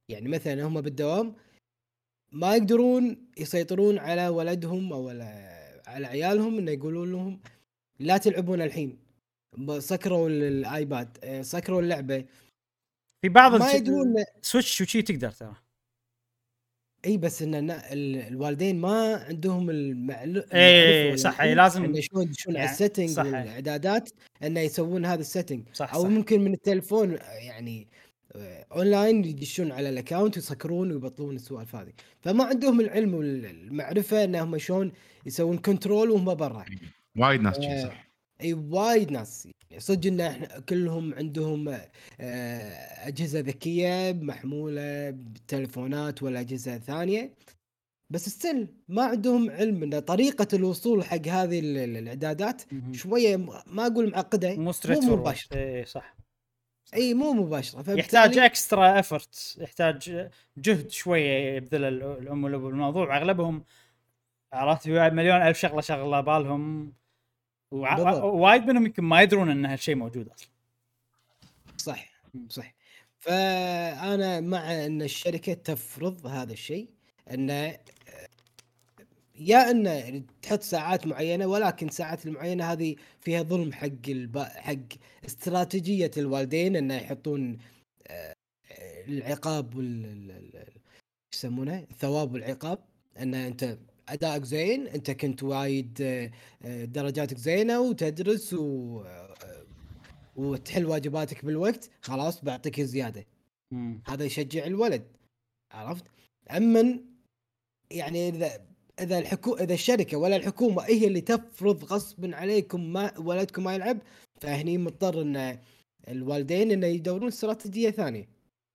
يعني مثلا هم بالدوام ما يقدرون يسيطرون على ولدهم او على عيالهم انه يقولون لهم لا تلعبون الحين، سكروا الايباد، سكروا اللعبه. في بعض ما يدرون. سويتش وشي تقدر ترى. اي بس ان الوالدين ما عندهم المعلو... اي صح، اي لازم انه شلون يدشون يعني على السيتنج صح والاعدادات انه يسوون هذا السيتنج، صح او صح. ممكن من التليفون يعني اونلاين يدشون على الاكونت ويسكرون ويبطلون السوالف هذه. فما عندهم العلم والمعرفه انهم شلون يسوون كنترول وهم برا. وايد ناس شي صح. اي وايد ناس يعني صدق ان احنا كلهم عندهم اجهزه ذكيه محموله بالتليفونات ولا اجهزه ثانيه، بس السن ما عندهم علم ان طريقه الوصول حق هذه الاعدادات شويه ما اقول معقده، مو مو مباشره. اي صح. اي مو مباشره، يحتاج اكسترا افورت، يحتاج جهد شويه يبذل الام والاب بالموضوع. اغلبهم عرفت مليون الف شغله شغله بالهم، ووايد منهم يمكن ما يدرون ان هالشيء موجود اصلا. صح صح. فانا مع ان الشركه تفرض هذا الشيء، انه يا ان تحط ساعات معينه، ولكن الساعات المعينه هذه فيها ظلم حق الب... حق استراتيجيه الوالدين انه يحطون العقاب وال يسمونه الثواب والعقاب. ان انت ادائك زين، انت كنت وايد درجاتك زينه وتدرس و... وتحل واجباتك بالوقت، خلاص بعطيك زياده. مم. هذا يشجع الولد، عرفت؟ اما يعني اذا اذا الحكومه اذا الشركه ولا الحكومه هي اللي تفرض غصبا عليكم ما ولدكم ما يلعب، فهني مضطر ان الوالدين انه يدورون استراتيجيه ثانيه.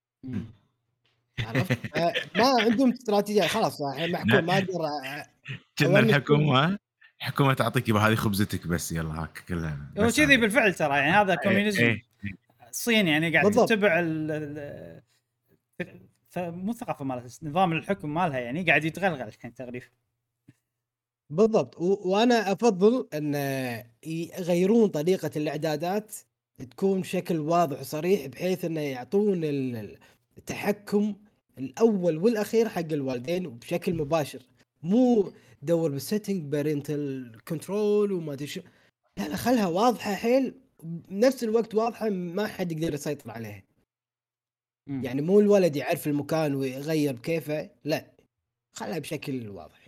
عرفت؟ ما عندهم استراتيجيه، خلاص محكوم ما اقدر. كنا الحكومه الحكومه تعطيك بهذه خبزتك بس يلا هاك كلها. هو كذي بالفعل ترى، يعني هذا كوميونيزم الصين يعني قاعد تتبع ال مو ثقافه مالها، نظام الحكم مالها يعني قاعد يتغلغل يعني تقريبا. بالضبط. وانا افضل ان يغيرون طريقه الاعدادات تكون بشكل واضح وصريح، بحيث انه يعطون التحكم الاول والاخير حق الوالدين وبشكل مباشر، مو دور بالسيتنج بارنتال كنترول وما ادري شو. لا لا، خلها واضحه حيل، بنفس الوقت واضحه ما حد يقدر يسيطر عليها. م. يعني مو الولد يعرف المكان ويغير بكيفه، لا خلها بشكل واضح.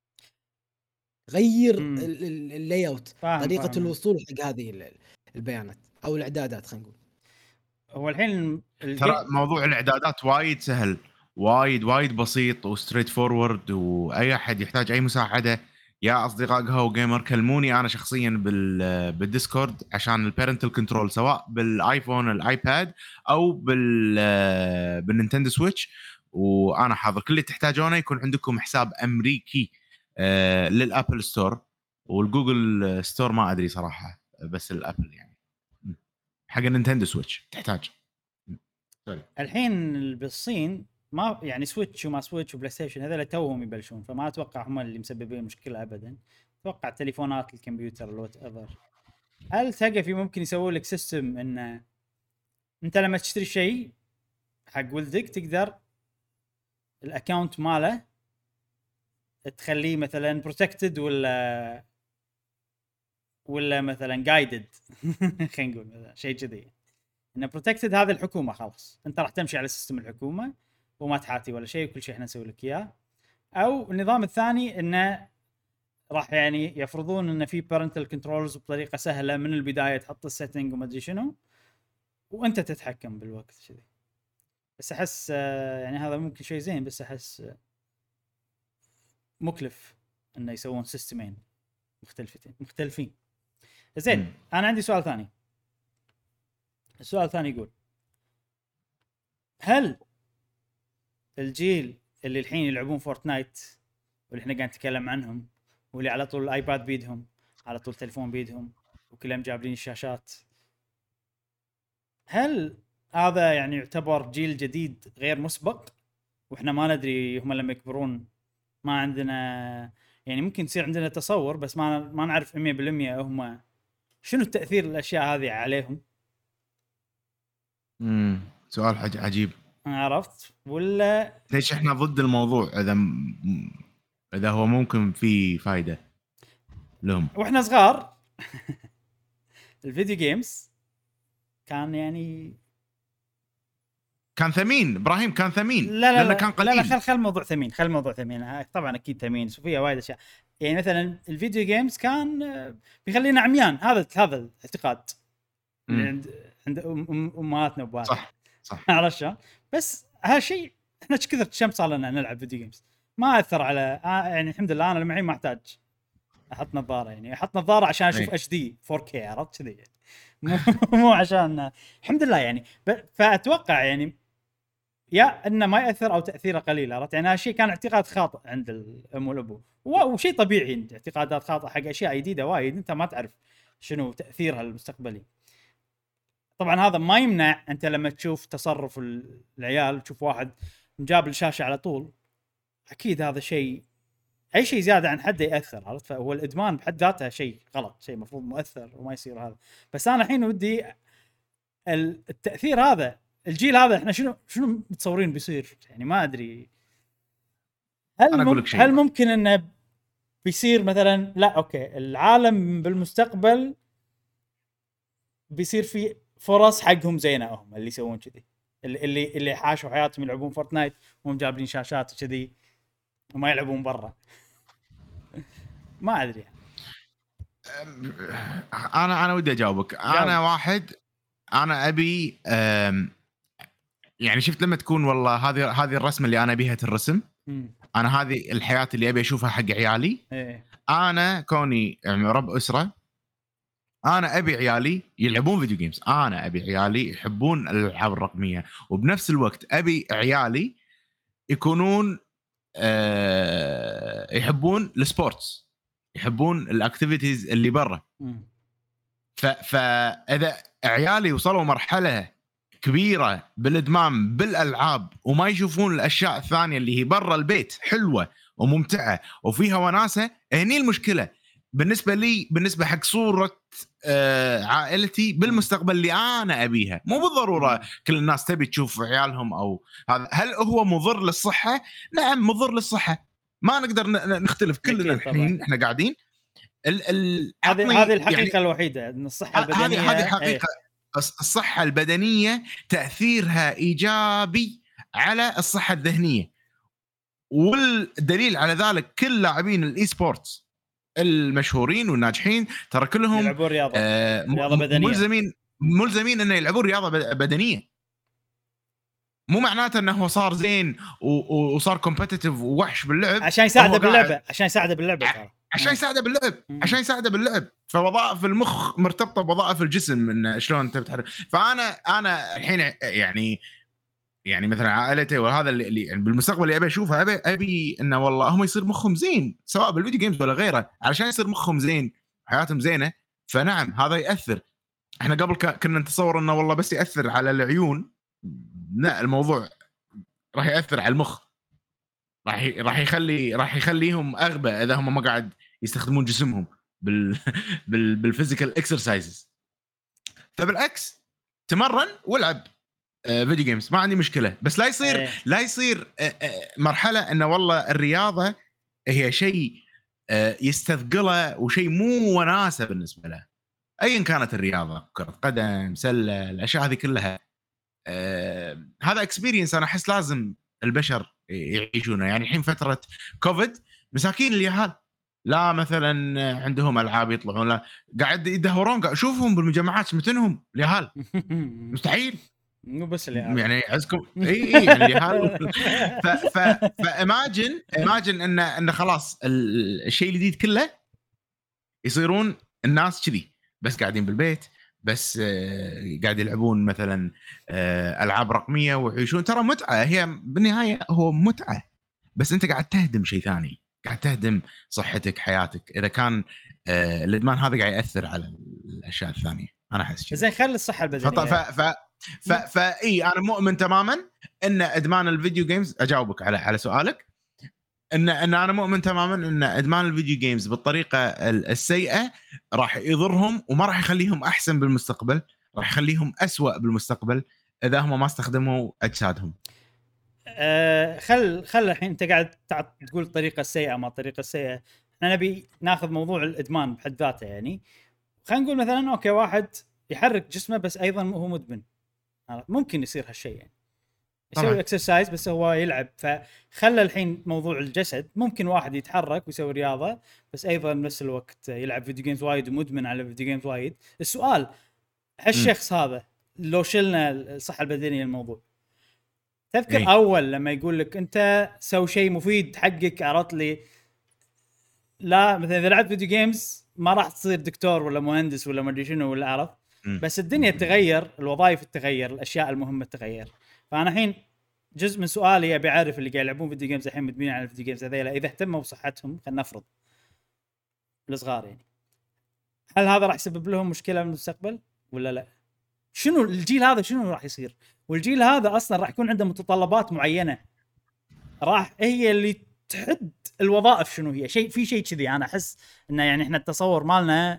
غير اللاي اوت، طريقه فاهم. الوصول حق هذه البيانات او الاعدادات. خلينا نقول هو الحين ترى موضوع الاعدادات وايد سهل، وايد وايد بسيط وستريت فورورد، واي احد يحتاج اي مساعده يا اصدقاء قهوه جيمر كلموني انا شخصيا بال بالديسكورد عشان البيرنتال كنترول، سواء بالايفون الايباد او بال بالنينتندو سويتش، وانا حاضر. كل اللي تحتاجونه يكون عندكم حساب امريكي آه للابل ستور، والجوجل ستور ما ادري صراحه، بس الابل يعني حق النينتندو سويتش تحتاج. الحين بالصين ما يعني سويتش وما سويتش وبلاي ستيشن هذول توهم يبلشون، فما اتوقع هم اللي مسببين المشكله ابدا. اتوقع التليفونات الكمبيوتر الوات ايفر. هل تلقى في ممكن يسوي لك سيستم ان انت لما تشتري شيء حق ولدك تقدر الاكونت ماله تخليه مثلا بروتكتد ولا ولا مثلا جايدد خلينا نقول مثلا شيء كذي، انه بروتكتد هذه الحكومه خلاص انت راح تمشي على سيستم الحكومه وما تحاتي ولا شيء، وكل شيء احنا نسوي لك اياه. او النظام الثاني انه راح يعني يفرضون انه في بارنتال كنترولز بطريقه سهله من البدايه، تحط السيتنج وما ادري شنو وانت تتحكم بالوقت كذي. بس احس يعني هذا ممكن شيء زين، بس احس مكلف انه يسوون سيستمين مختلفتين مختلفين. زين انا عندي سؤال ثاني. السؤال الثاني يقول هل الجيل اللي الحين يلعبون فورتنايت واللي احنا قاعد نتكلم عنهم واللي على طول الايباد بيدهم على طول تليفون بيدهم وكلهم جابلين الشاشات، هل هذا يعني يعتبر جيل جديد غير مسبق واحنا ما ندري هم لما يكبرون ما عندنا يعني ممكن يصير عندنا تصور بس ما ما نعرف مية بالمية هم شنو التأثير الاشياء هذه عليهم؟ امم سؤال عجيب. عرفت ولا ليش احنا ضد الموضوع اذا م... اذا هو ممكن في فايده لهم؟ واحنا صغار الفيديو جيمز كان يعني كان ثمين ابراهيم، كان ثمين لا لا لانه لا كان لا قليل. لا خل خل الموضوع ثمين، خل الموضوع ثمين. آه، طبعا اكيد ثمين فيها وايد اشياء. يعني مثلا الفيديو جيمز كان آه، بيخلينا عميان، هذا هذا الاعتقاد اللي مم. عند عند أم- أم- امهاتنا وابواتنا. صح صح. عرفت شلون؟ بس هالشيء احنا ايش كثر كم صار لنا نلعب فيديو جيمز ما اثر على آه يعني الحمد لله انا المعين ما احتاج احط نظاره، يعني احط نظاره عشان اشوف أي. اتش دي فور كي، عرفت كذي يعني. مو مو عشان الحمد لله يعني. ب- فاتوقع يعني يا انه ما ياثر او تاثيره قليل، عرفت يعني. هالشيء كان اعتقاد خاطئ عند الام والابو، وشيء طبيعي عند اعتقادات خاطئه حق اشياء جديده وايد انت ما تعرف شنو تاثيرها المستقبلي. طبعا هذا ما يمنع انت لما تشوف تصرف العيال، تشوف واحد جاب الشاشه على طول، اكيد هذا شيء، اي شيء زياده عن حده ياثر، عرفت. فهو الادمان بحد ذاته شيء غلط، شيء مفروض مؤثر وما يصير هذا. بس انا الحين ودي التاثير هذا، الجيل هذا احنا شنو شنو متصورين بيصير يعني؟ ما ادري. هل أنا أقول مم... لك شيء. هل ممكن انه بيصير مثلا، لا اوكي العالم بالمستقبل بيصير في فرص حقهم زينه، هم اللي يسوون كذي، اللي اللي اللي حاشوا حياتهم يلعبون فورتنايت وهم جابين شاشات وكذي وما يلعبون برا. ما ادري. انا انا ودي اجاوبك. انا واحد انا ابي أم، يعني شفت لما تكون والله هذه هذه الرسمه اللي انا ابيها الرسم، مم. انا هذه الحياه اللي ابي اشوفها حق عيالي. ايه انا كوني يعني رب اسره، انا ابي عيالي يلعبون فيديو جيمز، انا ابي عيالي يحبون الالعاب الرقميه، وبنفس الوقت ابي عيالي يكونون أه يحبون السبورتس، يحبون الاكتيفيتيز اللي برا. مم. فاذا عيالي وصلوا مرحله كبيره بالادمان بالالعاب وما يشوفون الاشياء الثانيه اللي هي برا البيت حلوه وممتعه وفيها وناسه، هني المشكله بالنسبه لي، بالنسبه حق صوره آه عائلتي بالمستقبل اللي انا ابيها. مو بالضروره كل الناس تبي تشوف عيالهم او هذا. هل هو مضر للصحه؟ نعم مضر للصحه، ما نقدر نختلف كلنا الحين احنا قاعدين. هذه هذه الحقيقه يعني الوحيده ان الصحه البدنيه، هذه هذه حقيقه. ايه. الصحه البدنيه تاثيرها ايجابي على الصحه الذهنيه، والدليل على ذلك كل لاعبين الاي سبورتس المشهورين والناجحين ترى كلهم يلعبون رياضه آه رياضه بدنيه، ملزمين ملزمين انه يلعبون رياضه بدنيه. مو معناته انه هو صار زين وصار كومبتيتيف ووحش باللعب عشان يساعده باللعبه، عشان يساعده باللعبه ترى عشان يساعده باللعب عشان يساعده باللعب فوظائف المخ مرتبطه بوظائف الجسم من شلون انت بتحرك. فانا انا الحين يعني يعني مثلا عائلتي وهذا اللي يعني بالمستقبل اللي ابي اشوفه، ابي ابي انه والله هم يصير مخهم زين سواء بالفيديو جيمز ولا غيره، علشان يصير مخهم زين حياتهم زينه. فنعم هذا ياثر. احنا قبل كنا نتصور انه والله بس ياثر على العيون، لا الموضوع راح ياثر على المخ، راح راح يخلي راح يخليهم اغبى اذا هم ما قاعد يستخدمون جسمهم بال بال بالفيزيكال اكسرسايزز. فبالعكس تمرن والعب فيديو جيمز ما عندي مشكله، بس لا يصير أيه. لا يصير مرحله انه والله الرياضه هي شيء يستثقله وشيء مو وناسه بالنسبه له. ايا كانت الرياضه، كره قدم، سله، الاشياء هذه كلها أه هذا اكسبيرينس انا احس لازم البشر يعيشونه. يعني الحين فتره كوفيد مساكين اليهال لا مثلا عندهم العاب يطلعون، لا قاعد يدهورون، شوفهم بالمجمعات متنهم اليهال مستحيل. مو بس اليهال يعني عزكم اي اي يعني اليهال. ف ف فاماجن اماجن ان ان خلاص الشيء الجديد كله يصيرون الناس كذي بس قاعدين بالبيت، بس قاعد يلعبون مثلا العاب رقميه ويعيشون. ترى متعه هي بالنهايه، هو متعه، بس انت قاعد تهدم شيء ثاني، قاعد تهدم صحتك حياتك اذا كان الادمان هذا قاعد ياثر على الاشياء الثانيه. انا احس كذا. زين خلي الصحه البدنيه. ف ف ف فاي انا مؤمن تماما ان ادمان الفيديو جيمز، اجاوبك على على سؤالك، ان ان انا مؤمن تماما ان ادمان الفيديو جيمز بالطريقه السيئه راح يضرهم وما راح يخليهم احسن بالمستقبل، راح يخليهم أسوأ بالمستقبل اذا هم ما استخدموا اجسادهم. آه خل خل الحين انت قاعد تقول الطريقه السيئه ما الطريقه السيئه. احنا نبي ناخذ موضوع الادمان بحد ذاته. يعني خلينا نقول مثلا اوكي واحد يحرك جسمه بس ايضا هو مدمن، ممكن يصير هالشيء. يعني يسوي اكسرسايز بس هو يلعب، فخلى الحين موضوع الجسد ممكن واحد يتحرك ويسوي رياضه بس ايضا بنفس الوقت يلعب فيديو جيمز وايد ومدمن على فيديو جيمز وايد. السؤال هالشخص هذا لو شلنا الصحه البدنيه الموضوع، تذكر أي. اول لما يقول لك انت سوي شيء مفيد حقك، عرفت لي لا مثلا اذا لعبت فيديو جيمز ما راح تصير دكتور ولا مهندس ولا ما ادري شنو ولا عرف، بس الدنيا تغير، الوظائف تتغير، الاشياء المهمه تتغير. فانا الحين جزء من سؤالي ابي اعرف اللي قاعد يلعبون فيديو جيمز الحين مدمنين على الفيديو جيمز هذيلا اذا اهتموا بصحتهم، خلينا نفرض الصغار، يعني هل هذا راح يسبب لهم مشكله في المستقبل ولا لا؟ شنو الجيل هذا شنو راح يصير؟ والجيل هذا اصلا راح يكون عنده متطلبات معينه راح هي اللي تحد الوظائف شنو هي. شيء في شيء كذي انا احس انه يعني احنا التصور مالنا،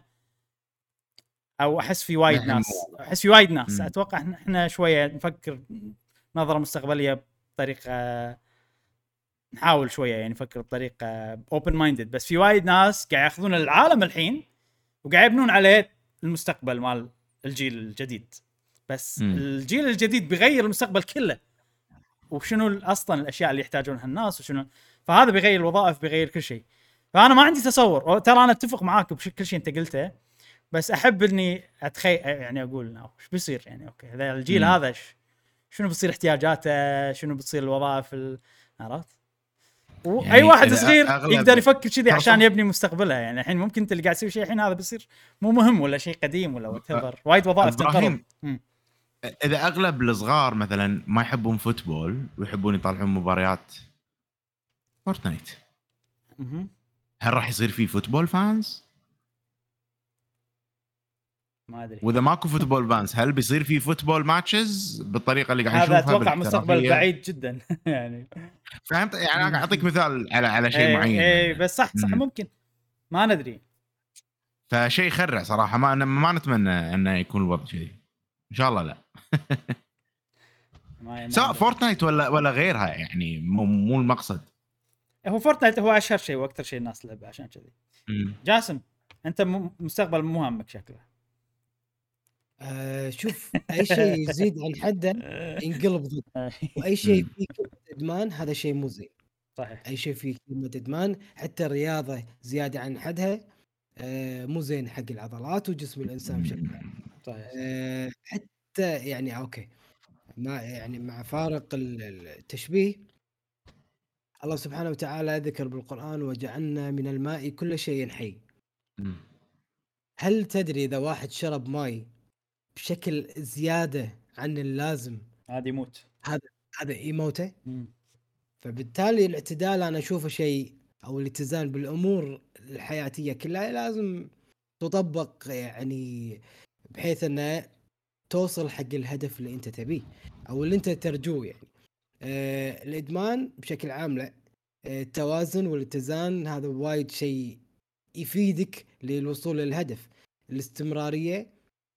او احس في وايد ناس احس في وايد ناس م. اتوقع احنا احنا شويه نفكر نظره مستقبليه بطريقه، نحاول شويه يعني نفكر بطريقه اوبن مايندد، بس في وايد ناس قاعد ياخذون العالم الحين وقاعد يبنون عليه المستقبل مال الجيل الجديد، بس م. الجيل الجديد بيغير المستقبل كله، وشنو اصلا الاشياء اللي يحتاجونها الناس وشنو، فهذا بيغير الوظائف بيغير كل شيء. فانا ما عندي تصور، ترى انا اتفق معاك بكل شيء انت قلته، بس احب اني اتخيل يعني اقول ايش بيصير. يعني اوكي هذا الجيل م. هذا شنو بتصير احتياجاته، شنو بتصير الوظائف، عرفت؟ يعني اي واحد صغير يقدر يفكر كذي عشان يبني مستقبله. يعني الحين ممكن انت اللي قاعد تسوي شيء الحين هذا بيصير مو مهم ولا شيء قديم ولا واتيفر، وايد وظائف تنقرض. اذا اغلب الصغار مثلا ما يحبون فوتبول ويحبون يطلعون مباريات فورتنايت، هل راح يصير في فوتبول فانز؟ ما ادري. واذا ماكو فوتبول فانز هل بيصير في فوتبول ماتشز بالطريقه اللي قاعد نشوفها؟ هذا اتوقع مستقبل بعيد جدا. يعني فهمت؟ يعني انا اعطيك مثال على على شيء ايه معين. ايه بس صح صح ممكن، ما ندري. فشيء يخرع صراحه، ما ما نتمنى انه يكون الوضع كذي، ان شاء الله لا. سواء فورتنايت ولا ولا غيرها، يعني مو, مو المقصد. هو فورتنايت هو اشهر شيء واكثر شيء الناس تلعبه عشان كذي. جاسم انت مستقبل مو همك شكله. آه شوف اي شيء يزيد عن حده ينقلب ضد، واي شيء فيه كلمه ادمان هذا شيء مو زين. صحيح. اي شيء فيه كلمه ادمان، حتى الرياضه زياده عن حدها آه مو زين حق العضلات وجسم الانسان بشكل عام. صحيح. آه حتى يعني اوكي ما يعني مع فارق التشبيه، الله سبحانه وتعالى ذكر بالقرآن وجعلنا من الماء كل شيء حي. هل تدري إذا واحد شرب ماء بشكل زيادة عن اللازم هذا يموت، هذا هذا يموته. فبالتالي الاعتدال أنا أشوفه شيء، أو الاتزان بالأمور الحياتية كلها لازم تطبق، يعني بحيث أنه توصل حق الهدف اللي أنت تبيه أو اللي أنت ترجوه. يعني آه الإدمان بشكل عام لا، آه التوازن والاتزان هذا وايد شيء يفيدك للوصول للهدف. الاستمرارية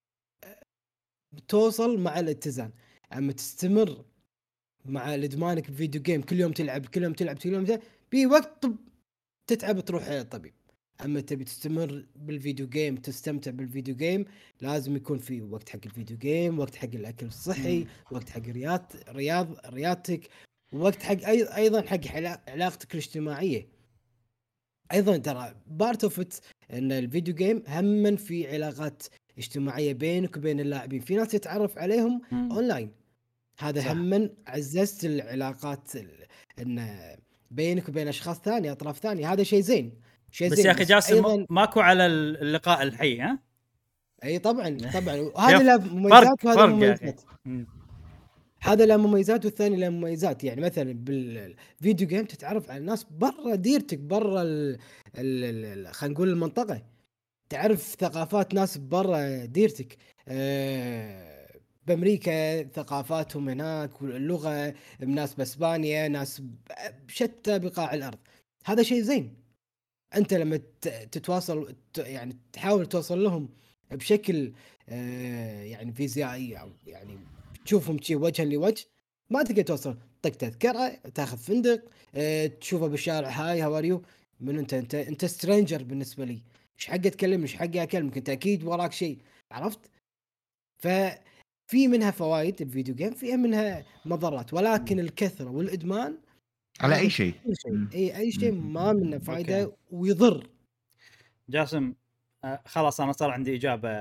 بتوصل مع الاتزان، اما تستمر مع الادمانك بفيديو جيم كل يوم تلعب كل يوم تلعب كل يوم بي وقت تتعب تروح الطبيب. اما تبي تستمر بالفيديو جيم تستمتع بالفيديو جيم لازم يكون في وقت حق الفيديو جيم، وقت حق الاكل الصحي، وقت حق رياض رياض رياضتك، وقت حق ايضا حق علاقتك الاجتماعيه. ايضا ترى بارت اوف ات ان الفيديو جيم هم في علاقات اجتماعيه بينك وبين اللاعبين، في ناس تتعرف عليهم مم. اونلاين، هذا هم عززت العلاقات ان بينك وبين اشخاص ثانيه اطراف ثانيه، هذا شيء زين شيء بس زين. يا اخي جاسم أيضاً... ماكو على اللقاء الحي. ها اي طبعا طبعا هذا له مميزات وهذا مميزات، هذا له مميزات والثاني له مميزات. يعني مثلا بالفيديو جيم تتعرف على الناس برا ديرتك، برا خلينا نقول المنطقه، تعرف ثقافات ناس برا ديرتك. أه بامريكا ثقافاتهم هناك واللغه، ناس باسبانيا، ناس بشتى بقاع الارض، هذا شيء زين. انت لما تتواصل يعني تحاول توصل لهم بشكل أه يعني فيزيائي، او يعني تشوفهم شيء وجها لوجه، ما تقدر توصل، طق تذكره تاخذ فندق اه تشوفه بالشارع هاي هاو ار يو من انت انت انت سترينجر بالنسبه لي ايش حق تكلمني ايش حقي اكلمك انت اكيد وراك شيء عرفت ففي منها فوائد الفيديو جيم فيها منها مضرات ولكن الكثره والادمان على هذا اي شيء كل شيء مم. اي اي شيء مم. ما منه فائده أوكي. ويضر جاسم آه خلاص انا صار عندي اجابه،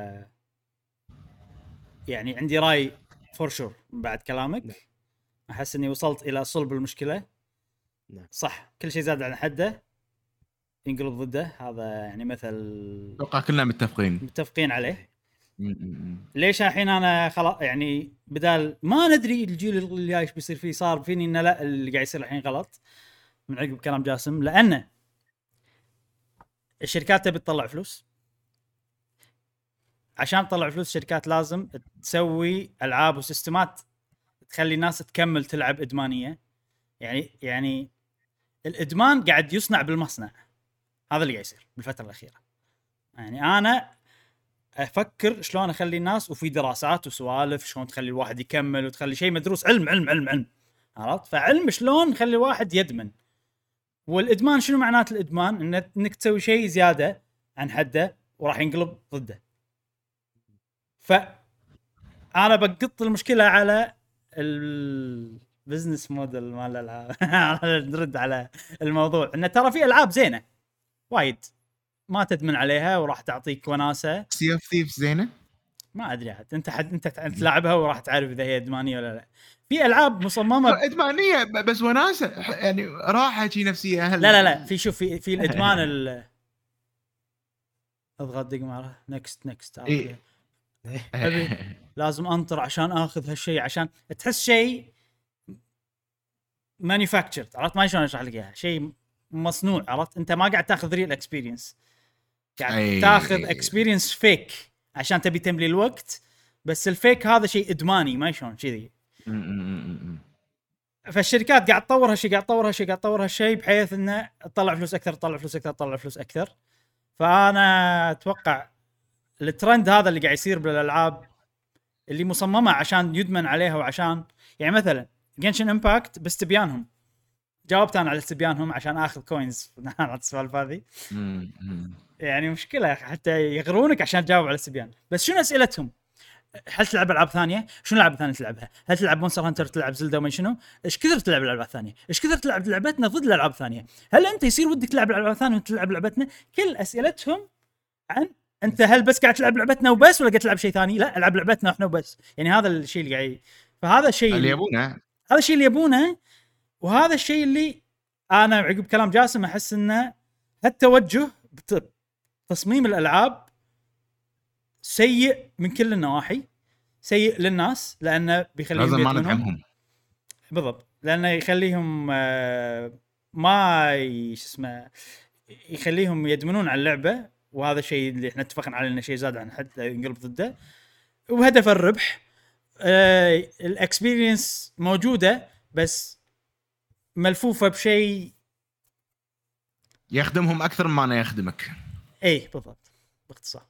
يعني عندي راي فور شور بعد كلامك. نعم. احس اني وصلت الى صلب المشكله. نعم. صح، كل شيء زاد عن حده ينقلب ضده، هذا يعني مثل اتوقع كلنا متفقين. متفقين عليه. مم. ليش الحين انا خلاص يعني بدال ما ندري الجيل اللي جاي ايش بيصير فيه، صار فيني انه لا اللي قاعد يصير الحين غلط من عقب كلام جاسم، لان الشركات تبي تطلع فلوس. عشان تطلع فلوس الشركات لازم تسوي العاب وسيستمات تخلي الناس تكمل تلعب ادمانيه. يعني يعني الادمان قاعد يصنع بالمصنع، هذا اللي قاعد يصير بالفتره الاخيره. يعني انا افكر شلون اخلي الناس، وفي دراسات وسوالف شلون تخلي الواحد يكمل وتخلي شيء مدروس، علم علم علم علم عرفت؟ فعلم شلون نخلي الواحد يدمن. والادمان شنو معنات الادمان؟ إن انك تسوي شيء زياده عن حده وراح ينقلب ضده. ف انا بقط المشكله على البزنس موديل مال الالعاب. نرد على الموضوع ان ترى في العاب زينه وايد ما تدمن عليها وراح تعطيك وناسه. سي اوف ثيفز زينه، ما ادري عاد انت حد انت تلعبها وراح تعرف اذا هي ادمانيه ولا لا. في العاب مصممه ادمانيه بس وناسه، يعني راحه شي نفسيه أهل. لا لا لا في شوف في في الادمان ال اضغط دق مره نكست نكست إيه. ابي لازم انطر عشان اخذ هالشيء، عشان تحس شيء مانيفاكتشرد. عرفت ما شلون اشرح لك اياها؟ شيء مصنوع. عرفت انت ما قاعد تاخذ ريل اكسبيرينس، قاعد أي. تاخذ اكسبيرينس فيك عشان تبي تملي الوقت. بس الفيك هذا شيء ادماني ما شلون كذي. فالشركات قاعد تطور هالشيء قاعد تطور هالشيء قاعد تطور هالشيء بحيث انه تطلع فلوس اكثر تطلع فلوس اكثر تطلع فلوس اكثر. فانا اتوقع الترند هذا اللي قاعد يصير بالالعاب اللي مصممه عشان يدمن عليها، وعشان يعني مثلا جنشن امباكت باستبيانهم جاوبت انا على استبيانهم عشان اخذ كوينز على السوالف هذه. يعني مشكله حتى يغرونك عشان تجاوب على الاستبيان. بس شنو اسئلتهم؟ هل تلعب العاب ثانيه؟ شنو العاب ثانيه تلعبها؟ هل تلعب مونستر هانتر؟ تلعب زلدا وما شنو؟ ايش كثر تلعب الالعاب الثانيه؟ ايش كثر تلعب لعبتنا ضد الالعاب الثانيه؟ هل انت يصير ودك تلعب الالعاب الثانيه وتلعب لعبتنا؟ كل اسئلتهم عن انت هل بس قاعد تلعب لعبتنا وبس ولا قاعد تلعب شيء ثاني؟ لا العب لعبتنا احنا وبس. يعني هذا الشيء اللي قاعد، فهذا الشيء اللي يبونه، هذا الشيء اللي يبونه. وهذا الشيء اللي انا عقب كلام جاسم احس انه هالتوجه بتصميم الالعاب سيء من كل النواحي. سيء للناس لانه بيخليهم لازم ما يدمنون. ندعمهم بالضبط، لانه يخليهم آه ما ايش اسمه يخليهم يدمنون على اللعبه. وهذا الشيء اللي احنا اتفقنا عليه انه شيء زاد عن حد ينقلب ضده. وهدف الربح. آه الاكسبيرينس موجوده بس ملفوفه بشيء يخدمهم اكثر مما انا يخدمك. اي بالضبط باختصار.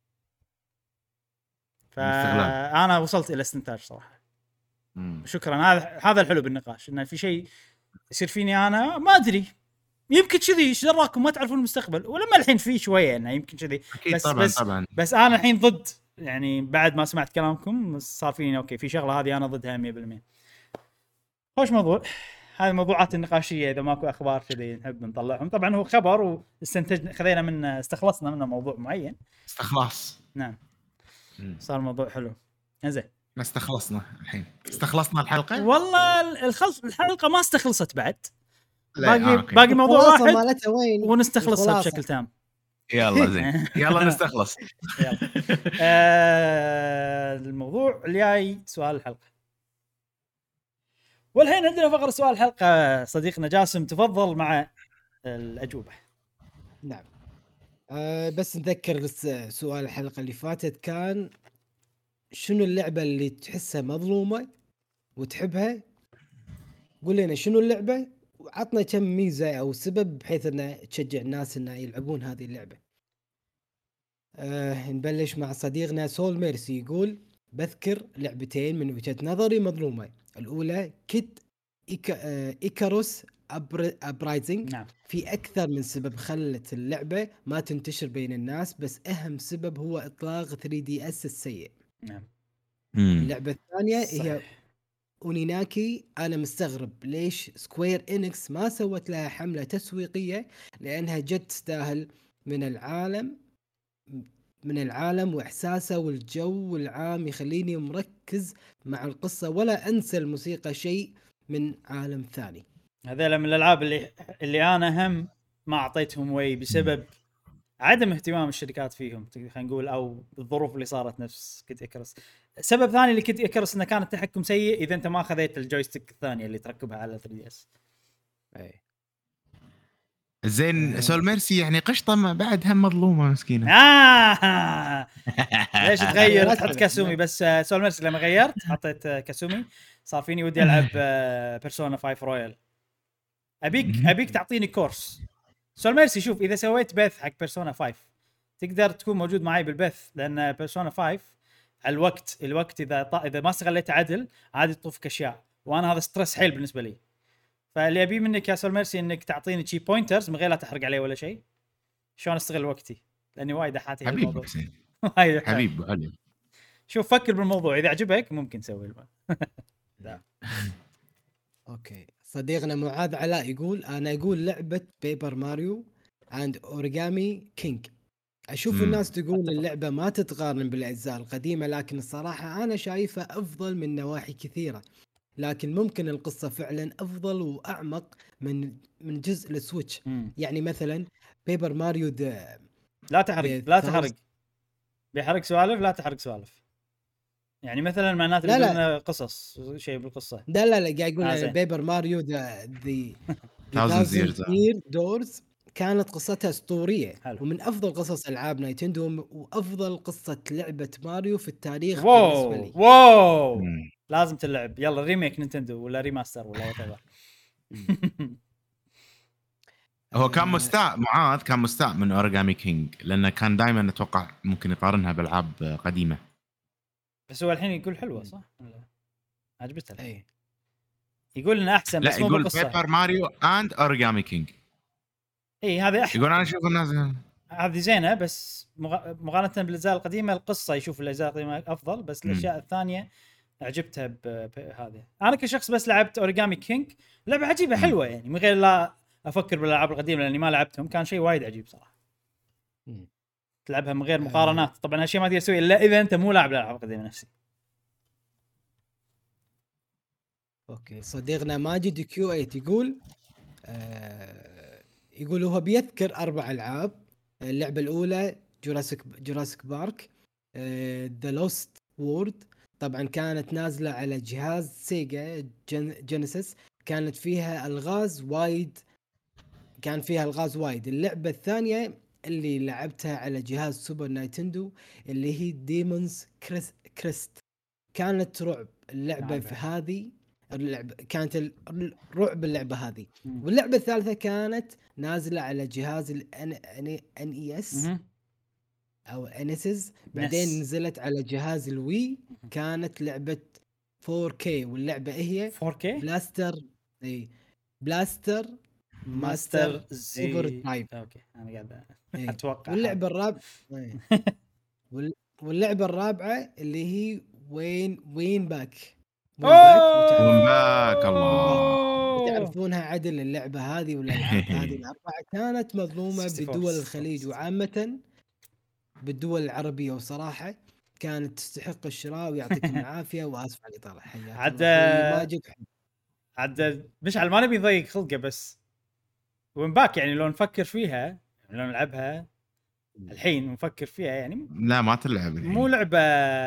فانا وصلت الى استنتاج صراحه. مم. شكرا. هذا هذا الحلو بالنقاش، انه في شيء يصير فيني انا ما ادري، يمكن كذي ايش دراكم ما تعرفون المستقبل، ولما الحين في شويه انه يمكن كذي. بس طبعًا بس طبعًا. بس انا الحين ضد، يعني بعد ما سمعت كلامكم صار فيني اوكي في شغله هذه انا ضدها مية بالمية. خوش موضوع. هذه الموضوعات النقاشيه اذا ماكو اخبار كذي نحب نطلعهم. طبعا هو خبر واستنتجنا خذينا منه استخلصنا منه موضوع معين. استخلاص. نعم. صار موضوع حلو. انزين ما استخلصنا الحين، استخلصنا الحلقه. والله الخلص الحلقه ما استخلصت بعد. باقي آه، باقي موضوع واحد وين ونستخلصها بشكل تام. يلا زين يلا نستخلص. يلا. آه الموضوع اللي جاي سؤال الحلقه. والحين عندنا فقره سؤال الحلقه. صديقنا جاسم تفضل مع الاجوبه. نعم. أه بس نذكر سؤال الحلقه اللي فاتت كان شنو اللعبه اللي تحسها مظلومه وتحبها؟ قول لنا شنو اللعبه وعطنا كم ميزه او سبب بحيث انه تشجع الناس انه يلعبون هذه اللعبه. أه نبلش مع صديقنا سول ميرسي. يقول بذكر لعبتين من وجهه نظري مظلومه. الاولى كيد إيكا... آه، إيكاروس أبر... أبرايزنج. نعم في أكثر من سبب خلت اللعبة ما تنتشر بين الناس، بس أهم سبب هو إطلاق ثري دي إس السيء. نعم مم. اللعبة الثانية هي صحيح. أونيناكي. أنا مستغرب ليش سكوير إنكس ما سوت لها حملة تسويقية، لأنها جد تستاهل من العالم من العالم وإحساسه والجو العام يخليني مركز مع القصة ولا أنسى الموسيقى، شيء من عالم ثاني. هذول من الالعاب اللي اللي انا هم ما اعطيتهم وي بسبب عدم اهتمام الشركات فيهم، خلينا نقول، او الظروف اللي صارت نفس كيد اكرس. سبب ثاني اللي كيد اكرس انه كان التحكم سيء اذا انت ما خذيت الجويستيك الثانيه اللي تركبها على ثري دي اس. أي. زين آه. سول ميرسي يعني قشطه ما بعد هم مظلومه مسكينه. آه ليش تغير لا تحط تحرق. كاسومي بس؟ آه، سول ميرسي لما غيرت حطيت آه، كاسومي صار فيني ودي العب بيرسونا فايف رويال. ابيك ابيك تعطيني كورس سول ميرسي. شوف اذا سويت بث حق بيرسونا فايف تقدر تكون موجود معي بالبث، لان بيرسونا فايف على الوقت الوقت اذا ط... اذا ما استغليت عدل عادي تطوفك اشياء، وانا هذا ستريس حيل بالنسبه لي. فاللي ابي منك يا سول ميرسي انك تعطيني شي بوينترز من غير لا تحرق علي ولا شيء، شلون استغل وقتي، لاني وايد حاتي حبيب هالموضوع. حسين وايد حبيب علي. شوف فكر بالموضوع، اذا عجبك ممكن نسوي الم... اوكي، صديقنا معاذ علاء يقول انا يقول لعبة بيبر ماريو اند اوريجامي كينج. اشوف مم. الناس تقول أتفق. اللعبة ما تتقارن بالاجزاء القديمة، لكن الصراحة انا شايفها افضل من نواحي كثيرة. لكن ممكن القصة فعلا افضل واعمق من من جزء السويتش. مم. يعني مثلا بيبر ماريو ذا لا تحرق The لا Thousand- تحرق بيحرق سوالف، لا تحرق سوالف. يعني مثلا معناته لا، لا. بدنا قصص شيء بالقصه. لا لا لا قاعد يقول آه، آه زين. بيبر ماريو ذا ذا Thousand Years. يير دورز كانت قصتها اسطوريه، حلو. ومن افضل قصص العاب نايتندو، وافضل قصه لعبه ماريو في التاريخ بالنسبه واو لي. واو مم. لازم تلعب. يلا ريميك نينتندو ولا ريماستر ولا وات ايفر. هو كان آه، مستاء معاذ كان مستاء من اوريجامي كينج لانه كان دائما اتوقع ممكن يقارنها بالعاب قديمه. بس هو الحين يقول حلوه صح؟ ولا عجبته الحين؟ اي يقول انه احسن لا بس مو يقول بالقصه. بيبر ماريو اند اوريجامي كينج. اي هذه أح... يقول انا اشوف الناس هذه زينه، بس مغ... مقارنه بالاجزاء القديمه القصه يشوف الاجزاء القديمه افضل، بس مم. الاشياء الثانيه عجبتها بهذه. انا كشخص بس لعبت اوريجامي كينج، لعبه عجيبه مم. حلوه يعني، من غير لا افكر بالالعاب القديمه لاني ما لعبتهم. كان شيء وايد عجيب صراحه مم. تلعبها من غير آه. مقارنات. طبعا هالشيء ما تقدر تسويه الا اذا انت مو لاعب الالعاب القديمه نفسي. اوكي، صديقنا ماجد كيو ثمانية يقول آه يقول هو بيذكر اربع العاب. اللعبه الاولى جوراسيك جوراسيك بارك ذا لوست وورد، طبعا كانت نازله على جهاز سيجا جن جينيسيس، كانت فيها الغاز وايد كان فيها الغاز وايد. اللعبه الثانيه اللي لعبتها على جهاز سوبر نايتندو اللي هي ديمونز كريس كريست، كانت رعب. اللعبه نعم. في هذه اللعبه كانت الرعب اللعبه هذه. مم. واللعبه الثالثه كانت نازله على جهاز الان ان اي اس مهم. او انسز، بعدين نس. نزلت على جهاز الوي، كانت لعبه فور كي، واللعبه هي فور كي بلاستر اي بلاستر ماستر زي اوفر درايف. اوكي انا قاعد إيه. اتوقع. واللعبه الرابعه إيه. وال- واللعبه الرابعه اللي هي وين وين باك وين باك وتعرف- وين باك الله. وتعرفونها عدل. اللعبه هذه والالعاب هذه الاربعه كانت مظلومه أربعة وستين بدول الخليج وعامه بالدول العربيه، وصراحه كانت تستحق الشراء. ويعطيكم العافيه، واسف على الاطاله. حياك عاد- الله أخوي ماجد. عاد مشعل ما نبي نضيق خلقه، بس وين باك يعني لو نفكر فيها، يعني لو نلعبها الحين ونفكر فيها يعني لا ما تلعب الحين. مو لعبه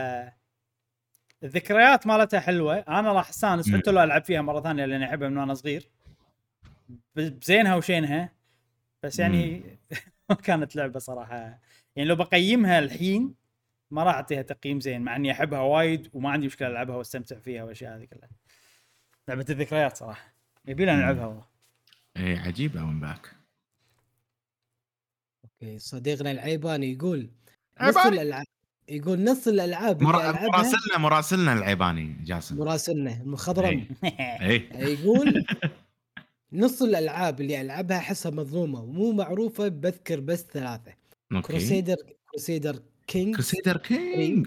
الذكريات مالتها حلوه. انا راح استانس مم. حتى لو العب فيها مره ثانيه لاني احبها من وانا صغير بزينها وشينها، بس يعني ما كانت لعبه صراحه. يعني لو بقيمها الحين ما راح اعطيها تقييم زين، مع اني احبها وايد وما عندي مشكله العبها واستمتع فيها والاشياء هذه كلها. لعبه الذكريات صراحه يبي لنا نلعبها والله. اي عجيبه وين باك. اوكي، صديقنا العيباني يقول نفس عيباني. الالعاب يقول نص الالعاب اللي مرا... العبها مراسلنا مراسلنا العيباني جاسم مراسلنا المخضرم اي يقول نص الالعاب اللي العبها احسها مظلومه ومو معروفه، بذكر بس ثلاثه. اوكي كروسيدر كروسيدر كينج كروسيدر كينج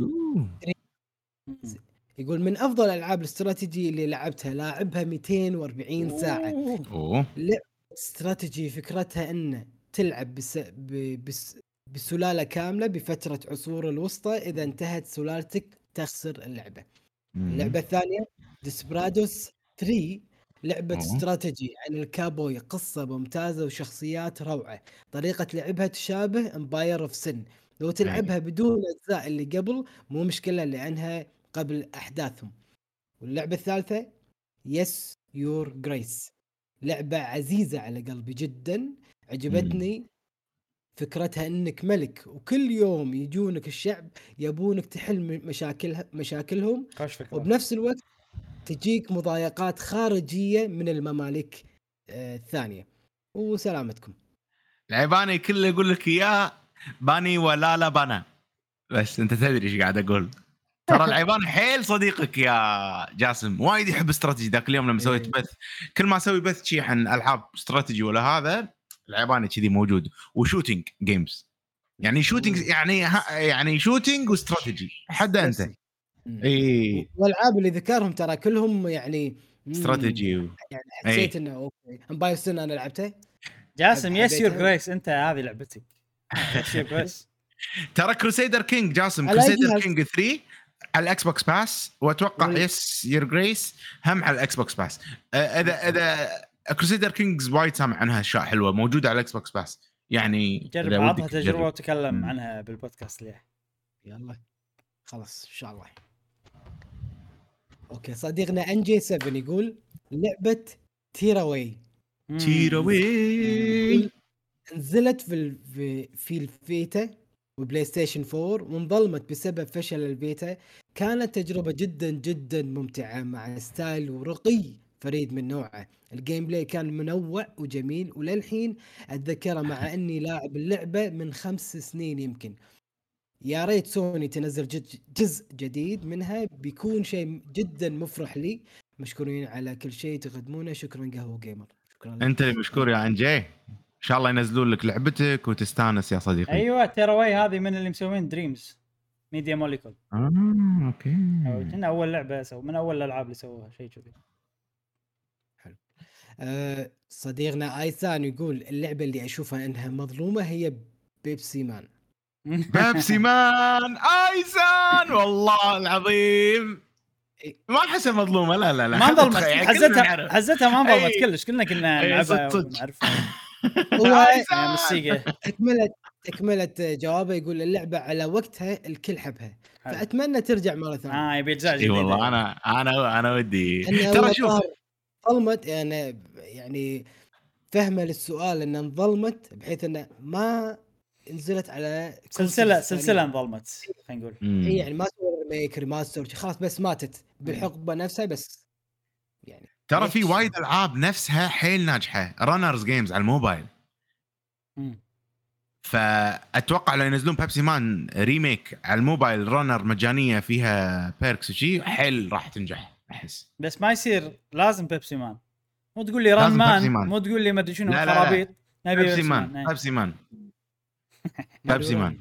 يقول من افضل العاب الاستراتيجي اللي لعبتها، لاعبها مئتين وأربعين ساعه. اوه لعبه استراتيجي فكرتها انه تلعب بس... ب... بس... بسلاله كامله بفتره عصور الوسطى، اذا انتهت سلالتك تخسر اللعبه. اللعبه الثانيه ديسبرادوس ثلاثة، لعبة أوه. استراتيجي عن الكابوي، قصة ممتازة وشخصيات روعة. طريقة لعبها تشابه امباير اوف سن، لو تلعبها بدون الأجزاء اللي قبل مو مشكلة لأنها قبل أحداثهم. واللعبة الثالثة يس يور جريس، لعبة عزيزة على قلبي جدا، عجبتني فكرتها انك ملك وكل يوم يجونك الشعب يبونك تحل مشاكل مشاكلهم، وبنفس الوقت تجيك مضايقات خارجية من الممالك آه الثانية. وسلامتكم. العيباني كله يقول لك يا باني ولا لا بنا، بس انت تدري ايش قاعد اقول. ترى العيباني حيل صديقك يا جاسم، وايد يحب استراتيجي. ذاك اليوم لما سويت بث، كل ما اسوي بث شيء عن العاب استراتيجي ولا هذا، العيباني كذي موجود. وشوتينج جيمز يعني شوتينج يعني يعني شوتينج واستراتيجي حد انت. اي والالعاب اللي ذكرهم ترى كلهم يعني استراتيجي و... يعني حسيت انه اوكي. امباير سن انا لعبته جاسم يس يور جريس، انت هذه لعبتك يس يور جريس. ترى كروسيدر كينج جاسم كروسيدر كينج ثلاثة على الاكس بوكس باس، واتوقع يس يور جريس هم على الاكس بوكس باس. اذا اذا كروسيدر كينجز وايد سامع عنها اشياء حلوه موجوده على الاكس بوكس باس، يعني جرب بعضها تجربه وتكلم عنها بالبودكاست ليه. يلا خلاص ان شاء الله. اوكي صديقنا ان جي سبعة يقول لعبه تيراوي تيراوي نزلت في في الفيتا وبلاي ستيشن فور وانظلمت بسبب فشل البيتا. كانت تجربة جدا جدا ممتعة مع ستايل ورقي فريد من نوعه. الجيم بلاي كان منوع وجميل وللحين اتذكره مع اني لاعب اللعبة من خمس سنين يمكن. يا ريت سوني تنزل جزء جديد منها، بيكون شيء جدا مفرح لي. مشكورين على كل شيء تقدمونه. شكرا قهوة جيمر. شكرا انت اللي مشكور يا انجي. ان شاء الله ينزلون لك لعبتك وتستانس يا صديقي. ايوه تيراوي هذه من اللي مسوين دريمز ميديا موليكول. اه اوكي كنا اول لعبه سو من اول الالعاب اللي سووها شيء كذي حلو. أه صديقنا ايسان يقول اللعبه اللي اشوفها انها مظلومه هي بيبسي مان. بيبسي مان ايسان والله العظيم ما احسها مظلومه. لا لا لا ما ظلمت، حزتها حزتها ما ظلمت كلش. كلنا كنا نلعبها ونعرفها. هو موسيقى تكملت تكملت جوابه يقول اللعبه على وقتها الكل حبها، فاتمنى ترجع مره ثانيه. اه يبي اجزاء جديده. والله انا انا انا ودي ترى شوف ظلمت يعني يعني فهمه للسؤال ان انظلمت بحيث انه ما نزلت على سلسله سلسله انظلمت خلينا نقول. اي يعني ما سووا ريميك ريماستر خلاص، بس ماتت بالحقبه نفسها. بس يعني ترى في وايد العاب نفسها حيل ناجحه رانرز جيمز على الموبايل. امم فاتوقع لو ينزلون بيبسي مان ريميك على الموبايل رانر مجانيه فيها بيركس وشي حيل راح تنجح احس. بس ما يصير لازم بيبسي مان. مو تقول لي ران مان، مو تقول لي ما ادري شنو خرابيط. نبي بيبسي مان بيبسي مان بيبسي مان.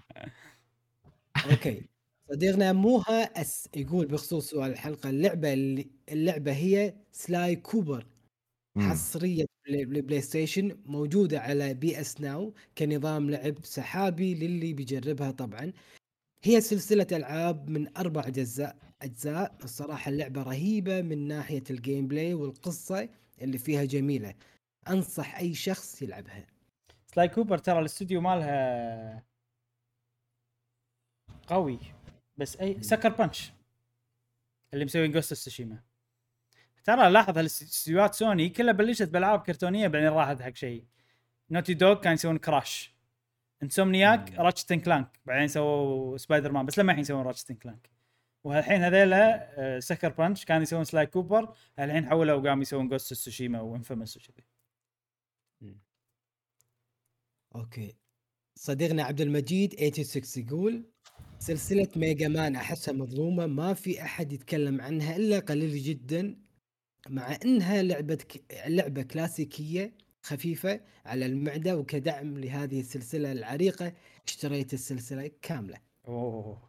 اوكي صديقنا موها اس يقول بخصوص سؤال الحلقه، اللعبه اللي اللعبه هي سلاي كوبر حصريه للبلاي ستيشن، موجوده على بي اس ناو كنظام لعب سحابي للي بيجربها. طبعا هي سلسله العاب من اربع اجزاء اجزاء الصراحه اللعبه رهيبه من ناحيه الجيم بلاي والقصه اللي فيها جميله. انصح اي شخص يلعبها. سلاي كوبر ترى الاستوديو مالها قوي، بس اي سكر بانش اللي مسوين جوست سوشيما. ترى لاحظ الاستديوهات سوني كلها بلشت بالعاب كرتونيه بعدين راحت حق شيء. نوتي دوغ كان يسوون كراش، انسومنياك راتشت اند كلانك، بعدين سووا سبايدر مان بس لما الحين يسوون راتشت اند كلانك. وهالحين هذيلا سكر بانش كان يسوون سلاي كوبر، الحين حولوا وقاموا يسوون جوست سوشيما وانفيمس وكذي. اوكي صديقنا عبد المجيد ثمانية وثمانين يقول سلسلة ميجا مان أحسها مظلومة، ما في أحد يتكلم عنها إلا قليل جدا، مع إنها لعبة ك... لعبة كلاسيكية خفيفة على المعدة، وكدعم لهذه السلسلة العريقة اشتريت السلسلة كاملة. اوه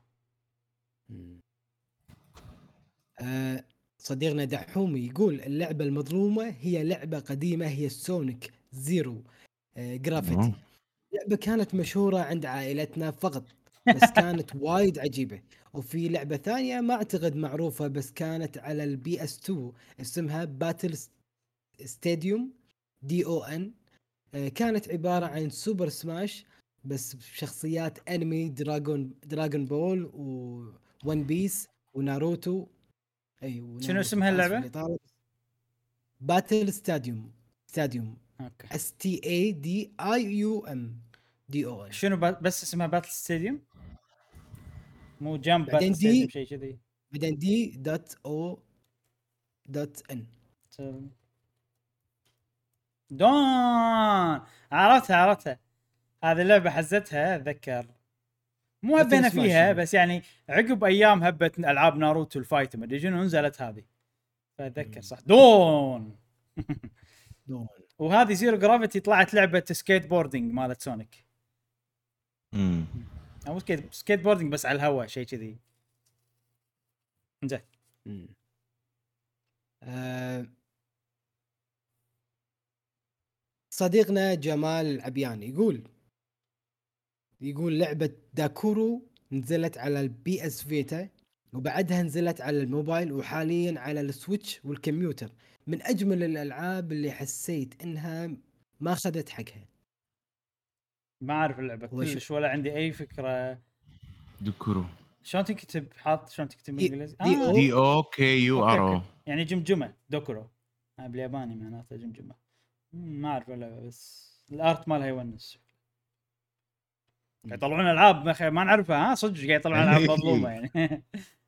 آه صديقنا دحومي يقول اللعبة المظلومة هي لعبة قديمة، هي سونيك زيرو آه جرافيتي. لعبة كانت مشهورة عند عائلتنا فقط، بس كانت وايد عجيبة. وفي لعبة ثانية ما اعتقد معروفة، بس كانت على البي اس تو اسمها باتل ستاديوم دي او ان. كانت عبارة عن سوبر سماش بس بشخصيات انمي دراغون دراغون بول وون بيس وناروتو. اي وناروتو. شنو اسمها اللعبة؟ باتل ستاديوم ستاديوم اوكي. اس تي اي دي اي يو ام دي او ان. شنو بس اسمها باتل ستاديوم، مو جامب بعدين باتل ستاديوم دي شيء كذي؟ بعدين دي دوت او دوت ان. دون عرفتها عرفتها هذه اللعبة حزتها اتذكر، مو هبينا فيها بس يعني عقب ايام هبه العاب ناروتو الفايت ما ادري شنو نزلت هذه، فاتذكر صح دون. دون. وهذه زيرو جرافيتي طلعت لعبه سكيت بوردينج مالت سونيك. امم او سكيت سكيت بوردينج بس على الهواء شيء كذي. زين. أه صديقنا جمال العبياني يقول يقول لعبة داكورو نزلت على البي اس فيتا، وبعدها نزلت على الموبايل، وحاليا على السويتش والكمبيوتر. من اجمل الالعاب اللي حسيت انها ما اخذت حقها. ما اعرف اللعبه كلش ولا عندي اي فكره. دكورو شلون تكتب؟ حاط شلون تكتب بالانجليزي؟ دي, آه دي او كي يو ار او، يعني جمجمه دوكورو بالياباني معناته جمجمه. ما اعرف اللعبه بس الارت مالها يونس. قاعد يطلعون العاب ما نعرفها. ها صدق قاعد يطلعون العاب مظلومه يعني.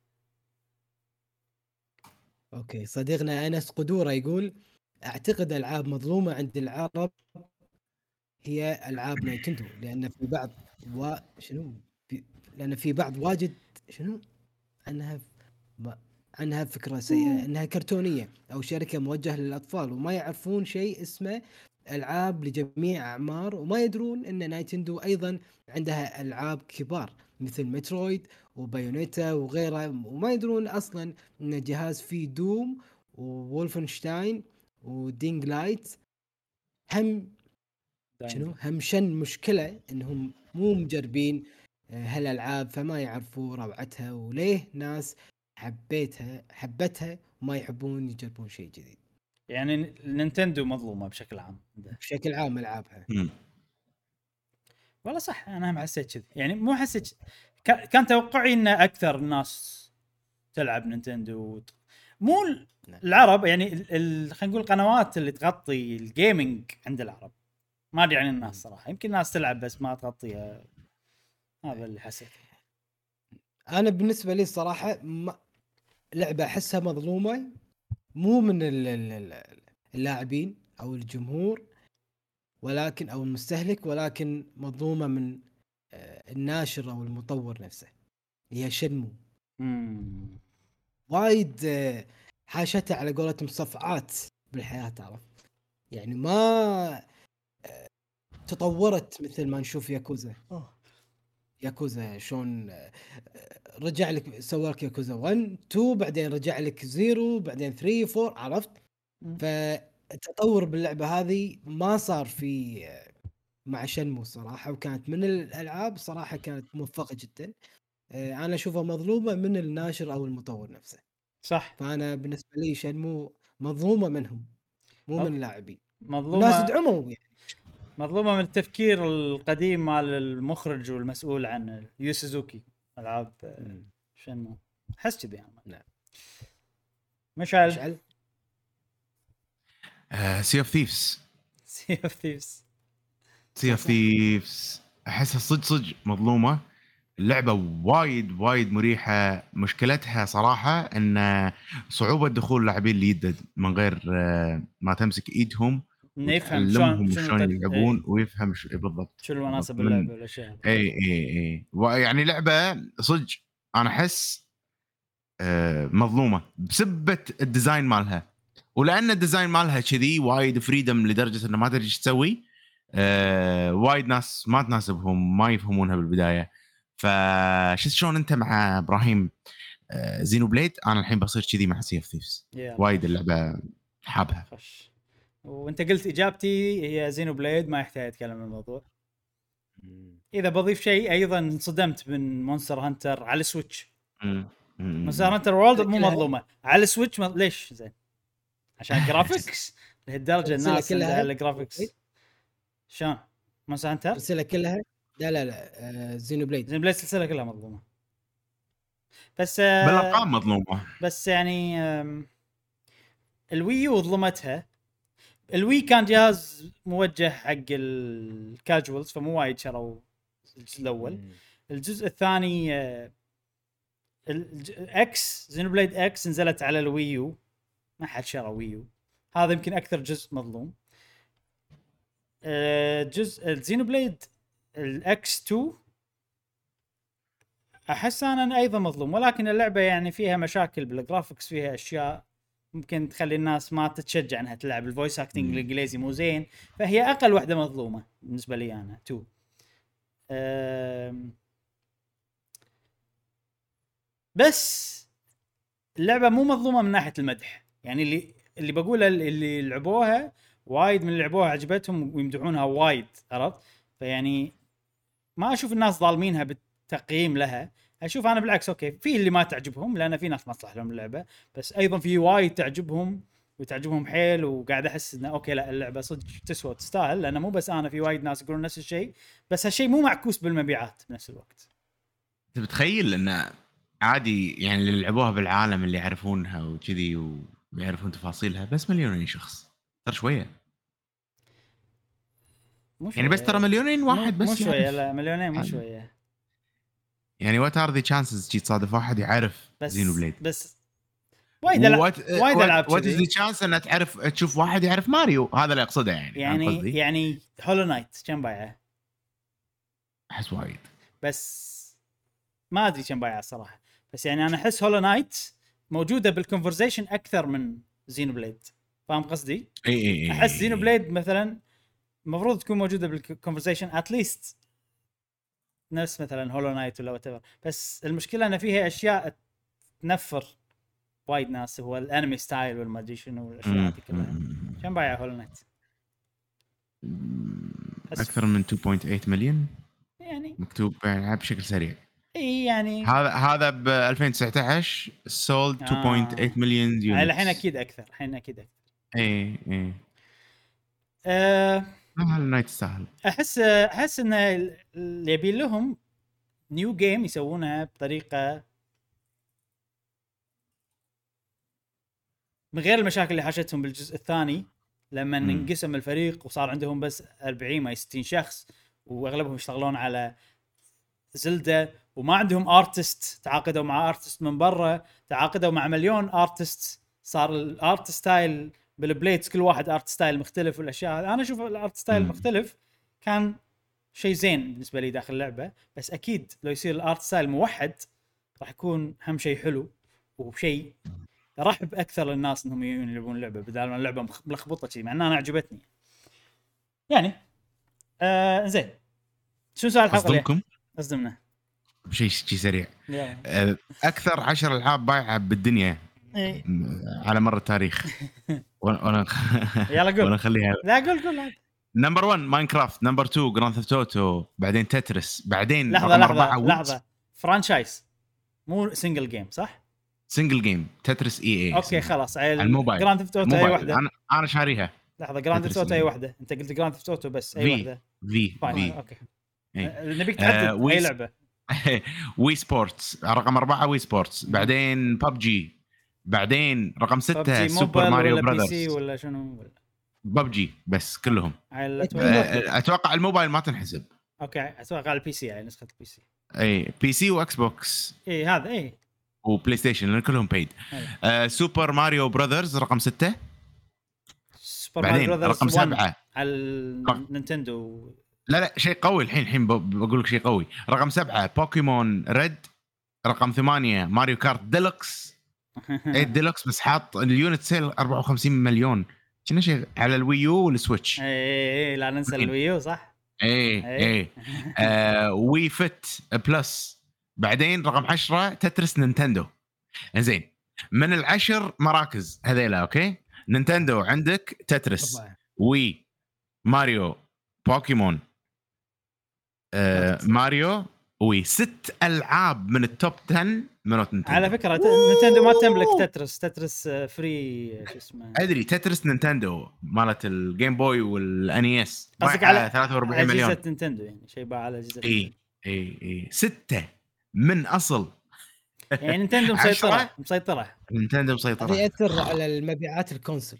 اوكي صديقنا انس قدوره يقول اعتقد العاب مظلومه عند العرب هي العاب نينتندو، لان في بعض و... شنو في... لان في بعض واجد شنو عنها ما... عنها فكره سيئه انها كرتونيه او شركه موجهه للاطفال، وما يعرفون شيء اسمه العاب لجميع اعمار، وما يدرون ان نينتندو ايضا عندها العاب كبار مثل مترويد وبايونيتا وغيرها، وما يدرون اصلا ان الجهاز فيه دوم وولفنشتاين ودينج لايت. هم شنو هم شن مشكله انهم مو مجربين هالالعاب، فما يعرفوا روعتها، وليه ناس حبيتها حبتها وما يحبون يجربون شيء جديد. يعني نينتندو مظلومه بشكل عام بشكل عام العابها. والله صح. انا هم حسيت كذي، يعني مو حسيت ك... كان توقعي ان اكثر الناس تلعب نينتندو، مو العرب يعني ال... خلينا نقول القنوات اللي تغطي الجيمنج عند العرب. ما ادري عن الناس صراحه، يمكن الناس تلعب بس ما تغطيها. هذا اللي حسيت. انا بالنسبه لي الصراحه ما... لعبه احسها مظلومه، مو من اللاعبين او الجمهور ولكن او المستهلك، ولكن مظلومه من الناشر او المطور نفسه. هي شنمو. امم وايد حاشتها على قولتهم صفعات بالحياه، تعرف يعني ما تطورت مثل ما نشوف ياكوزا. ياكوزا شلون رجع لك سوى لك ياكوزا واحد اثنين، بعدين رجع لك صفر، بعدين ثلاثة أربعة، عرفت؟ فالتطور باللعبه هذه ما صار في مع شنمو صراحه، وكانت من الالعاب صراحه كانت موفقه جدا. انا اشوفها مظلومه من الناشر او المطور نفسه. صح. فانا بالنسبه لي شنمو مظلومه منهم، مو من اللاعبين. مظلومه الناس دعموا يعني. مظلومه من التفكير القديم مال المخرج والمسؤول عن يو سوزوكي العاب شنمو. حس كذي يعني. نعم. مشعل. مشعل سي اوف ثيفز سي اوف ثيفز سي اوف ثيفز احسها صدق صدق مظلومه. اللعبه وايد وايد مريحه، مشكلتها صراحه ان صعوبه دخول اللاعبين اللي يدد من غير ما تمسك ايدهم نفهم شلون شلون يلعبون ويفهم شو بالضبط شو المناسب اللعبه والاشياء. اي اي اي يعني لعبه صدق انا احس مظلومه بسبه الديزاين مالها، ولان الديزاين مالها كذي وايد فريدم لدرجه انه ما تدري ايش تسوي. أه وايد ناس ما تناسبهم ما يفهمونها بالبدايه. فشفت شلون انت مع ابراهيم أه زينو بليد، انا الحين بصير كذي مع سي اوف ثيفز. وايد اللعبه حابها. خش. وانت قلت اجابتي هي زينو بليد، ما يحتاج اتكلم عن الموضوع. اذا بضيف شيء ايضا انصدمت من مونستر هانتر على السويتش. مونستر هانتر وورلد مو مظلومه على السويتش. مض... ليش زين؟ عشان جرافيكس لهالدرجه الناس عندها الجرافيكس. شلون مونستر هانتر السلسله كلها؟ لا لا لا آه زينو بليد زينو بليد السلسله كلها مظلومه. بس آه بالارقام مظلومه. بس يعني الويو ظلمتها. الوي كان جهاز موجه حق الكاجوالز فمو وايد شروا الجزء الاول. الجزء الثاني اكس زينو بليد اكس نزلت على الويو، ما حد شرى ويو. هذا يمكن اكثر جزء مظلوم. جزء الزينو بليد الاكس تو احس انا ايضا مظلوم، ولكن اللعبه يعني فيها مشاكل بالجرافيكس، فيها اشياء ممكن تخلي الناس ما تتشجع انها تلعب. الفويس اكتنج الانجليزي مو زين، فهي اقل واحده مظلومه بالنسبه لي انا تو. أم... بس اللعبه مو مظلومه من ناحيه المدح. يعني اللي اللي بقوله اللي لعبوها وايد من اللي لعبوها عجبتهم ويمدحونها وايد، عرفت؟ فيعني ما اشوف الناس ظالمينها بالتقييم لها. اشوف انا بالعكس اوكي، في اللي ما تعجبهم لان في ناس ما تصلح لهم اللعبه، بس ايضا في وايد تعجبهم وتعجبهم حيل. وقاعد احس انه اوكي لا اللعبه صدق تسوى تستاهل، لانه مو بس انا، في وايد ناس يقولون نفس الشيء، بس هالشيء مو معكوس بالمبيعات بنفس الوقت. انت بتخيل انه عادي يعني اللي لعبوها بالعالم اللي يعرفونها وكذي ويعرفون تفاصيلها بس مليونين شخص؟ ترى شويه يعني، بس ترى مليونين واحد بس مو شويه. لا مليونين مو شويه يعني. وات ار ذا تشانسز تجي تصادف واحد يعرف زينو بليد؟ بس وايد وايد العاب كذي. وات از ذا تشانس ان تعرف تشوف واحد يعرف ماريو؟ هذا اللي اقصده يعني. يعني يعني هولو نايت كم بايعه؟ احس وايد، بس ما ادري كم بايعه صراحه. بس يعني انا احس هولو نايت موجوده بالكونفرزيشن اكثر من زينو بليد. فاهم قصدي؟ اي اي احس زينو بليد مثلا المفروض تكون موجوده بالكونفرزيشن اتليست نفس مثلا هولو نايت ولا وات ايفر. بس المشكله ان فيها اشياء تنفر وايد ناس، هو الانمي ستايل والما ادري شنو الاشياء هذه كلها. كم بايع هولو نايت؟ اكثر من اثنين فاصلة ثمانية مليون يعني مكتوب يعني بشكل سريع. اي يعني هذا هذا ب ألفين وتسعة عشر سولد اثنين فاصلة ثمانية مليون يونت. الحين اكيد اكثر، الحين اكيد اكثر. اي اي أه هذا نايت سهل. احس احس ان اللي يبي لهم نيو جيم يسوونها بطريقه من غير المشاكل اللي حاشتهم بالجزء الثاني، لما انقسم الفريق وصار عندهم بس أربعين ما ستين شخص واغلبهم يشتغلون على زلدة، وما عندهم ارتست، تعاقدوا مع ارتست من برا، تعاقدوا مع مليون ارتست، صار الارت ستايل بالبليدز كل واحد ارت ستايل مختلف والاشياء هذه. انا اشوف الارت ستايل المختلف كان شيء زين بالنسبه لي داخل اللعبه، بس اكيد لو يصير الارت ستايل موحد راح يكون هم شيء حلو وشيء رحب اكثر للناس انهم يلعبون اللعبه بدل ما اللعبه ملخبطه شيء. مع ان انا عجبتني يعني. آه زين، شو سؤال الحلقه اصدمكم؟ اصدمنا بشيء شيء سريع. آه اكثر عشر العاب بايعه بالدنيا إيه؟ على مر التاريخ. وانا يلا قول. وانا خليها لا قول قول. نمبر واحد ماينكرافت، نمبر اثنين جراند ثيفت اوتو، بعدين تترس، بعدين لحظه لحظه لحظه فرانشايز مو سنجل جيم صح؟ سنجل جيم تترس اي اي. اوكي خلاص على الموبايل. جراند ثيفت اوتو اي واحده. انا انا شاريها. لحظه جراند ثيفت اوتو اي واحده، انت قلت جراند ثيفت اوتو بس اي واحده. في في اوكي نبيك تحدد آه اي لعبه. وي سبورتس رقم أربعة، وي سبورتس، بعدين ببجي، بعدين رقم ستة سوبر ماريو براذرز. بي سي ولا شنو ولا ببجي بس كلهم. اتوقع الموبايل ما تنحسب. اوكي اتوقع على البي سي يعني نسخه البي سي. اي بي سي واكس بوكس. اي هذا اي وبلاي ستيشن لان كلهم بيد. آه سوبر ماريو براذرز رقم ستة. سوبر ماريو بعدين براذرز رقم سبعة على النينتندو. لا لا شيء قوي الحين الحين ب- بقول لك شيء قوي. رقم سبعة بوكيمون ريد. رقم ثمانية ماريو كارت ديلوكس. ايه ديلوكس بس حاط اليونت سيل أربعة وخمسين مليون كنا شيء على الويو والسويتش. اي اي لا ننسى الويو صح. ايه إيه. ايه آه وي فت بلس. بعدين رقم عشرة تترس نينتندو. زين من العشر مراكز هذيلا اوكي نينتندو عندك تترس أربعة. وي ماريو بوكيمون آه ماريو وي. ست العاب من التوب عشرة من نينتندو. على فكره ت- نينتندو ما تملك تترس. تترس آه، فري شو اسمه. ادري تترس نينتندو مالت الجيم بوي والانيس قصدك على ثلاثة وأربعين مليون. اجهزه نينتندو يعني شيء باع على اجهزه اي اي اي ستة من اصل. يعني نينتندو عشرة. مسيطره مسيطره. نينتندو هذا مسيطرة. ياثر على المبيعات الكونسل.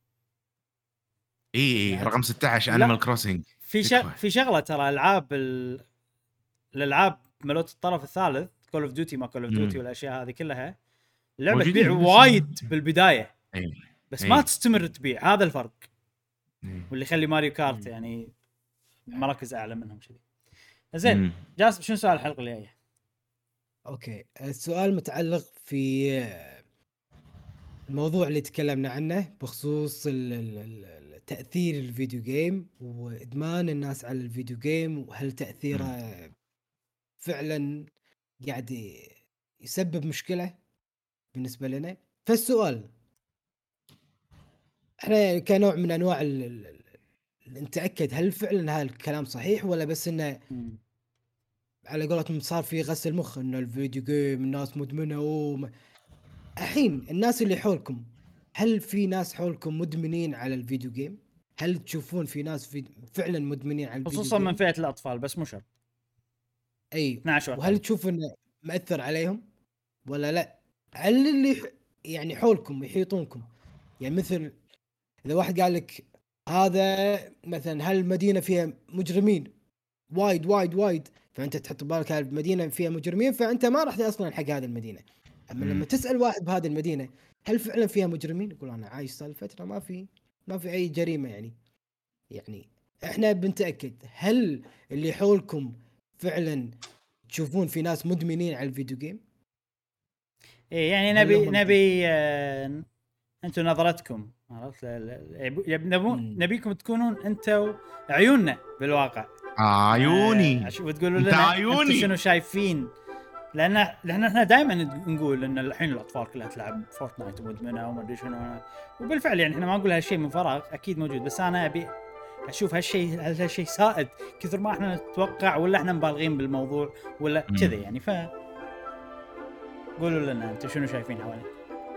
اي اي رقم ستة عشر لا. انيمال كروسنج. في ش... في شغله ترى العاب ال... الالعاب ملوت الطرف الثالث كول اوف ديوتي ما كول اوف ديوتي مم. والاشياء هذه كلها اللعبه موجودين تبيع بس- وايد بالبدايه اي بس إيه. ما تستمر تبيع. هذا الفرق إيه. واللي يخلي ماريو كارت مم. يعني مراكز اعلى منهم كذي. زين مم. جاسم شنو سؤال الحلقه الجايه؟ اوكي السؤال متعلق في الموضوع اللي تكلمنا عنه بخصوص ال- ال- ال- تأثير الفيديو جيم وإدمان الناس على الفيديو جيم، وهل تأثيره فعلا قاعد ي- يسبب مشكلة بالنسبة لنا. فالسؤال احنا كنوع من انواع ال- ال- ال- نتأكد هل فعلا هذا الكلام صحيح ولا بس انه مم. على قولتهم صار في غسل مخ انه الفيديو جيم الناس مدمنه. وم... الحين الناس اللي حولكم هل في ناس حولكم مدمنين على الفيديو جيم؟ هل تشوفون في ناس في فعلا مدمنين على الفيديو خصوصا جيم؟ من فئه الاطفال بس مو شرط. اي اثناشر وهل وهل تشوف انه مأثر عليهم ولا لا؟ هل اللي ح- يعني حولكم يحيطونكم يعني مثل اذا واحد قال لك هذا مثلا هالمدينه فيها مجرمين وايد وايد وايد، فانت تحط بالك هالمدينه فيها مجرمين فانت ما راح اصلا حق هذه المدينه. اما لما مم. تسال واحد بهذه المدينه هل فعلا فيها مجرمين يقول انا عايش صار فتره ما في ما في اي جريمه. يعني يعني احنا بنتاكد هل اللي حولكم فعلا تشوفون في ناس مدمنين على الفيديو جيم؟ إيه يعني هل نبي هم- نبي آه انتم نظرتكم عرفت ل- ل- يب- نبو- مم. نبيكم تكونون انتم عيوننا بالواقع. عيوني آه، عش- وتقولوا أنت لنا عيوني. انتم شنو شايفين. لان لان احنا دائما نقول ان الحين الاطفال كلها تلعب فورتنايت ومدمنه وما ادري شنو، وبالفعل يعني احنا ما نقول هالشيء من فراغ اكيد موجود، بس انا ابي اشوف هالشيء هل هالشيء سائد كثر ما احنا نتوقع ولا احنا مبالغين بالموضوع ولا مم. كذا يعني. ف قولوا لنا انتم شنو شايفين حواليك.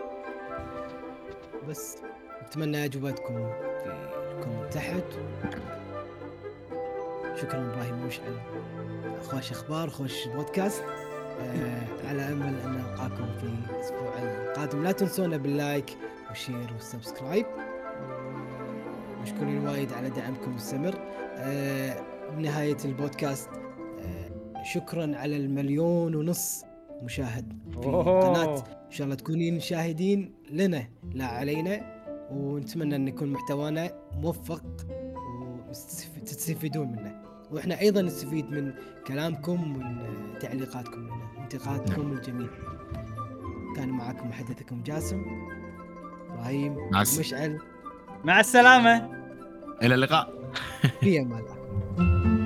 بس اتمنى اجوبتكم في الكومنت تحت. شكرا ابراهيم مشعل، خوش اخبار خوش بودكاست. آه على امل ان نلقاكم في الاسبوع القادم. لا تنسونا باللايك والشير والسبسكرايب. مشكورين وايد على دعمكم المستمر. آه بنهايه البودكاست آه شكرا على المليون ونص مشاهد في القناه. ان شاء الله تكونين شاهدين لنا لا علينا، ونتمنى ان يكون محتوانا موفق وتستفيدون منه، واحنا ايضا نستفيد من كلامكم ومن تعليقاتكم لنا وانتقادكم الجميل. كان معكم محدثكم جاسم ابراهيم مع الس- مشعل. مع السلامه. الى اللقاء. في امان الله.